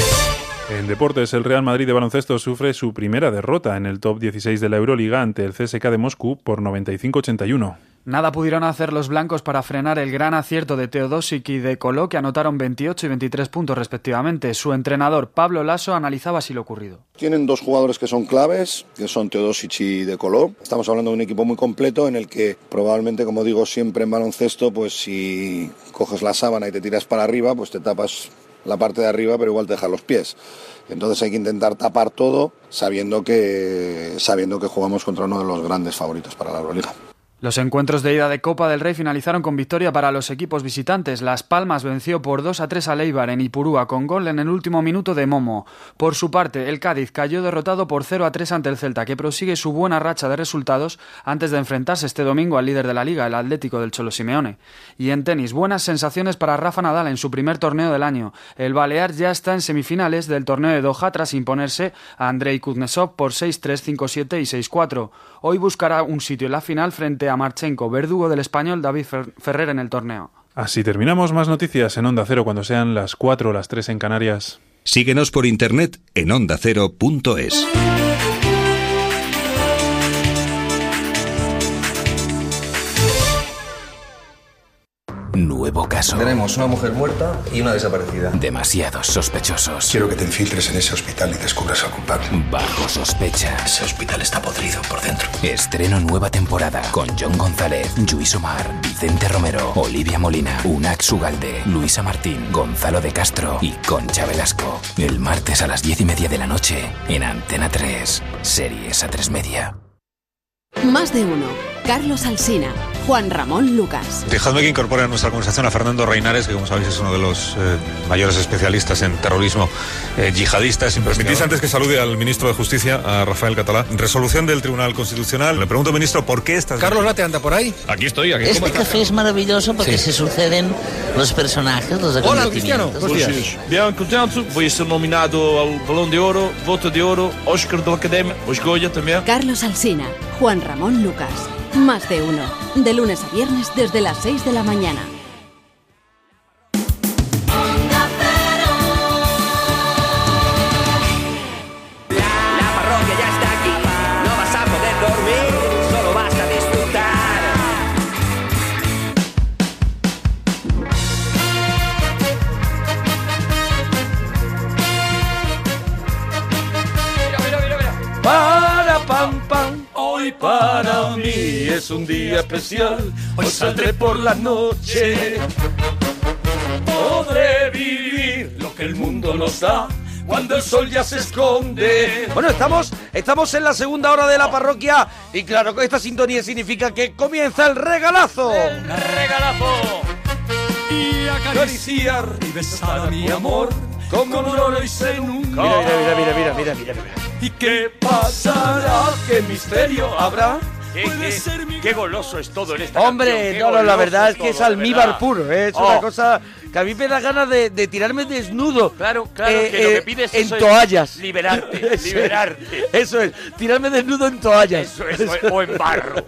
En deportes, el Real Madrid de baloncesto sufre su primera derrota en el top dieciséis de la Euroliga ante el C S K de Moscú por noventa y cinco a ochenta y uno. Nada pudieron hacer los blancos para frenar el gran acierto de Teodosic y de Coló, que anotaron veintiocho y veintitrés puntos respectivamente. Su entrenador, Pablo Lasso, analizaba así lo ocurrido. Tienen dos jugadores que son claves, que son Teodosic y de Coló. Estamos hablando de un equipo muy completo en el que probablemente, como digo siempre en baloncesto, pues si coges la sábana y te tiras para arriba, pues te tapas la parte de arriba, pero igual te dejas los pies. Entonces hay que intentar tapar todo sabiendo que, sabiendo que jugamos contra uno de los grandes favoritos para la Euroliga. Los encuentros de ida de Copa del Rey finalizaron con victoria para los equipos visitantes. Las Palmas venció por dos a tres a Eibar en Ipurúa con gol en el último minuto de Momo. Por su parte, el Cádiz cayó derrotado por cero a tres ante el Celta, que prosigue su buena racha de resultados antes de enfrentarse este domingo al líder de la Liga, el Atlético del Cholo Simeone. Y en tenis, buenas sensaciones para Rafa Nadal en su primer torneo del año. El balear ya está en semifinales del torneo de Doha tras imponerse a Andrei Kuznetsov por seis tres, cinco siete y seis cuatro. Hoy buscará un sitio en la final frente a Marchenko, verdugo del español David Ferrer en el torneo. Así terminamos. Más noticias en Onda Cero cuando sean las cuatro o las tres en Canarias. Síguenos por internet en onda cero punto es. Nuevo caso. Tenemos una mujer muerta y una desaparecida. Demasiados sospechosos. Quiero que te infiltres en ese hospital y descubras al culpable. Bajo sospecha. Ese hospital está podrido por dentro. Estreno nueva temporada con John González, Lluís Omar, Vicente Romero, Olivia Molina, Unax Ugalde, Luisa Martín, Gonzalo de Castro y Concha Velasco. El martes a las diez y media de la noche en Antena tres. Series A tres Media. Más de uno. Carlos Alsina, Juan Ramón Lucas. Dejadme que incorpore a nuestra conversación a Fernando Reinares, que como sabéis es uno de los eh, mayores especialistas en terrorismo eh, yihadista. Si me permitís, antes que salude al ministro de Justicia, a Rafael Catalá, resolución del Tribunal Constitucional. Le pregunto, ministro, ¿por qué estas... Carlos Late anda por ahí. Aquí estoy, aquí. Este ¿Cómo estás? café es maravilloso porque Sí. se suceden los personajes, los Hola, Cristiano. acontecimientos. Bien contento, voy a ser nominado al Balón de Oro, Voto de Oro, Oscar de la Academia, os Goya también. Carlos Alsina, Juan Ramón Lucas. Más de uno. De lunes a viernes desde las seis de la mañana. La parroquia ya está aquí, no vas a poder dormir, solo vas a disfrutar. Mira, mira, mira, mira. Para pam pam, hoy para mí es un día especial. Hoy saldré por la noche. Podré vivir lo que el mundo nos da cuando el sol ya se esconde. Bueno, estamos, estamos en la segunda hora de la parroquia y claro, con esta sintonía significa que comienza el regalazo. El regalazo. Y acariciar y besar a mi amor como no lo hice nunca. Mira, mira, mira, mira, mira, mira, mira. ¿Y qué pasará? ¿Qué misterio habrá? Qué, qué, qué goloso es todo en esta Hombre, canción, qué no, no, la goloso verdad es que todo, es de almíbar verdad. puro, ¿eh? es Oh. una cosa que a mí me da ganas de, de tirarme desnudo. Claro, claro, eh, que lo eh, que pides en eso es toallas. liberarte, Eso es, liberarte. Eso es, tirarme desnudo en toallas. Eso es, o- o en barro.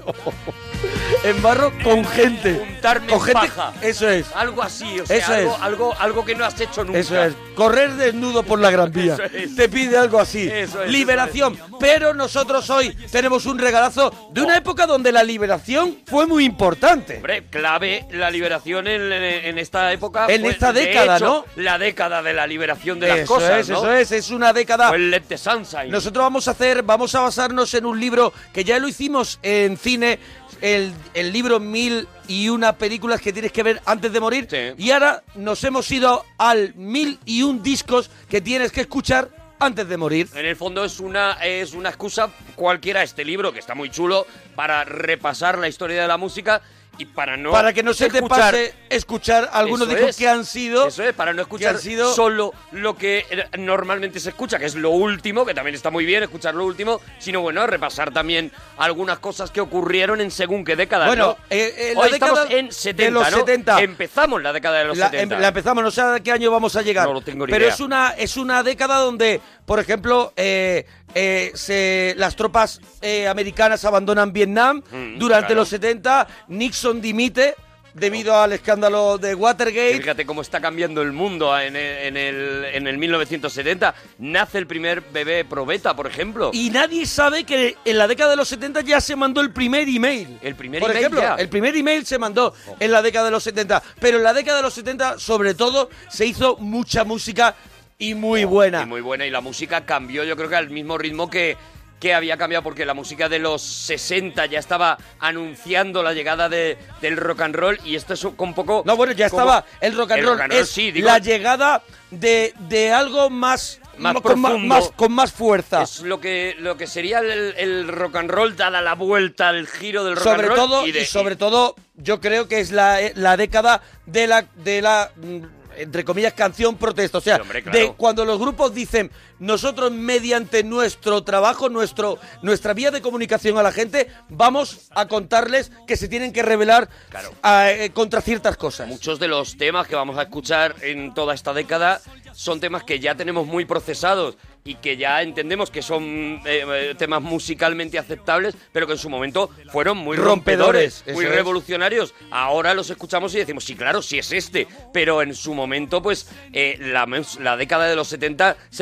En barro con gente. Juntarme con en gente. paja. Eso es. Algo así, o sea, Eso algo, es. algo, algo que no has hecho nunca. Eso es, correr desnudo por la Gran Vía. Eso es. Te pide algo así. Eso es, liberación. Pero nosotros hoy tenemos un regalazo de una época donde la liberación fue muy importante. Hombre, clave la liberación en, en- en esta época. En fue, esta de década, hecho, ¿no? La década de la liberación de las Eso cosas, es, ¿no? eso es, es una década. Fue el Let the Sunshine. Nosotros vamos a hacer, vamos a basarnos en un libro que ya lo hicimos en cine, el, el libro Mil y una películas que tienes que ver antes de morir. Y ahora nos hemos ido al Mil y un discos que tienes que escuchar antes de morir. En el fondo es una, es una excusa cualquiera, este libro, que está muy chulo, para repasar la historia de la música y para no Para que no se te escuchar- pase escuchar algunos Eso discos es. que han sido... Eso es, para no escuchar han sido- solo lo que eh, normalmente se escucha, que es lo último, que también está muy bien escuchar lo último, sino bueno, repasar también algunas cosas que ocurrieron en según qué década. Bueno, ¿no? eh, eh, la Hoy década estamos en setenta, de los ¿no? setenta. Empezamos la década de los la, setenta. em- la empezamos, no sé a qué año vamos a llegar. No lo tengo ni pero idea. es una es una década donde, por ejemplo, eh, eh, se, las tropas eh, americanas abandonan Vietnam. Mm, Durante claro. los setenta, Nixon dimite debido al escándalo de Watergate. Fíjate cómo está cambiando el mundo en el, en el, en el mil novecientos setenta. Nace el primer bebé probeta, por ejemplo. Y nadie sabe que en la década de los setenta ya se mandó el primer email. El primer Por email ejemplo, ya. el primer email se mandó en la década de los setenta. Pero en la década de los setenta, sobre todo, se hizo mucha música y muy buena. Y muy buena, y la música cambió, yo creo que al mismo ritmo que, que había cambiado, porque la música de los sesenta ya estaba anunciando la llegada de, del rock and roll, y esto es un poco... No, bueno, ya como- estaba el rock and el roll. rock and roll, es sí, digo- la llegada de, de algo más... Más con, ma- profundo. más, con más fuerza. Es lo que, lo que sería el, el rock and roll, dada la vuelta, el giro del rock sobre and roll. todo y, de- y sobre todo yo creo que es la, la década de la de la mm, entre comillas canción protesta, o sea, Sí, hombre, claro. de cuando los grupos dicen nosotros mediante nuestro trabajo, nuestro nuestra vía de comunicación a la gente vamos a contarles que se tienen que rebelar a- eh, contra ciertas cosas. Muchos de los temas que vamos a escuchar en toda esta década son temas que ya tenemos muy procesados y que ya entendemos que son eh, eh, temas musicalmente aceptables, pero que en su momento fueron muy rompedores, Rompedores, muy eso es. revolucionarios. Ahora los escuchamos y decimos, sí, claro, sí es este, pero en su momento, pues, eh, la, mus- la década de los setenta se dedicó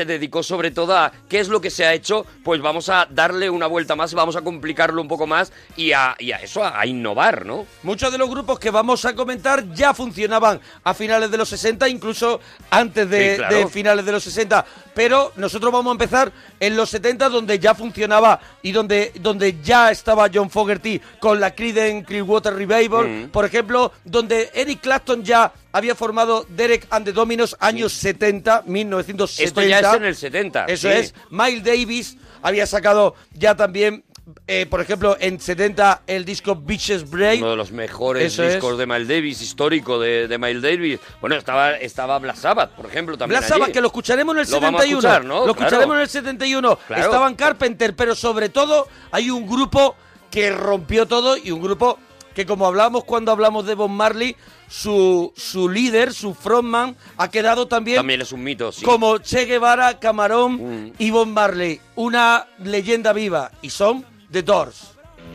sobre todo a qué es lo que se ha hecho, pues vamos a darle una vuelta más, vamos a complicarlo un poco más y a, y a eso, a, a innovar, ¿no? Muchos de los grupos que vamos a comentar ya funcionaban a finales de los sesenta, incluso antes de, Sí, claro. de finales de los sesenta, pero nosotros vamos a empezar en los setenta, donde ya funcionaba y donde, donde ya estaba John Fogerty con la Creedence Clearwater Revival, Mm. por ejemplo, donde Eric Clapton ya había formado Derek and the Dominos, años setenta, mil novecientos setenta. Esto ya es en el setenta. Eso sí. es. Miles Davis había sacado ya también, eh, por ejemplo, en setenta el disco Bitches Break. Uno de los mejores Eso discos es. de Miles Davis, histórico de, de Miles Davis. Bueno, estaba, estaba Black Sabbath, por ejemplo, también Black Sabbath, allí. que lo escucharemos en el Lo vamos setenta a y uno. escuchar, ¿no? Lo Claro. escucharemos en el setenta y uno. Claro. Estaban Carpenter, pero sobre todo hay un grupo que rompió todo y un grupo que, como hablamos cuando hablamos de Bob Marley, su, su líder, su frontman, ha quedado también, También es un mito, sí. como Che Guevara, Camarón y Bob Marley. Una leyenda viva, y son The Doors.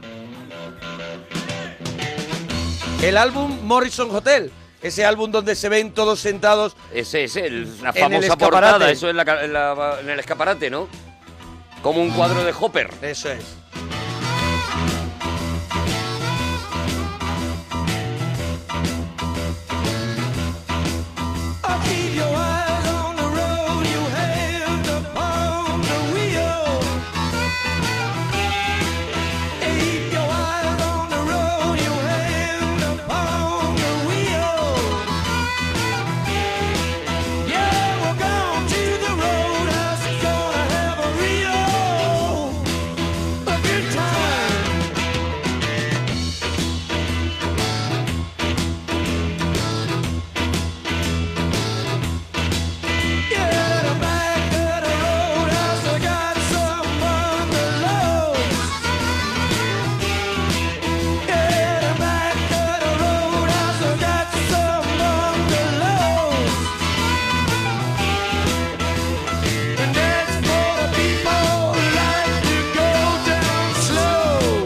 El álbum Morrison Hotel, ese álbum donde se ven todos sentados. Ese es el, la en el famosa escaparate. portada, eso es la ca- en, la- en el escaparate, ¿no? Como un cuadro de Hopper. Eso es. Keep your eyes on the road, you have to pound the wheel. Keep your eyes on the road, you have to pound the wheel. Yeah, we're going to the roadhouse, gonna have a real a good time. Get back to the roadhouse, I got some bungalows. Get back to the roadhouse, I got some bungalows. And that's for the people who like to go down slow.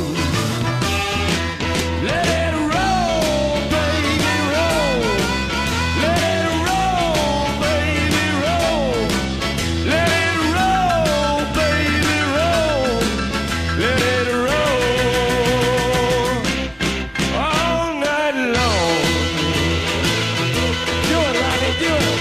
Let it roll, baby, roll. Let it roll, baby, roll. Let it roll, baby, roll. Let it roll all night long. Do it, Ronnie, do it.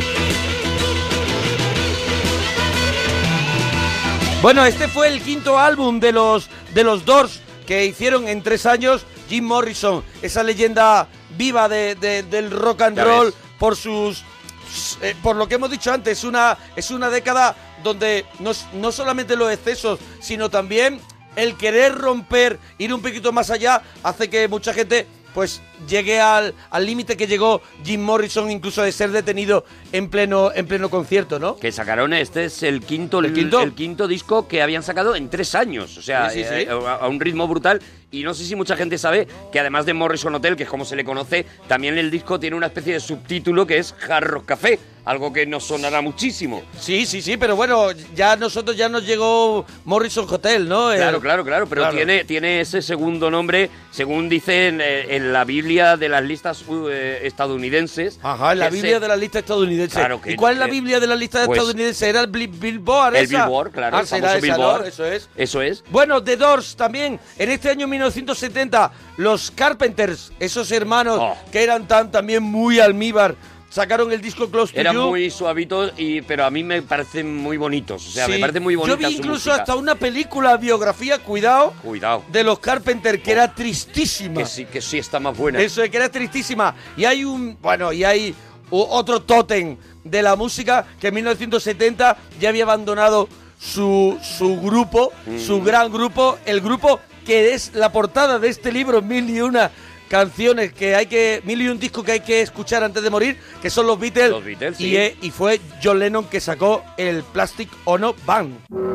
Bueno, este fue el quinto álbum de los, de los Doors que hicieron en tres años. Jim Morrison, esa leyenda viva de, de- del rock and Ya roll, ves. por sus... eh, por lo que hemos dicho antes, una, es una década donde no, s- no solamente los excesos, sino también el querer romper, ir un poquito más allá, hace que mucha gente pues llegue al al límite que llegó Jim Morrison, incluso de ser detenido en pleno en pleno concierto, ¿no? Que sacaron, este es el quinto, ¿El quinto? el quinto disco que habían sacado en tres años. O sea, Sí, sí, eh, sí. a, a un ritmo brutal. Y no sé si mucha gente sabe que además de Morrison Hotel, que es como se le conoce, también el disco tiene una especie de subtítulo que es Hard Rock Café, algo que nos sonará muchísimo. Sí, sí, sí, pero bueno, ya a nosotros ya nos llegó Morrison Hotel, ¿no? Claro, El- claro, claro, pero claro. Tiene, tiene ese segundo nombre, según dicen eh, en la Biblia de las listas uh, eh, estadounidenses. Ajá, en la que Biblia se- de la lista estadounidense. Claro que- ¿Y cuál es la que- Biblia de la lista pues- estadounidense? ¿Era el Bli- Billboard El esa? Billboard, claro, Ah, el será famoso esa, ¿no? Billboard. Eso es. Eso es. Bueno, The Doors también. En este año mil novecientos setenta, los Carpenters, esos hermanos Oh. que eran tan también muy almíbar, sacaron el disco Close to Eran You. muy suavitos, y, pero a mí me parecen muy bonitos. O sea, Sí. me parece muy bonita Yo vi su incluso música. hasta una película, biografía, cuidado, Cuidado. de los Carpenters, que era tristísima. Que sí, que sí está más buena. Eso es, que era tristísima. Y hay un, bueno, y hay u- otro tótem de la música que en mil novecientos setenta ya había abandonado su, su grupo, Mm. su gran grupo, el grupo que es la portada de este libro, Mil y Una Canciones, que hay que, mil y un discos que hay que escuchar antes de morir, que son los Beatles. Los Beatles, sí. y, eh, y fue John Lennon que sacó el Plastic Ono Band.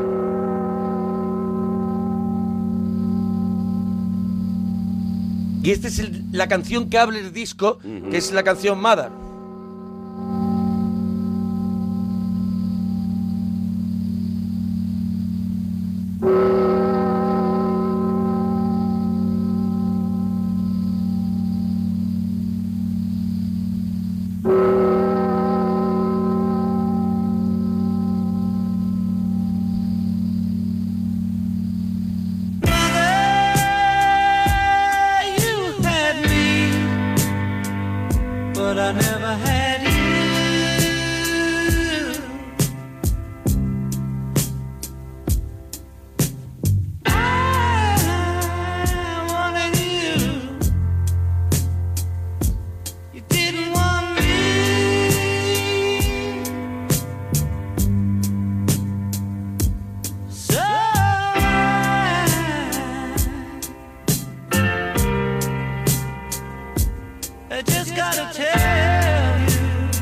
Y esta es el- la canción que abre el disco, que es la canción Mother. I never had you. I wanted you. You didn't want me. So I just gotta tell you,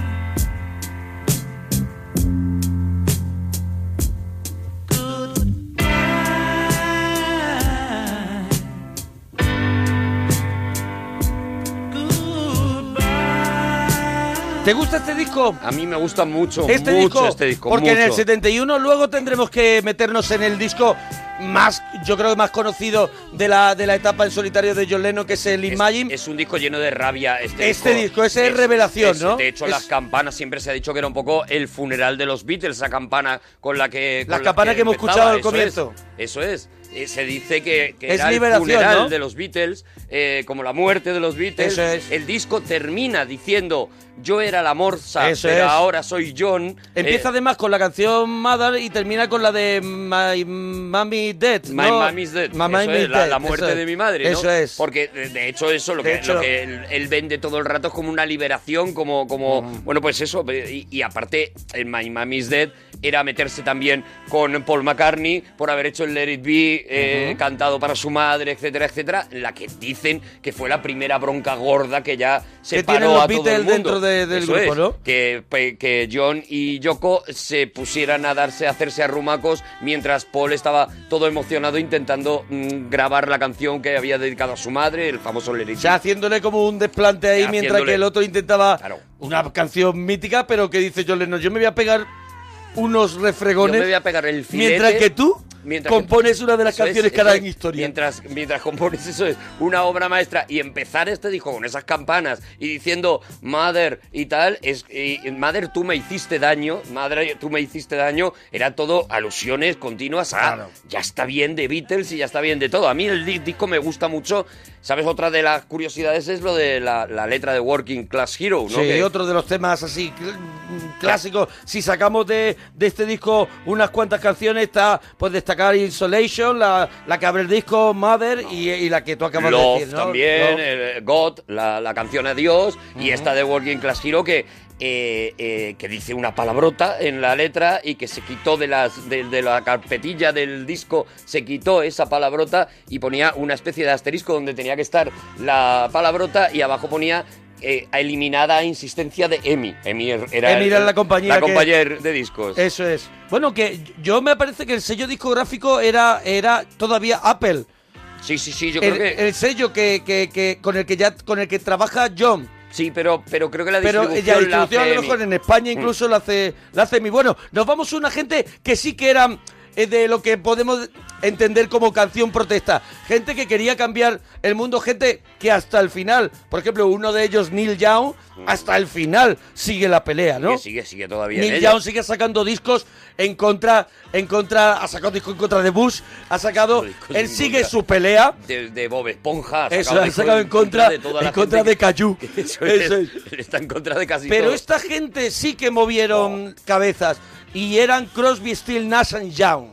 ¿Te gusta este disco? A mí me gusta mucho, Este mucho disco, este disco. porque mucho. en el setenta y uno luego tendremos que meternos en el disco más, yo creo que más conocido de la de la etapa en solitario de John Lennon, que es el Imagine. Es, es un disco lleno de rabia. Este, Este disco, ese es revelación, es- ¿no? De hecho, Es- las campanas siempre se ha dicho que era un poco el funeral de los Beatles, esa campana con la que. La con campana que hemos empezaba. escuchado al Eso comienzo. es, Eso es. Eh, Se dice que, que Es era liberación, el funeral ¿no? de los Beatles, eh, como la muerte de los Beatles. Eso es. El disco termina diciendo: yo era la morsa, Eso pero es. ahora soy John. Empieza Eh, además con la canción Mother y termina con la de My Mommy Dead. My ¿no? Mommy's Dead. My Eso Mommy's es, la, Dead, la muerte eso es. de mi madre, ¿no? Eso es. Porque de, de hecho eso lo De que, hecho- lo que él, él vende todo el rato es como una liberación, como, como Mm. bueno, pues eso. Y, y aparte, el My Mommy's Dead era meterse también con Paul McCartney por haber hecho el Let It Be, eh, Ujú. cantado para su madre, etcétera, etcétera, en la que dicen que fue la primera bronca gorda que ya Que separó tienen los a todo el Beatles mundo. dentro de- del Eso grupo, es, ¿no? Que, pe- que John y Yoko se pusieran a darse, a hacerse arrumacos mientras Paul estaba todo emocionado intentando mm, grabar la canción que había dedicado a su madre, el famoso Let It O sea, Be. haciéndole como un desplante ahí mientras Haciéndole- que el otro intentaba una canción mítica, pero que dice John Lennon, yo me voy a pegar unos refregones Yo me voy a pegar el filete. mientras que tú Mientras compones que- una de las eso es, canciones que eso hará es. en historia. Mientras, mientras compones eso es una obra maestra y empezar este disco con esas campanas y diciendo Mother y tal, es y, Mother, tú me hiciste daño, Mother, tú me hiciste daño, era todo alusiones continuas a Claro. ya está bien de Beatles y ya está bien de todo. A mí el di- disco me gusta mucho. ¿Sabes? Otra de las curiosidades es lo de la, la letra de Working Class Hero, ¿no? Sí, Que- otro de los temas así cl- clásicos. Si sacamos de, de este disco unas cuantas canciones, está pues destacar Insolation, la, la que abre el disco, Mother, y, y la que tú acabas Love de decir, ¿no? también, Love. eh, God, la, la canción Adiós, y Ujú. esta de Working Class Hero que, eh, eh, que dice una palabrota en la letra y que se quitó de, las, de, de la carpetilla del disco, se quitó esa palabrota y ponía una especie de asterisco donde tenía que estar la palabrota y abajo ponía eh, eliminada a insistencia de Emi. Emi era, Emi era el- la compañía la que- compañía de discos. Eso es. Bueno, que yo me parece que el sello discográfico era, era todavía Apple. Sí, sí, sí, yo el, creo que... el sello que, que, que con el que ya con el que trabaja John. Sí, pero, pero creo que la Pero distribución, ya la distribución a hace lo mejor Emi. en España incluso la hace la hace mi. Bueno, nos vamos a una gente que sí que era eh, de lo que podemos entender como canción protesta. Gente que quería cambiar el mundo, gente que hasta el final, por ejemplo, uno de ellos, Neil Young, hasta el final sigue la pelea, ¿no? Sigue, sigue, sigue todavía en Neil ella. Young sigue sacando discos en contra, en contra, ha sacado discos en contra de Bush, ha sacado, él en sigue contra. su pelea. De, de Bob Esponja. ha Eso, sacado ha discos sacado en contra, de toda en la contra gente de Caillou. que- Eso, Eso es. Está en contra de casi Pero todo. esta gente sí que movieron cabezas y eran Crosby, Stills, Nash and Young.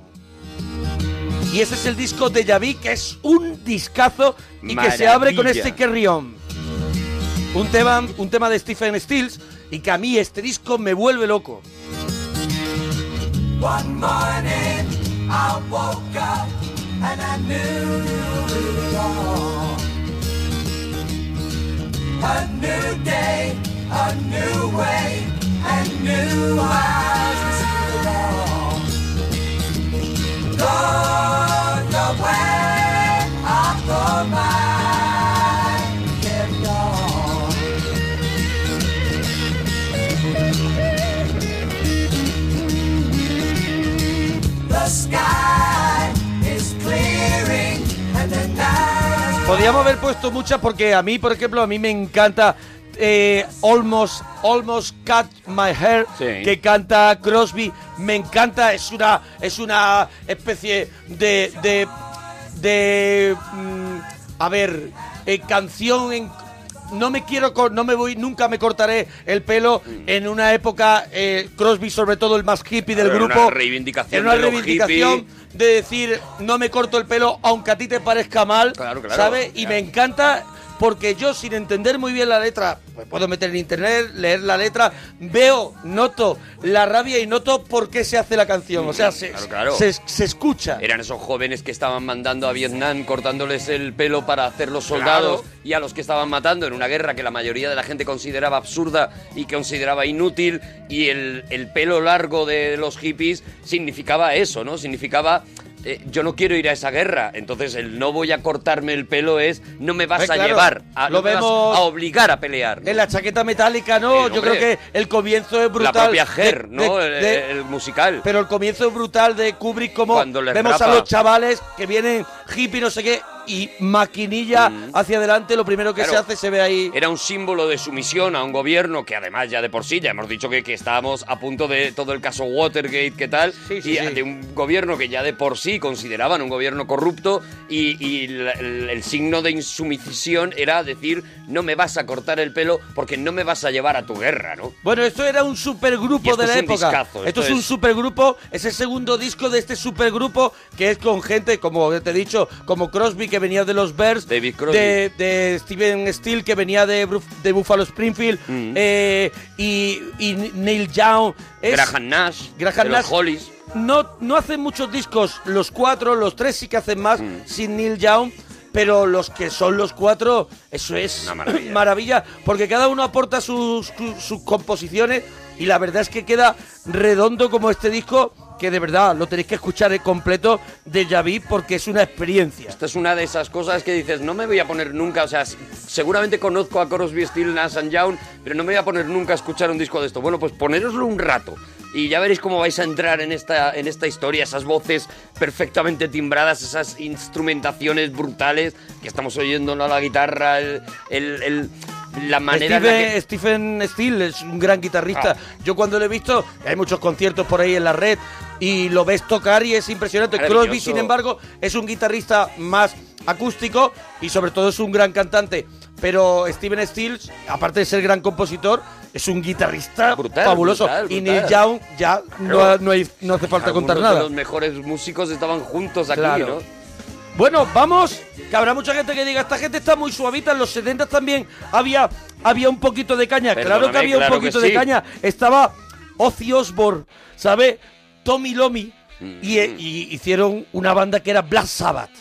Y ese es el disco de Yaví, que es un discazo y que se abre con Maravilla. este Carry On. Un tema, un tema de Stephen Stills y que a mí este disco me vuelve loco. One morning I woke up and I knew it all. A new day, a new way, and new eyes to see it all. Go your way, I'll go mine. Carry on. The sky is clearing and the night. Podríamos haber puesto muchas porque a mí, por ejemplo, a mí me encanta eh, Almost, Almost Cut My Hair, Sí. que canta Crosby. Me encanta, es una, es una especie de, de, de, mm, a ver, eh, canción en no me quiero, co- no me voy, nunca me cortaré el pelo en una época, eh, Crosby sobre todo el más hippie del Era grupo. una reivindicación Era una de los reivindicación hippies. de decir, no me corto el pelo aunque a ti te parezca mal, Claro, claro. ¿sabes? Y Ya. me encanta porque yo, sin entender muy bien la letra, pues puedo meter en internet, leer la letra, veo, noto la rabia y noto por qué se hace la canción. O sea, se, Claro, claro. se, se escucha. Eran esos jóvenes que estaban mandando a Vietnam, cortándoles el pelo para hacerlos soldados, Claro. y a los que estaban matando en una guerra que la mayoría de la gente consideraba absurda y que consideraba inútil, y el, el pelo largo de los hippies significaba eso, ¿no? Significaba... eh, yo no quiero ir a esa guerra, entonces el no voy a cortarme el pelo es no me vas Eh, a claro, llevar, a, lo no me vas vemos a obligar a pelear. ¿no? En la chaqueta metálica, ¿no? Sí, Yo creo hombre. que el comienzo es brutal. La propia de- Her, ¿no? de- El- de- el, musical. Pero el comienzo es brutal de Kubrick, como Cuando les vemos rapa. a los chavales que vienen hippie, no sé qué, y maquinilla hacia adelante, lo primero que Mm. Claro. se hace se ve ahí. Era un símbolo de sumisión a un gobierno que además ya de por sí, ya hemos dicho que, que estábamos a punto de todo el caso Watergate, ¿qué tal? sí, y sí. de un gobierno que ya de por sí consideraban un gobierno corrupto y, y la- el, el signo de insumisión era decir, no me vas a cortar el pelo porque no me vas a llevar a tu guerra, ¿no? Bueno, esto era un Y supergrupo esto de la es un época. discazo, esto, esto es un es- supergrupo, es el segundo disco de este supergrupo que es con gente, como te he dicho, como Crosby, que venía de los Bears, David Crosby. de, de Steven Steele, que venía de, Bru- de Buffalo Springfield, Mm. eh, y, y Neil Young. Es- Graham Nash, Graham de los Nash. Hollies. No, no hacen muchos discos, los cuatro, los tres sí que hacen más, Mm. sin Neil Young, pero los que son los cuatro, eso es Una maravilla. maravilla, porque cada uno aporta sus, sus, sus composiciones y la verdad es que queda redondo como este disco, que de verdad lo tenéis que escuchar en completo de Javi porque es una experiencia. Esta es una de esas cosas que dices, no me voy a poner nunca, o sea, s- seguramente conozco a Crosby, Steele, Nash and Young, pero no me voy a poner nunca a escuchar un disco de esto. Bueno, pues ponéroslo un rato y ya veréis cómo vais a entrar en esta, en esta historia, esas voces perfectamente timbradas, esas instrumentaciones brutales que estamos oyendo, ¿no? La guitarra, el, el- el- la manera en la Stephen, que... Stephen Steele es un gran guitarrista. Yo cuando lo he visto, hay muchos conciertos por ahí en la red y lo ves tocar y es impresionante. Maravilloso. Crosby, sin embargo, es un guitarrista más acústico y sobre todo es un gran cantante. Pero Stephen Steele, aparte de ser gran compositor, es un guitarrista Brutal, fabuloso. brutal, Y brutal. Neil Young ya no, Claro. no, hay- no hace falta contar Algunos de nada. los mejores músicos estaban juntos aquí, Claro. ¿no? Bueno, vamos, que habrá mucha gente que diga, esta gente está muy suavita, en los setenta también había, había un poquito de caña, claro Perdóname, que había claro un poquito que de sí. caña, estaba Ozzy Osbourne, ¿sabes? Tommy Lomi, Mm. y, y hicieron una banda que era Black Sabbath.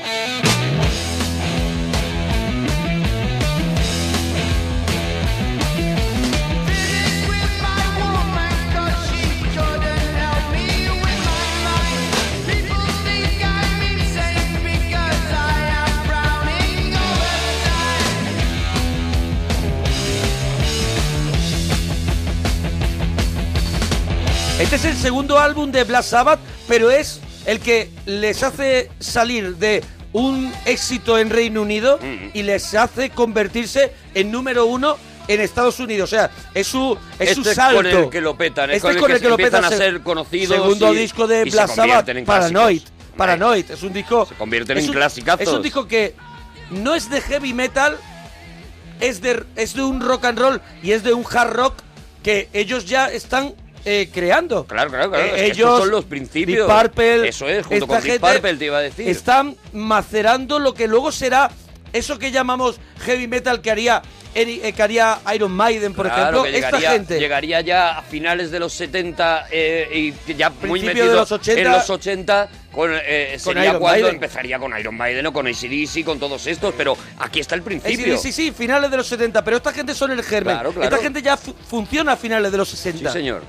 Este es el segundo álbum de Black Sabbath, pero es el que les hace salir de un éxito en Reino Unido y les hace convertirse en número uno en Estados Unidos. O sea, es su, es Este su es salto. con el que lo petan, es Este con es el con que el que lo empiezan petan. a Se- ser conocidos Segundo y- disco de y se Black Sabbath, convierten en clásicos. Paranoid. Paranoid, es un disco... Se convierten es en un- clasicazos. Es un disco que no es de heavy metal, es de, es de un rock and roll y es de un hard rock que ellos ya están eh, creando. Claro, claro, claro. Eh, es que estos ellos, son los principios. Deep Purple, Eso es, junto esta con Deep gente Purple te iba a decir. Están macerando lo que luego será eso que llamamos heavy metal que haría, Eri- eh, que haría Iron Maiden, por Claro, ejemplo. que Esta llegaría, gente. llegaría ya a finales de los setenta eh, y que ya muy Principio metido de los ochenta. en los ochenta, con, eh, Con sería Iron cuando Maiden. empezaría con Iron Maiden o con A C D C, con todos estos, pero aquí está el principio. Eh, sí, sí, sí, finales de los setenta, pero esta gente son el germen. Claro, claro. Esta gente ya fu- funciona a finales de los sesenta. Sí, señor.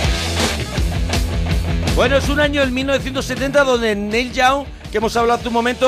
Bueno, es un año, el mil novecientos setenta, donde Neil Young, que hemos hablado hace un momento,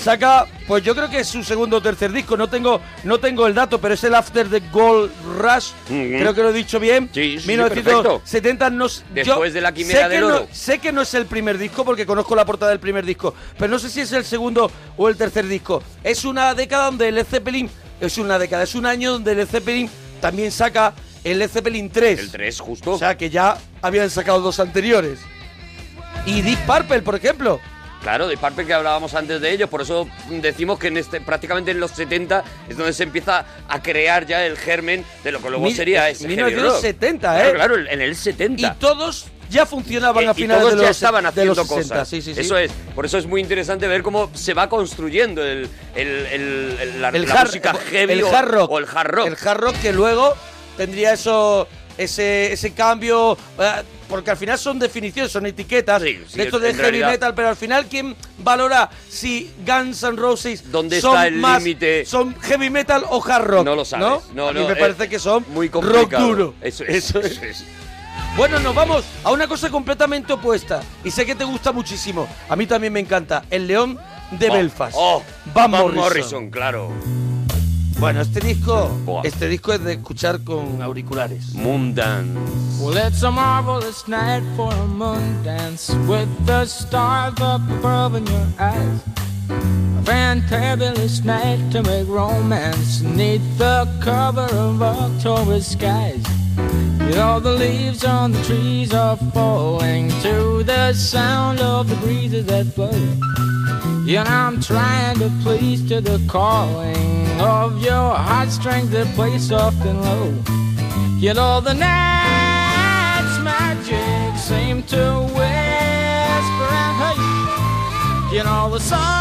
saca, pues yo creo que es su segundo o tercer disco, no tengo no tengo el dato, pero es el After the Gold Rush, uh-huh. creo que lo he dicho bien. Sí, sí, mil novecientos setenta, no, después yo de la Quimera del Oro. No, sé que no es el primer disco porque conozco la portada del primer disco, pero no sé si es el segundo o el tercer disco. Es una década donde Led Zeppelin, es una década, es un año donde Led Zeppelin también saca el Led Zeppelin tres. El tres, justo. O sea, que ya habían sacado dos anteriores. Y Deep Purple, por ejemplo. Claro, Deep Purple, que hablábamos antes de ellos, por eso decimos que en este, prácticamente en los setenta es donde se empieza a crear ya el germen de lo que luego Mil, sería ese mil novecientos setenta, ¿eh? Claro, claro, en el setenta. Y todos ya funcionaban eh, a finales y todos de los ya estaban haciendo sesenta, cosas. Sí, sí, sí. Eso es. Por eso es muy interesante ver cómo se va construyendo el, el, el, el la, el la hard, música heavy el o, hard rock, o el hard rock. El hard rock que luego tendría eso... Ese, ese cambio, porque al final son definiciones, son etiquetas sí, sí, de esto de heavy realidad, metal, pero al final ¿quién valora si Guns N' Roses ¿dónde son está el más, límite? son heavy metal o hard rock? No lo sabes. ¿no? No, a mí no, me parece que son muy rock duro. Eso es. Eso es. Eso es. Bueno, nos vamos a una cosa completamente opuesta y sé que te gusta muchísimo. A mí también me encanta. El León de oh, Belfast. Oh, Van, Van Morrison. Morrison, claro. Bueno, este disco, Buah. este disco es de escuchar con auriculares. Moon Dance. Well, it's a marvelous night for a moon dance with the stars up above in your eyes. A fantabulous night to make romance neath the cover of October skies. You know the leaves on the trees are falling to the sound of the breezes that blow. And I'm trying to please to the calling of your heartstrings that play soft and low. You know the night's magic seem to whisper and hey. You know the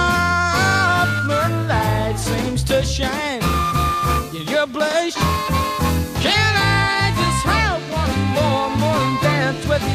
soft moonlight seems to shine in your blush. Can I just have one more moon dance with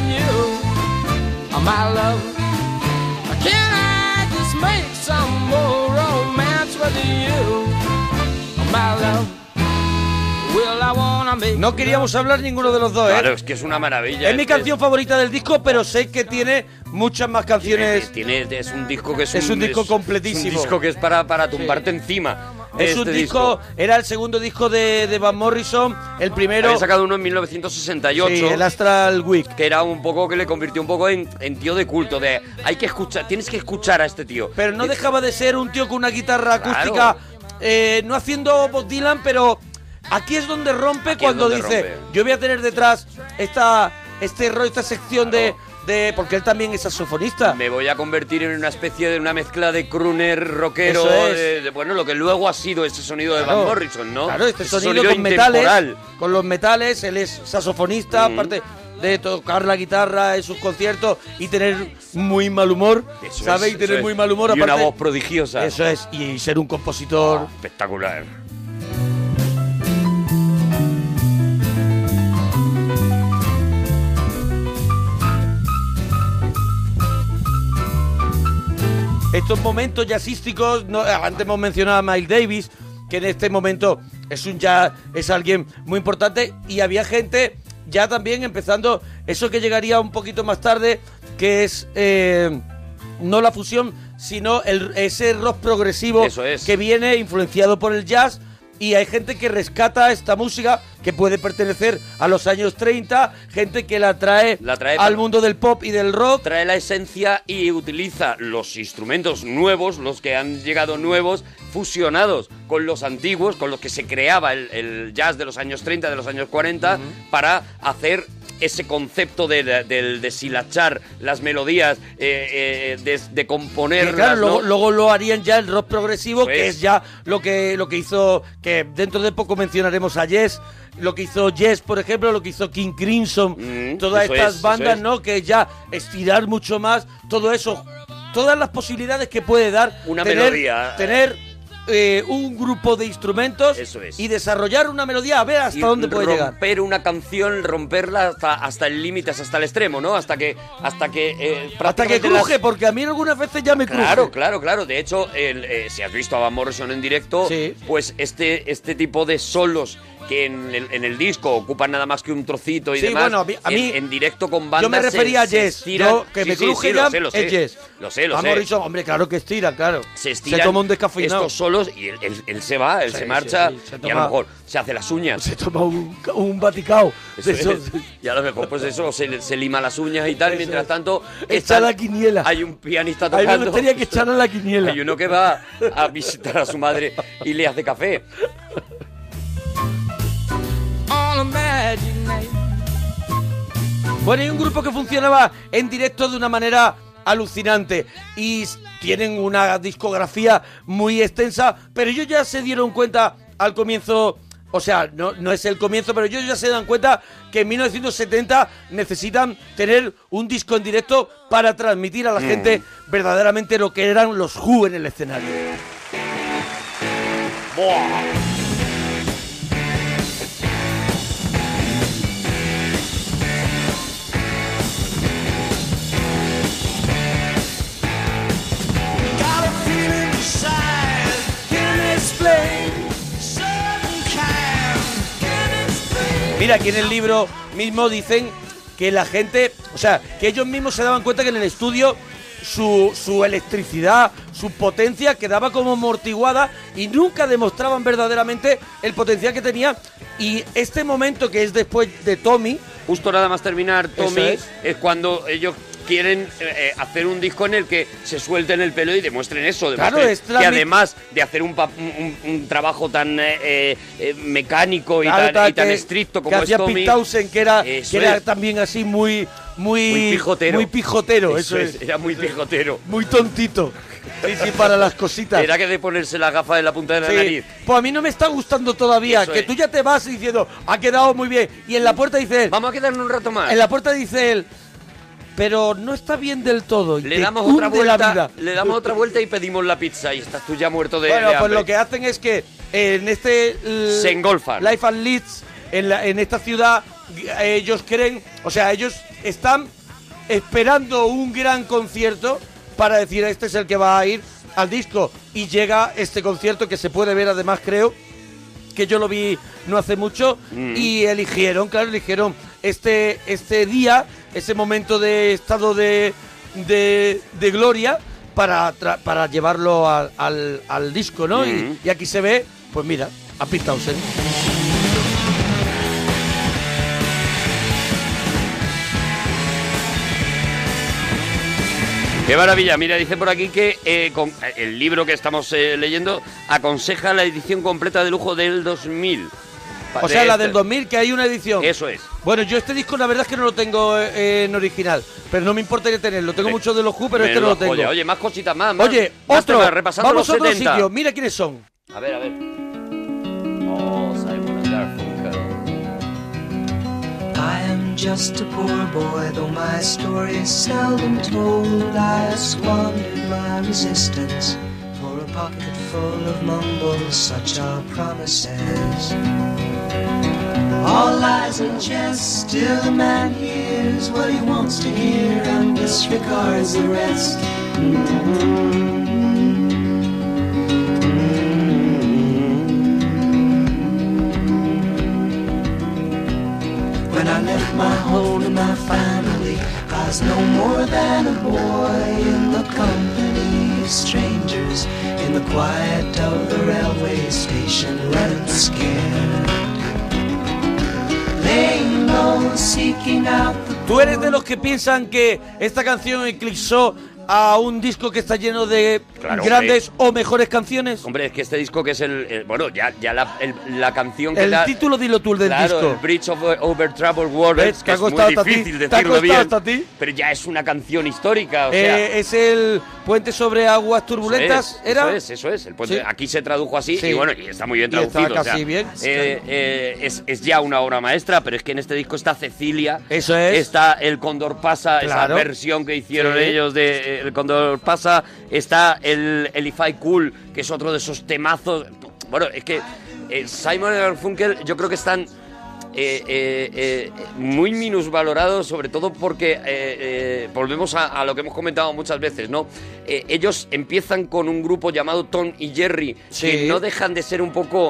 you, my love? Can I just make some more romance with you, my love? Will I wanna make No queríamos hablar ninguno de los dos, ¿eh? Claro, es que es una maravilla. Es mi canción favorita del disco, pero sé que tiene muchas más canciones. Tiene, tiene, es un disco que es, es un, un disco es, completísimo. Es un disco que es para, para tumbarte sí. encima. Es un este disco, disco, era el segundo disco de, de Van Morrison, el primero... Había sacado uno en mil novecientos sesenta y ocho. Sí, el Astral Week. Que era un poco, que le convirtió un poco en, en tío de culto, de hay que escuchar, tienes que escuchar a este tío. Pero no es, dejaba de ser un tío con una guitarra claro. acústica, eh, no haciendo Bob Dylan, pero aquí es donde rompe aquí cuando donde dice, rompe. Yo voy a tener detrás esta, este rol, esta sección claro. de... De, porque él también es saxofonista. Me voy a convertir en una especie de una mezcla de crooner rockero, Eso es. de, de, bueno, lo que luego ha sido ese sonido de claro, Van Morrison, ¿no? Claro, este ese sonido, sonido con metales, intemporal. con los metales, él es saxofonista, mm. aparte de tocar la guitarra en sus conciertos y tener muy mal humor, eso ¿sabes? Es, y tener es. muy mal humor, y aparte, una voz prodigiosa. Eso es, y ser un compositor oh, espectacular. Estos momentos jazzísticos, no, antes hemos mencionado a Miles Davis, que en este momento es un jazz, es alguien muy importante, y había gente ya también empezando eso que llegaría un poquito más tarde, que es eh, no la fusión, sino el, ese rock progresivo eso es. que viene influenciado por el jazz. Y hay gente que rescata esta música que puede pertenecer a los años treinta, gente que la trae, la trae al mundo del pop y del rock. Trae la esencia y utiliza los instrumentos nuevos, los que han llegado nuevos, fusionados con los antiguos, con los que se creaba el, el jazz de los años treinta, de los años cuarenta, uh-huh. para hacer ese concepto de, de, de deshilachar las melodías, eh, eh, de, de componerlas. Claro, ¿no? luego, luego lo harían ya el rock progresivo, pues. que es ya lo que, lo que hizo, que dentro de poco mencionaremos a Yes, lo que hizo Yes, por ejemplo, lo que hizo King Crimson, mm, todas estas es, bandas, es. ¿no? Que ya estirar mucho más, todo eso, todas las posibilidades que puede dar una tener, melodía. Tener Eh, un grupo de instrumentos Eso es. y desarrollar una melodía, a ver hasta y dónde puede llegar. Romper una canción, romperla hasta, hasta el límite, hasta el extremo, ¿no? Hasta que hasta que eh, hasta que cruje, las... porque a mí algunas veces ya me cruje. Claro, claro, claro. De hecho, el, eh, si has visto a Van Morrison en directo, sí. pues este, este tipo de solos que en el, en el disco ocupan nada más que un trocito y Sí, demás. bueno, a mí- a mí- en, en directo con bandas Yo me refería se, a Yes. se estiran. Yo, que Sí, me sí, cruje sí, ya lo sé, lo sé. es Yes. Lo sé, lo a sé. Morrison, hombre, claro que estira, claro. Se estiran toma un descafeinado. estos solos y él, él- él se va, él Sí, se sí, marcha sí, se y toma- a lo mejor se hace las uñas. Se toma un, un baticao. Eso de esos. es. Y a lo mejor pues eso, se, se lima las uñas y tal, Eso mientras es. tanto Echa están- la quiniela. hay un pianista A mí me tocando. gustaría que echaran la quiniela. Hay uno que va a visitar a su madre y le hace café. On a magic night. Bueno, hay un grupo que funcionaba en directo de una manera alucinante y s- tienen una discografía muy extensa, pero ellos ya se dieron cuenta al comienzo, o sea, no, no es el comienzo, pero ellos ya se dan cuenta que en mil novecientos setenta necesitan tener un disco en directo para transmitir a la Mm. gente verdaderamente lo que eran los Who en el escenario. Got a feeling beside, can't explain. Certain kind, can't explain. Mira, aquí en el libro mismo dicen que la gente, o sea, que ellos mismos se daban cuenta que en el estudio su, su electricidad, su potencia quedaba como amortiguada y nunca demostraban verdaderamente el potencial que tenía. Y este momento que es después de Tommy, Justo nada más terminar Tommy Eso es. es. cuando ellos quieren eh, eh, hacer un disco en el que se suelten el pelo y demuestren eso. Claro, demuestren es que transmit- además de hacer un, pa- un, un trabajo tan eh, eh, eh, mecánico y claro, tan, tal, y tan que- estricto que como es hacía Tommy, Pete Townshend, que era, eso que era es. también así muy, muy, Muy pijotero. muy pijotero, Eso eso, es, es. era muy pijotero. Muy tontito. Sí, sí, para las cositas. Era que de ponerse la gafa de la punta de la Sí. nariz. Pues a mí no me está gustando todavía, Eso que es. tú ya te vas diciendo, ha quedado muy bien. Y en la puerta dice él, Vamos a quedarnos un rato más. en la puerta dice él, pero no está bien del todo. y Le te damos otra hunde la vuelta, vida. le damos otra vuelta y pedimos la pizza y estás tú ya muerto de, Bueno, de pues hambre. lo que hacen es que en este l- Se engolfan. Life and Leeds, en, la- en esta ciudad, eh, ellos creen, o sea, ellos están esperando un gran concierto para decir este es el que va a ir al disco. Y llega este concierto que se puede ver además, creo, que yo lo vi no hace mucho, Mm. y eligieron, claro, eligieron este, este día, ese momento de estado de, de, de gloria para, tra- para llevarlo al, al, al disco, ¿no? Mm. Y, y aquí se ve, pues mira, a Pete Townshend. Qué maravilla, mira, dice por aquí que eh, con, el libro que estamos eh, leyendo aconseja la edición completa de lujo del dos mil. O De sea, la este- del dos mil, que hay una edición. Eso es. Bueno, yo este disco la verdad es que no lo tengo eh, en original, pero no me importaría tenerlo. Tengo Me- muchos de los Who, pero este no Menuda lo tengo. joya. Oye, más cositas más. más Oye, más otro, temas, repasando vamos los a otro setenta. sitio, mira quiénes son. A ver, a ver. Oh, Simon and Garfunkel. I am just a poor boy, though my story is seldom told. I squandered my resistance for a pocket full of mumbles, such are promises. All lies and jest, still a man hears what he wants to hear and disregards the rest. When I left my home and my family, I was no more than a boy in the company of strangers, in the quiet of the railway station, running scared, laying low, seeking out the... ¿Tú eres de los que piensan que esta canción eclipsó a un disco que está lleno de Claro, grandes o mejores canciones? Hombre, es que este disco que es el... el- bueno, ya, ya la, el- la canción que El da... título dilo tú del Claro, disco. el Bridge over, over Troubled Waters, ¿Ves? que ¿Te ha es muy costado hasta a ti? difícil ¿Te ha decirlo costado bien, hasta a ti? pero ya es una canción histórica, o sea... Eh, es el puente sobre aguas turbulentas, Eso es, ¿era? Eso es, eso es. El puente- Sí. Aquí se tradujo así Sí. y bueno, y está muy bien Y está traducido. o sea, casi bien. eh, eh, es, es ya una obra maestra, pero es que en este disco está Cecilia. Eso es. Está El Cóndor Pasa, Claro. esa versión que hicieron Sí. ellos de eh, El Cóndor Pasa. Está el, el If I Cool, que es otro de esos temazos. Bueno, es que eh, Simon y Garfunkel yo creo que están... Eh, eh, eh, muy minusvalorados, sobre todo porque eh, eh, volvemos a, a lo que hemos comentado muchas veces, ¿no? Eh, ellos empiezan con un grupo llamado Tom y Jerry, Sí. que no dejan de ser un poco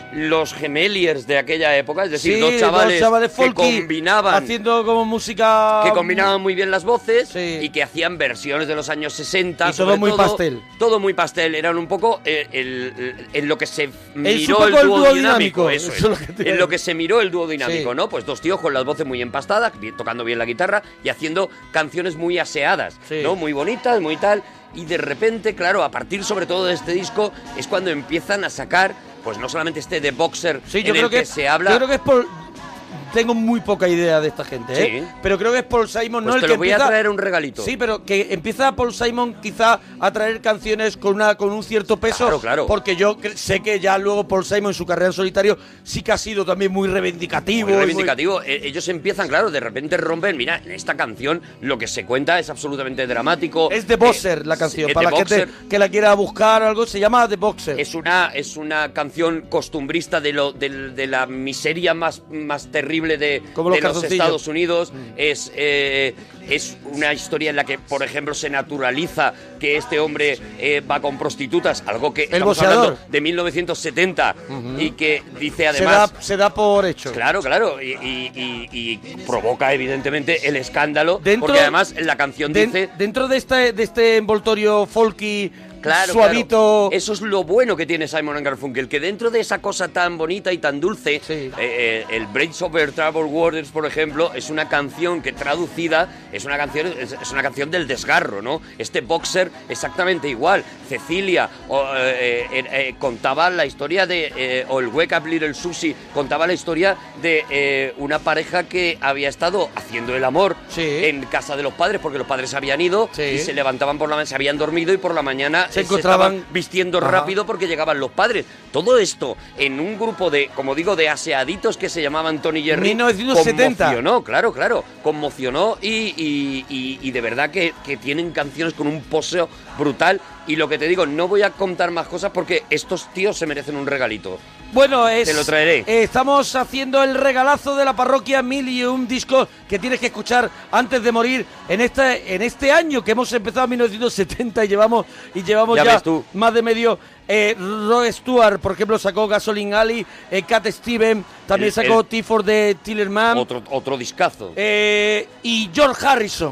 los gemeliers de aquella época, es decir, Sí, dos chavales, dos chavales que folky combinaban haciendo como música que combinaban muy bien las voces y que hacían versiones de los años sesenta. Y todo sobre muy pastel. Todo muy pastel. Eran un poco eh, el, el- en lo que se miró un el poco el dúo, dúo dinámico. dinámico, Eso eso es. es lo que te iba a En lo decir. que se miró el dúo dinámico, Sí. ¿no? Pues dos tíos con las voces muy empastadas, bien- tocando bien la guitarra y haciendo canciones muy aseadas, Sí. ¿no? Muy bonitas, muy tal. Y de repente, claro, a partir sobre todo de este disco es cuando empiezan a sacar, pues no solamente este de Boxer, Sí, yo en creo el que, que, se habla. Yo creo que es por. Tengo muy poca idea de esta gente, ¿eh? Sí. Pero creo que es Paul Simon, Pues ¿no? El te que lo voy a empieza- traer un regalito. Sí, pero que empieza Paul Simon quizá a traer canciones con una con un cierto peso. Claro, claro. Porque yo cre- sé que ya luego Paul Simon en su carrera en solitario sí que ha sido también muy reivindicativo. Muy y reivindicativo. Eh, Ellos empiezan, claro, de repente rompen. Mira, en esta canción lo que se cuenta es absolutamente dramático. Es The Boxer la canción, es para The la gente Boxer. que la quiera buscar o algo, se llama The Boxer. Es una, es una canción costumbrista de lo del- de, la miseria más, más terrible de, Como los de los calzoncillos. Estados Unidos. Es, eh, es una historia en la que, por ejemplo, se naturaliza que este hombre eh, va con prostitutas, algo que estamos boxeador. hablando de mil novecientos setenta Ujú. y que dice se, además... da, se da por hecho. Claro, claro, y, y- y- y provoca evidentemente el escándalo, Dentro- porque además en la canción Den- dice... Dentro de este, de este envoltorio folky, Claro, suavito. claro. Eso es lo bueno que tiene Simon and Garfunkel, que dentro de esa cosa tan bonita y tan dulce, eh, eh, el Bridge Over Troubled Waters, por ejemplo, es una canción que traducida es una canción es, es una canción del desgarro, ¿no? Este Boxer exactamente igual. Cecilia o, eh, eh, eh, contaba la historia de eh, o el Wake Up Little Susie contaba la historia de eh, una pareja que había estado haciendo el amor en casa de los padres porque los padres habían ido y se levantaban por la mañana, se habían dormido y por la mañana Se se encontraban- estaban vistiendo Ajá. rápido porque llegaban los padres. Todo esto en un grupo de, como digo, de aseaditos que se llamaban Tony Jerry. mil novecientos setenta. Conmocionó, claro, claro. Conmocionó y, y- y- y de verdad que, que tienen canciones con un poseo brutal. Y lo que te digo, no voy a contar más cosas porque estos tíos se merecen un regalito. Bueno, es, Te lo traeré. eh, estamos haciendo el regalazo de la parroquia, mil y un discos que tienes que escuchar antes de morir en este en este año que hemos empezado en mil novecientos setenta y llevamos y llevamos Ya ya, ves tú. más de medio. Eh, Rod Stewart, por ejemplo, sacó Gasoline Alley, eh, Cat Steven también El- sacó el- T for the Tillerman. Otro, otro discazo. Eh, y George Harrison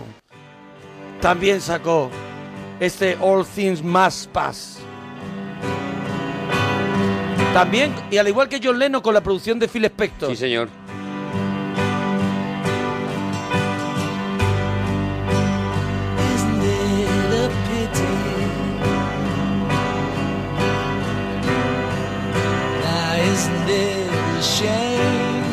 también sacó este All Things Must Pass. También, y al igual que John Lennon con la producción de Phil Spector. Sí, señor. Isn't it a pity? Now isn't it a shame?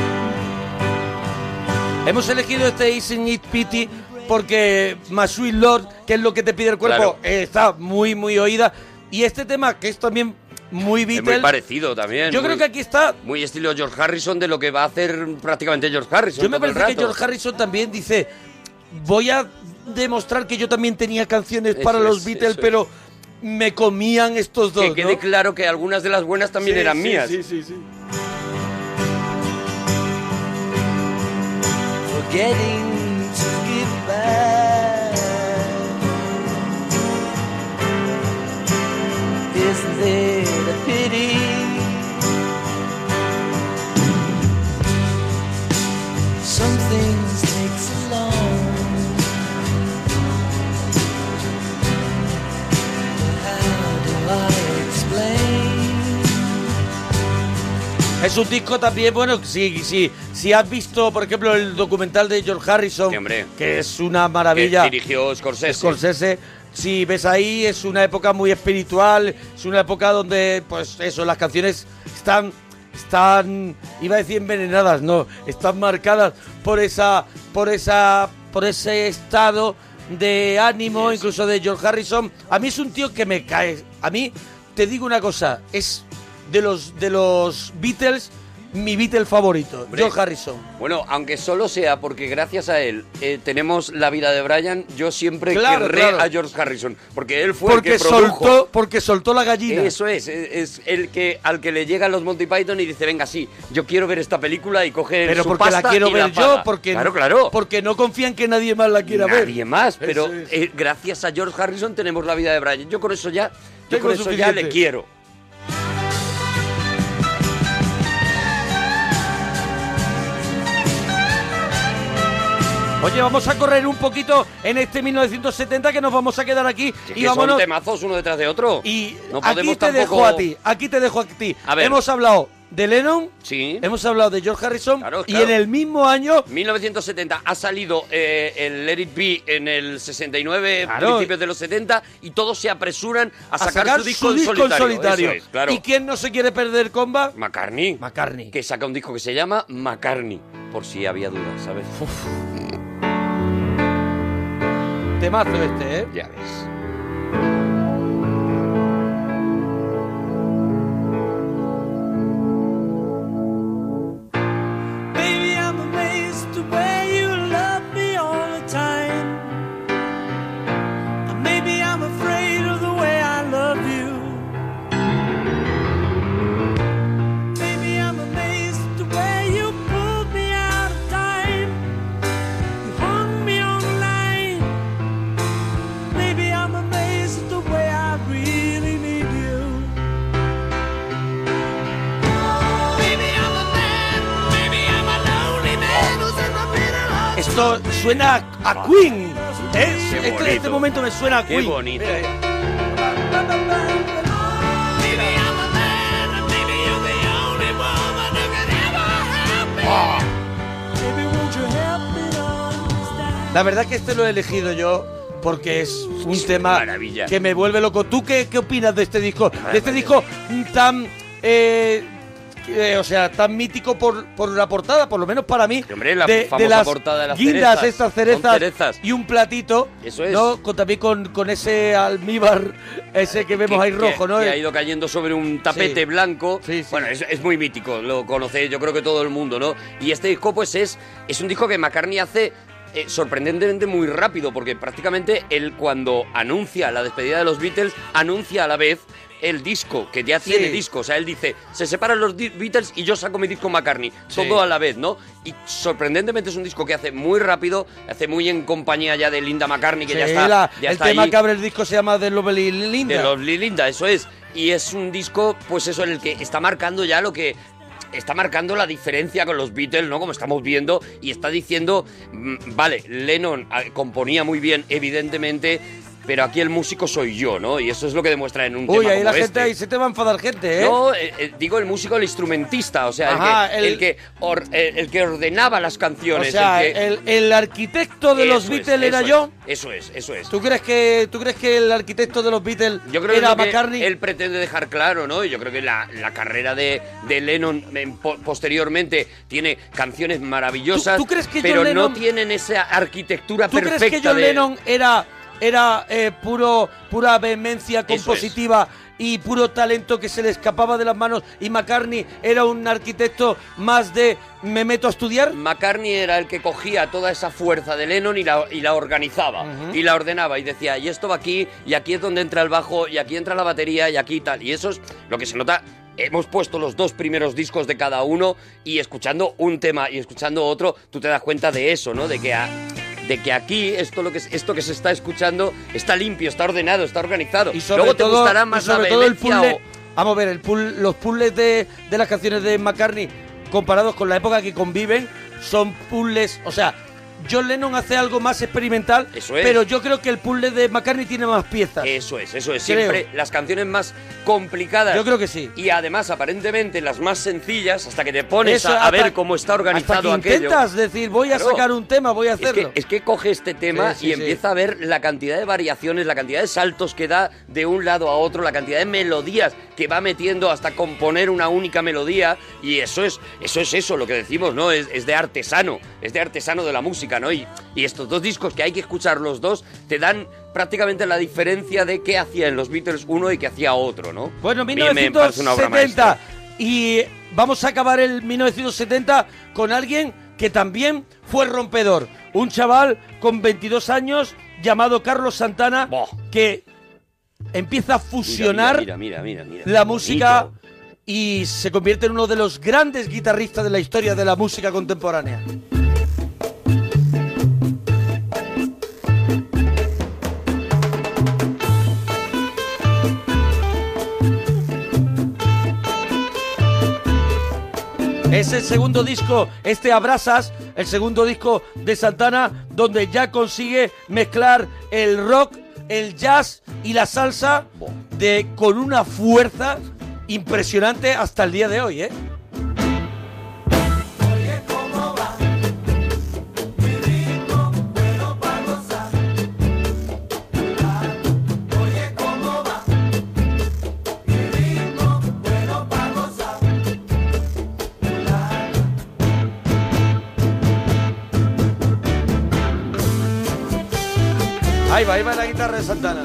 Hemos elegido este Isn't It Pity porque My Sweet Lord, que es lo que te pide el cuerpo, Claro. eh, está muy, muy oída. Y este tema, que es también muy Es Beatles. muy parecido también. Yo muy- creo que aquí está. Muy estilo George Harrison de lo que va a hacer prácticamente George Harrison. Yo me todo el parece que rato. George Harrison también dice: voy a demostrar que yo también tenía canciones para Eso los es, Beatles, eso es. pero me comían estos dos. Que quede ¿no? claro que algunas de las buenas también Sí, eran sí, mías. sí, sí, sí. Forgetting to give back. Isn't it a pity? Some things take so long. But how do I explain? Es un disco también, bueno, si, si, si has visto, por ejemplo, el documental de George Harrison, Sí, hombre. que es una maravilla. Que dirigió Scorsese. Scorsese. Si ves ahí, es una época muy espiritual, es una época donde, pues eso, las canciones están, están, iba a decir envenenadas, no, están marcadas por esa, por esa, por ese estado de ánimo, incluso de George Harrison. A mí es un tío que me cae. A mí, te digo una cosa, es de los, de los Beatles, mi Beatle favorito, Hombre. George Harrison. Bueno, aunque solo sea porque gracias a él eh, tenemos la vida de Brian, yo siempre Claro, querré claro. a George Harrison, porque él fue Porque el que produjo. soltó, porque soltó la gallina. Eso es, es, es el que al que le llegan los Monty Python y dice, venga, sí, yo quiero ver esta película y coge Pero su porque la pasta quiero y ver la yo, paga. porque, Claro, claro. porque no confían que nadie más la quiera ver. Nadie más, pero Eso es. eh, gracias a George Harrison tenemos la vida de Brian. Yo con eso ya, yo Tengo con eso ya suficiente. le quiero. Oye, vamos a correr un poquito en este mil novecientos setenta que nos vamos a quedar aquí Que y vámonos. son temazos uno detrás de otro. Y no aquí podemos te tampoco... dejo a ti, aquí te dejo a ti. A ver. Hemos hablado de Lennon, sí. hemos hablado de George Harrison Claro, y claro. en el mismo año mil novecientos setenta ha salido eh, el Let It Be en el sesenta y nueve, Claro. principios de los setenta, y todos se apresuran a, a sacar, su disco, en en solitario. solitario. Eso es, claro. ¿Y quién no se quiere perder, comba? McCartney. McCartney. Que saca un disco que se llama McCartney, por si había dudas, ¿sabes? Temazo este, ¿eh? Ya ves. Baby, I'm amazed the way you love me all the time. And maybe I'm afraid of the way I love you. Baby, I'm amazed the way you pulled me out of time. You hung me on the line. Maybe I'm amazed at the way I really need you. Baby, I'm a man. Maybe I'm a lonely man who's in the middle of Esto suena a, a Queen, ¿eh? Qué Este, bonito. este momento me suena a Qué Queen. bonito. Mira, eh. Maybe I'm a man, and maybe you're the only woman who can ever help me. Baby, won't you help me to understand? La verdad que este lo he elegido yo porque es un Es tema una maravilla. que me vuelve loco. ¿Tú qué, qué opinas de este disco? De este disco tan, eh, eh, o sea, tan mítico por, por la portada, por lo menos para mí. Hombre, la de, famosa de las portada de las guindas, cerezas. estas Son cerezas, cerezas. y un platito. Eso es. ¿no? Con, también con, con ese almíbar, ese que vemos que, ahí rojo, que- ¿no? que ha ido cayendo sobre un tapete Sí. blanco. Sí, sí. Bueno, es, es muy mítico, lo conoce yo creo que todo el mundo, ¿no? Y este disco pues es, es un disco que McCartney hace eh, sorprendentemente muy rápido, porque prácticamente él cuando anuncia la despedida de los Beatles, anuncia a la vez el disco, que ya Sí. tiene disco. O sea, él dice, se separan los di- Beatles y yo saco mi disco McCartney. Sí. Todo a la vez, ¿no? Y sorprendentemente es un disco que hace muy rápido, hace muy en compañía ya de Linda McCartney, que Sí, ya está, la- ya el está tema ahí. que abre el disco se llama The Lovely Linda. De los Linda, eso es. Y es un disco, pues eso, en el que está marcando ya lo que... Está marcando la diferencia con los Beatles, ¿no? Como estamos viendo. Y está diciendo, mm, vale, Lennon ah, componía muy bien, evidentemente, pero aquí el músico soy yo, ¿no? Y eso es lo que demuestra en un Uy, tema ahí como la este. gente, ahí se te va a enfadar gente, ¿eh? No, eh, eh, digo el músico, el instrumentista, o sea, el Ajá, que, el- el, que or- eh, el que ordenaba las O canciones. sea, el, que... el, el arquitecto de los Eso es, Beatles era eso yo. es, Eso es, eso es. ¿Tú crees que tú crees que el arquitecto de los Beatles Yo creo era que es lo que McCartney? él pretende dejar claro, ¿no? Y yo creo que la, la carrera de, de Lennon en- po- posteriormente tiene canciones maravillosas, ¿Tú- tú crees que pero John Lennon- no tienen esa arquitectura ¿Tú perfecta crees que John de... Lennon era era eh, puro pura vehemencia Eso compositiva y puro talento que se le escapaba de las manos, y McCartney era un arquitecto más de me meto a estudiar? McCartney era el que cogía toda esa fuerza de Lennon y la, y la organizaba, Ujú. y la ordenaba, y decía, y esto va aquí, y aquí es donde entra el bajo, y aquí entra la batería, y aquí tal. Y eso es lo que se nota. Hemos puesto los dos primeros discos de cada uno, y escuchando un tema y escuchando otro, tú te das cuenta de eso, ¿no? De que, a- de que aquí esto, lo que, esto que se está escuchando está limpio, está ordenado, está organizado. Y sobre Luego te todo, gustará y más sobre la todo el vehemencia puzzle, o- vamos a ver, el puzzle- los puzzles de, de las canciones de McCartney comparados con la época que conviven son puzzles, o sea, John Lennon hace algo más experimental, Eso es. pero yo creo que el puzzle de McCartney tiene más piezas. Eso es, eso es. Creo. Siempre las canciones más complicadas. Yo creo que sí. Y además, aparentemente, las más sencillas, hasta que te pones Eso, a, a hasta- ver cómo está organizado Hasta que aquello. intentas decir, voy a Claro. sacar un tema, voy a Es hacerlo. que, es que coge este tema Sí, sí, y sí. empieza a ver la cantidad de variaciones, la cantidad de saltos que da de un lado a otro, la cantidad de melodías que va metiendo hasta componer una única melodía. Y eso es eso, es eso lo que decimos, ¿no? Es, es de artesano, es de artesano de la música, ¿no? Y, y estos dos discos que hay que escuchar los dos te dan prácticamente la diferencia de qué hacían los Beatles uno y qué hacía otro, ¿no? Bueno, A mí me parece una obra mil novecientos maestra. setenta. Y vamos a acabar el mil novecientos setenta con alguien que también fue rompedor. Un chaval con veintidós años llamado Carlos Santana, que empieza a fusionar Mira, mira, mira, mira, mira. la Qué música bonito. y se convierte en uno de los grandes guitarristas de la historia de la música contemporánea. Es el segundo disco, este Abrasas, el segundo disco de Santana, donde ya consigue mezclar el rock, el jazz y la salsa de, con una fuerza impresionante hasta el día de hoy, ¿eh? Ahí va, ahí va la guitarra de Santana.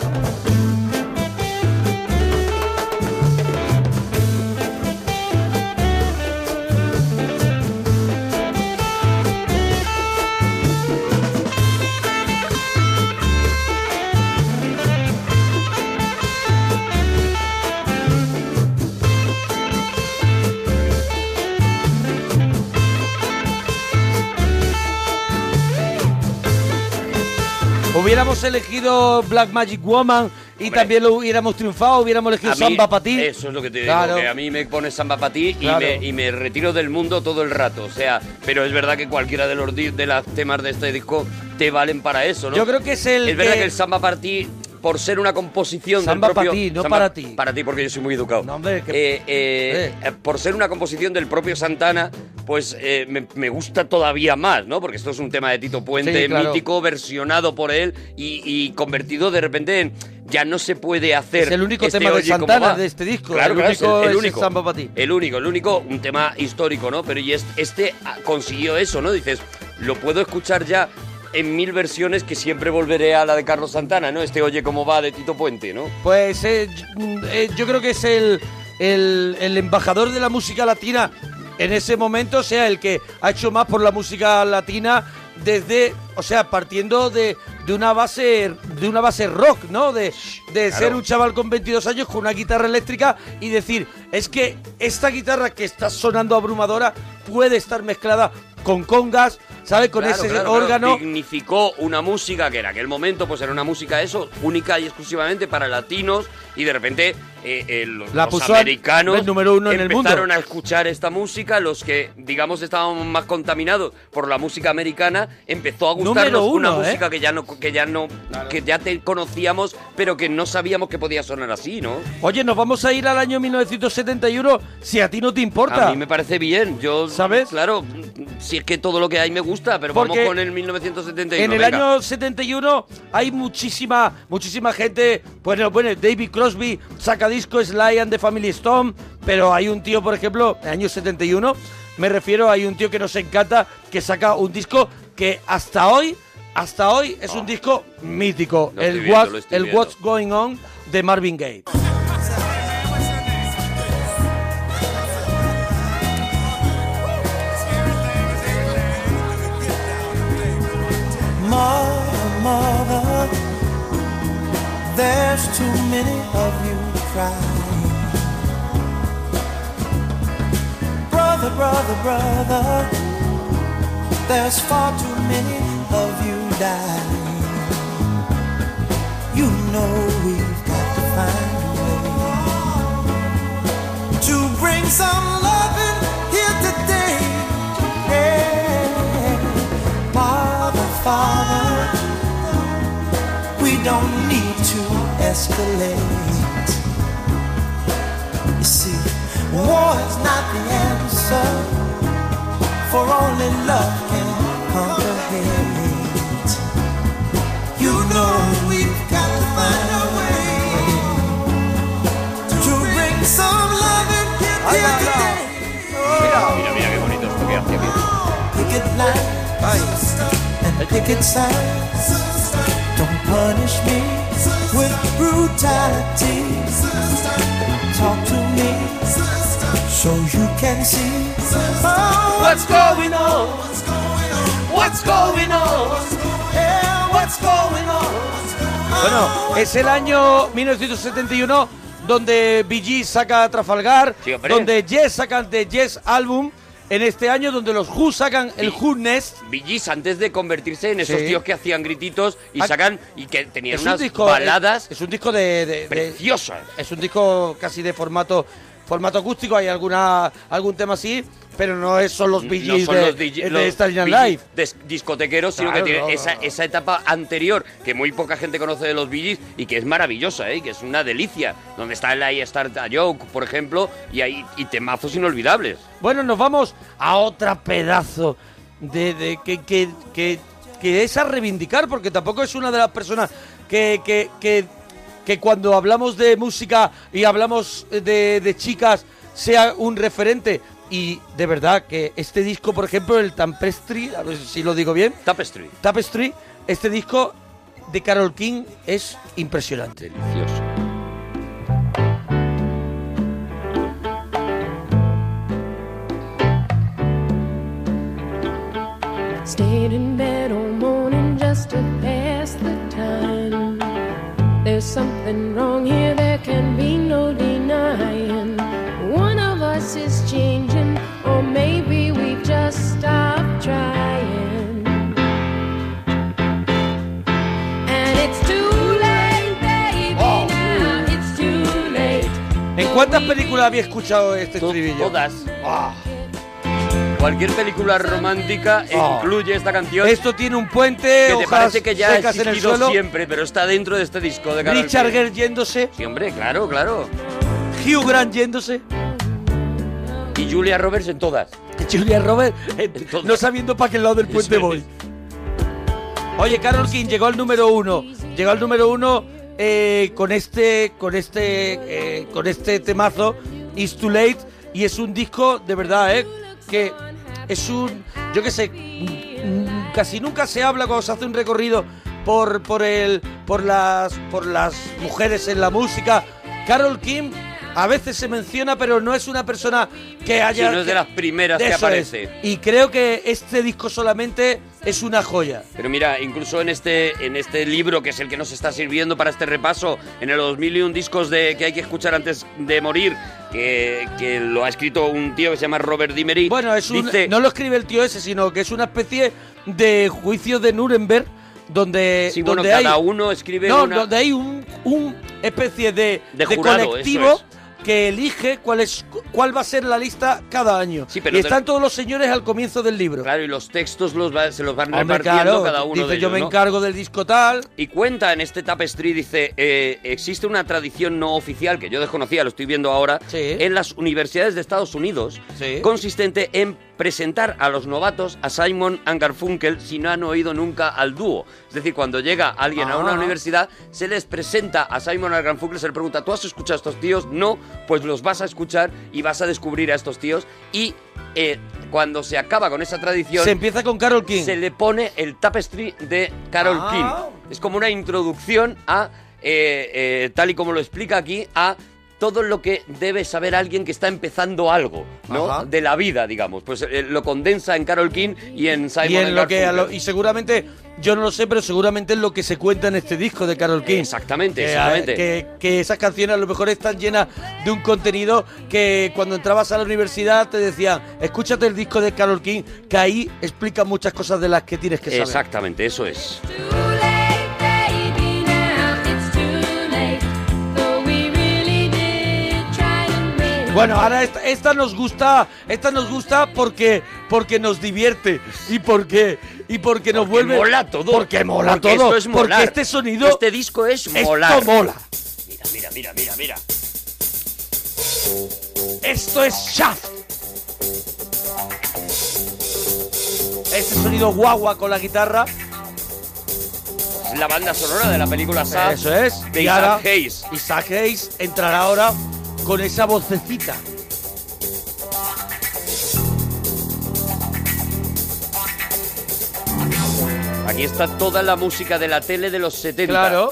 Hubiéramos elegido Black Magic Woman y Hombre. también lo hubiéramos triunfado, hubiéramos elegido mí, Samba Pa' Ti. Eso es lo que te claro. digo, que a mí me pone Samba Pa' Ti claro. y, me, y me retiro del mundo todo el rato. O sea, pero es verdad que cualquiera de los de las temas de este disco te valen para eso, ¿no? Yo creo que es el Es verdad que... que el Samba Pa' Ti, por ser una composición Samba del propio... Pa' Ti, no Samba, para ti. Para ti, porque yo soy muy educado. No, hombre, que... eh, eh, eh. Por ser una composición del propio Santana, pues eh, me, me gusta todavía más, ¿no? Porque esto es un tema de Tito Puente, sí, claro. mítico, versionado por él y, y convertido de repente en... Ya no se puede hacer... Es el único este tema de Oye, ¿cómo Santana va? de este disco. Claro, el claro, único es el, el es único. el Samba Pa' Ti. El único, el único, un tema histórico, ¿no? Pero y es, este consiguió eso, ¿no? Dices, lo puedo escuchar ya en mil versiones que siempre volveré a la de Carlos Santana, ¿no? Este Oye Cómo Va de Tito Puente, ¿no? Pues eh, eh, yo creo que es el, el, el embajador de la música latina en ese momento, o sea, el que ha hecho más por la música latina desde, o sea, partiendo de, de una base de una base rock, ¿no? De, de Claro. ser un chaval con veintidós años con una guitarra eléctrica y decir, es que esta guitarra que está sonando abrumadora puede estar mezclada con congas, ¿sabes? Con Claro, ese claro, órgano. claro. Dignificó una música que en aquel momento pues era una música eso, única y exclusivamente para latinos y de repente eh, eh, los, La los puso al- americanos el número uno en el mundo. empezaron a escuchar esta música, los que digamos estábamos más contaminados por la música americana, empezó a gustarnos Número uno, una ¿eh? música que ya no que ya no que ya te conocíamos, pero que no sabíamos que podía sonar así, ¿no? Oye, nos vamos a ir al año mil novecientos setenta y uno, si a ti no te importa. A mí me parece bien, yo, ¿sabes? Claro, si es que todo lo que hay me gusta, pero Porque vamos con el mil novecientos setenta y uno. En el venga. año setenta y uno hay muchísima, muchísima gente. Bueno, bueno, David Crosby saca disco, Sly and the Family Stone, pero hay un tío, por ejemplo, en el año setenta y uno, me refiero, hay un tío que nos encanta, que saca un disco que hasta hoy, hasta hoy es un disco mítico, Lo estoy el, viendo, What- lo estoy el viendo. What's Going On de Marvin Gaye. Mother, mother, there's too many of you crying. Brother, brother, brother, there's far too many of you dying. You know we've got to find a way to bring some loving here today. Yeah. Father, Father, we don't need to escalate. You see, war is not the answer, for only love can conquer hate. You know we've got to find a way to bring some loving here today. Mira, mira qué bonito esto que hace aquí. Picket lines and picket signs. Don't punish me with brutality. Talk to me so you can see oh, what's going on. What's going on? Yeah, what's going on? Bueno, es el año mil novecientos setenta y uno donde Bee Gees saca Trafalgar, Sí, hombre. donde Yes sacan The Yes Album, en este año donde los Who sacan el Who Nest. Bee Gees, antes de convertirse en esos Sí. tíos que hacían grititos y Ah, sacan y que tenían Es un unas disco, baladas Es, es un disco de, de- de- preciosas. Es un disco casi de formato formato acústico, hay alguna algún tema así, pero no es, son los Bee No Gees son de, los D J de los Saturday Night Bee Live. Gees des- discotequeros, sino Claro, que tiene no, esa, no. esa etapa anterior que muy poca gente conoce de los Bee Gees y que es maravillosa, ¿eh? Que es una delicia. Donde está el I Start a Joke, por ejemplo, y hay y temazos inolvidables. Bueno, nos vamos a otra pedazo de, de que, que, que, que es a reivindicar, porque tampoco es una de las personas que, que, que, que cuando hablamos de música y hablamos de, de chicas sea un referente. Y de verdad que este disco, por ejemplo, el Tapestry, a ver si lo digo bien. Tapestry. Tapestry, este disco de Carole King es impresionante. Delicioso. Stayed in bed all morning just to pass the time. There's something wrong here, there can be no denying. One of us is changing, or maybe we just stopped trying. And it's too late, baby, now it's too late. ¿En cuántas películas había escuchado este estribillo? Todas. Cualquier película romántica Oh. incluye esta canción. Esto tiene un puente, que te hojas parece que ya ha secas en el existido suelo. siempre, pero está dentro de este disco de Carole Richard King. Gere yéndose. Sí, hombre, claro, claro. Hugh Grant yéndose. Y Julia Roberts en todas. Julia Roberts eh, no sabiendo para qué lado del puente Eso voy. Oye, Carole King llegó al número uno. Llegó al número uno eh, con este, con este, eh, con este temazo, It's Too Late, y es un disco de verdad, eh, que es un, yo qué sé, mm, casi nunca se habla cuando se hace un recorrido por, por el, por las, por las mujeres en la música. Carole King a veces se menciona, pero no es una persona que haya... Sí, no es de las primeras que Eso aparece. es. Y creo que este disco solamente es una joya. Pero mira, incluso en este, en este libro, que es el que nos está sirviendo para este repaso, en el dos mil y un discos de, que hay que escuchar antes de morir, que, que lo ha escrito un tío que se llama Robert Dimery. Bueno, es un, dice, no lo escribe el tío ese, sino que es una especie de juicio de Nuremberg, donde, Sí, bueno, donde cada hay, uno escribe no, una- donde hay un, un especie de, De jurado, colectivo eso que elige cuál es cuál va a ser la lista cada año. Sí, pero y de- están todos los señores al comienzo del libro. Claro, y los textos los va- se los van Hombre, repartiendo claro, cada uno dice de ellos, yo me ¿no? encargo del disco tal. Y cuenta en este Tapestry, dice, eh, existe una tradición no oficial, que yo desconocía, lo estoy viendo ahora, en las universidades de Estados Unidos, Sí. consistente en presentar a los novatos a Simon and Garfunkel si no han oído nunca al dúo. Es decir, cuando llega alguien a una Ah. universidad, se les presenta a Simon and Garfunkel, se le pregunta, ¿tú has escuchado a estos tíos? No, pues los vas a escuchar y vas a descubrir a estos tíos. Y eh, cuando se acaba con esa tradición... Se empieza con Carole King. Se le pone el Tapestry de Carole Ah. King. Es como una introducción a, eh, eh, tal y como lo explica aquí, a todo lo que debe saber alguien que está empezando algo, ¿no? Ajá. De la vida, digamos. Pues eh, lo condensa en Carole King y en Simon Y, en and lo que, a Garfunkel. lo- y seguramente, yo no lo sé, pero seguramente es lo que se cuenta en este disco de Carole King. Exactamente, que, exactamente. Que, que esas canciones a lo mejor están llenas de un contenido que cuando entrabas a la universidad te decían, escúchate el disco de Carole King, que ahí explica muchas cosas de las que tienes que saber. Exactamente, eso es. Bueno, ahora esta, esta nos gusta, esta nos gusta porque porque nos divierte y porque y porque nos Porque vuelve mola todo. porque mola Porque todo, esto es porque molar. este sonido, Este disco es esto molar. mola. Mira, mira, mira, mira. Esto es Shaft. Este sonido guagua con la guitarra. Es la banda sonora de la película Shaft. Eso es. De Y Isaac ahora Hayes. Isaac Hayes entrará ahora con esa vocecita. Aquí está toda la música de la tele de los setenta. Claro.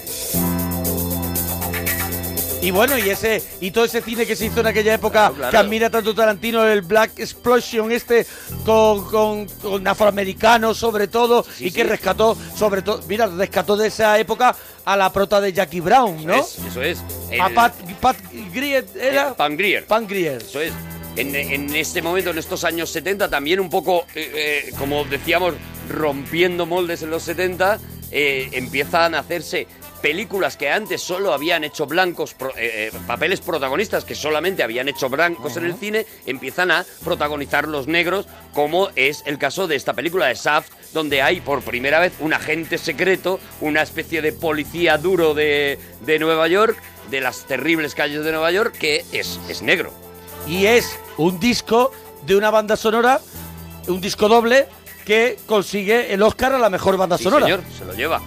Y bueno, y ese y todo ese cine que se hizo en aquella época, Claro, claro. que admira tanto Tarantino, el Black Explosion este, con, con, con afroamericanos sobre todo, Sí, y que sí. rescató, sobre todo, mira, rescató de esa época a la prota de Jackie Brown, ¿no? Eso es, eso es. A El- Pat, Pat Grier, ¿era? Eh, Pam Grier. Pam Grier. Eso es. En, en este momento, en estos años setenta, también un poco, eh, eh, como decíamos, rompiendo moldes en los setenta, eh, empiezan a hacerse películas que antes solo habían hecho blancos, pro, eh, eh, papeles protagonistas que solamente habían hecho blancos uh-huh. en el cine, empiezan a protagonizar los negros, como es el caso de esta película de Shaft, donde hay por primera vez un agente secreto, una especie de policía duro de, de Nueva York, de las terribles calles de Nueva York, que es, es negro. Y es un disco de una banda sonora, un disco doble, que consigue el Oscar a la mejor banda sí, sonora. Señor, se lo lleva.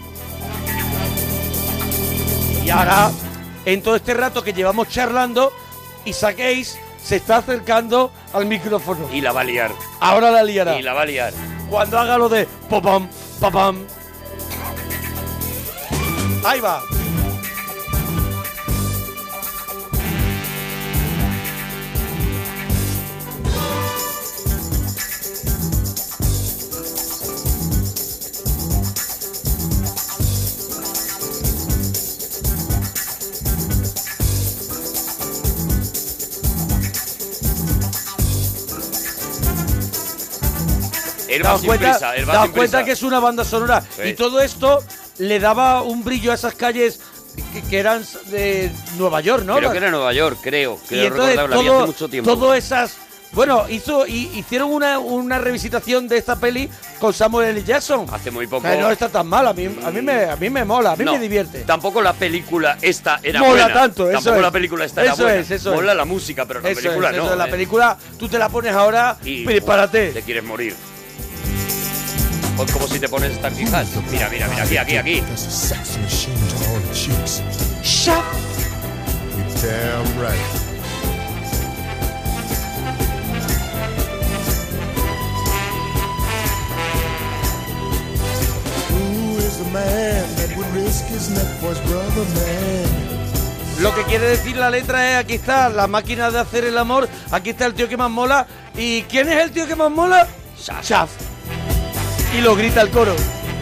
Y ahora, en todo este rato que llevamos charlando, Isaac Hayes se está acercando al micrófono. Y la va a liar. Ahora la liará. Y la va a liar. Cuando haga lo de popam, papam. Ahí va. Daos cuenta, daos cuenta que es una banda sonora. Sí. Y todo esto le daba un brillo a esas calles que, que eran de Nueva York, ¿no? Creo que era Nueva York, creo. creo y entonces todo, hace mucho tiempo. todo esas... Bueno, hizo y hicieron una, una revisitación de esta peli con Samuel L. Jackson. Hace muy poco. Que no está tan mal, a mí, a mí, me, a mí me mola, a mí no, me divierte. Tampoco la película esta era mola buena. tanto, eso Tampoco es. la película esta era eso buena. Es, eso mola es. la música, pero la eso película es, no. Eso es. La eh. película, tú te la pones ahora y prepárate. Te quieres morir. Como si te pones Star Quijas. Mira, mira, mira, aquí, aquí, aquí. Shut. Damn right. Who is the man that would risk his neck for his brother, man? Lo que quiere decir la letra es, aquí está la máquina de hacer el amor, aquí está el tío que más mola. ¿Y quién es el tío que más mola? Shaft. Y lo grita el coro.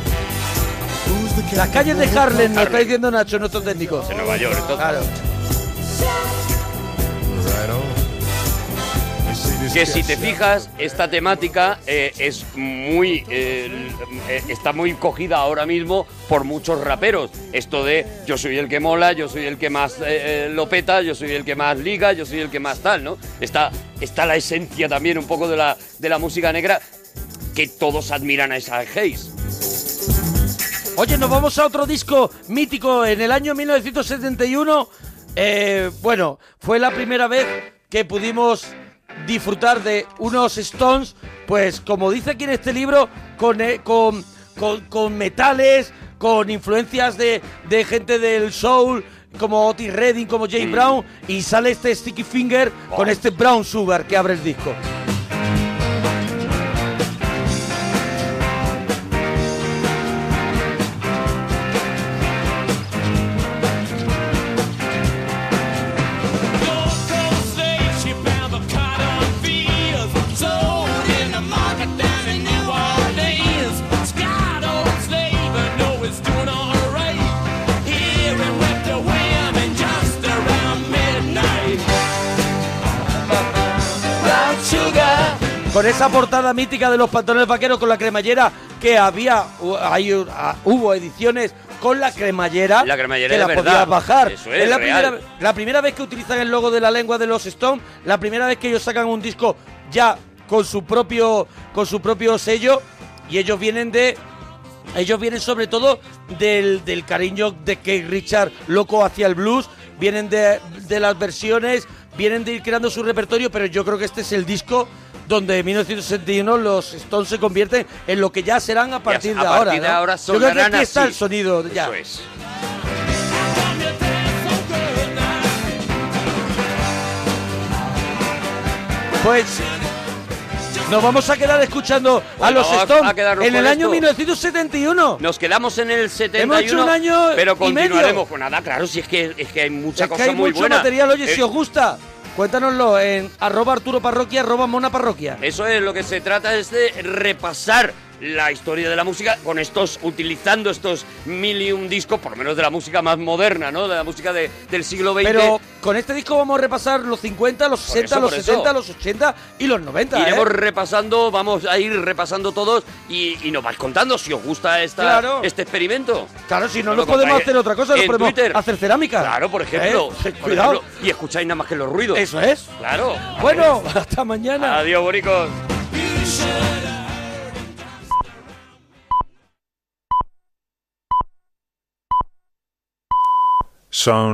Las calles de Harlem, nos está diciendo Nacho, nuestro técnico. De Nueva York, entonces. Claro. Que si te fijas, esta temática eh, es muy eh, eh, está muy cogida ahora mismo por muchos raperos. Esto de yo soy el que mola, yo soy el que más eh, lo peta, yo soy el que más liga, yo soy el que más tal, ¿no? Está, está la esencia también un poco de la, de la música negra, que todos admiran a Isaac Hayes. Oye, nos vamos a otro disco mítico. En el año mil novecientos setenta y uno, eh, bueno, fue la primera vez que pudimos disfrutar de unos Stones, pues como dice aquí en este libro, con, eh, con, con, con metales, con influencias de, de gente del soul, como Otis Redding, como Jay mm. Brown, y sale este Sticky Finger oh. con este Brown Sugar que abre el disco. Con esa portada mítica de los pantalones vaqueros con la cremallera, que había, hay, hubo ediciones con la cremallera, la cremallera que la verdad. podías bajar. Eso es, es la, real. primera, la primera vez que utilizan el logo de la lengua de los Stones, la primera vez que ellos sacan un disco ya con su propio, con su propio sello, y ellos vienen de... Ellos vienen sobre todo del, del cariño de Keith Richards loco hacia el blues, vienen de, de las versiones, vienen de ir creando su repertorio, pero yo creo que este es el disco donde en mil novecientos sesenta y uno los Stones se convierten en lo que ya serán a partir ya, de a ahora. partir de ¿no? ahora yo creo que aquí así. está el sonido ya. Eso es. Pues nos vamos a quedar escuchando bueno, a los Stones en el año esto. mil novecientos setenta y uno. Nos quedamos en el setenta y uno. Hemos hecho un año pero y medio. continuaremos. Pues nada, claro, si es que, es que hay mucha es cosa que hay muy mucho buena. material. Oye, eh, si os gusta, cuéntanoslo en arroba Arturo Parroquia, arroba Mona Parroquia. Eso es, lo que se trata es de repasar la historia de la música con estos, utilizando estos mil y un discos, por lo menos de la música más moderna, ¿no? De la música de, del siglo veinte. Pero con este disco vamos a repasar los cincuenta, los sesenta, eso, los por setenta, eso. los ochenta y los noventa. Iremos ¿eh? repasando, vamos a ir repasando todos y, y nos vais contando si os gusta esta, Claro. este experimento. Claro, si no, Nos no lo podemos contáis hacer otra cosa, no en podemos Twitter. hacer cerámica. Claro, por ejemplo. ¿Eh? Por Cuidado. ejemplo, y escucháis nada más que los ruidos. Eso es. Claro. Bueno, hasta mañana. Adiós, boricos. Son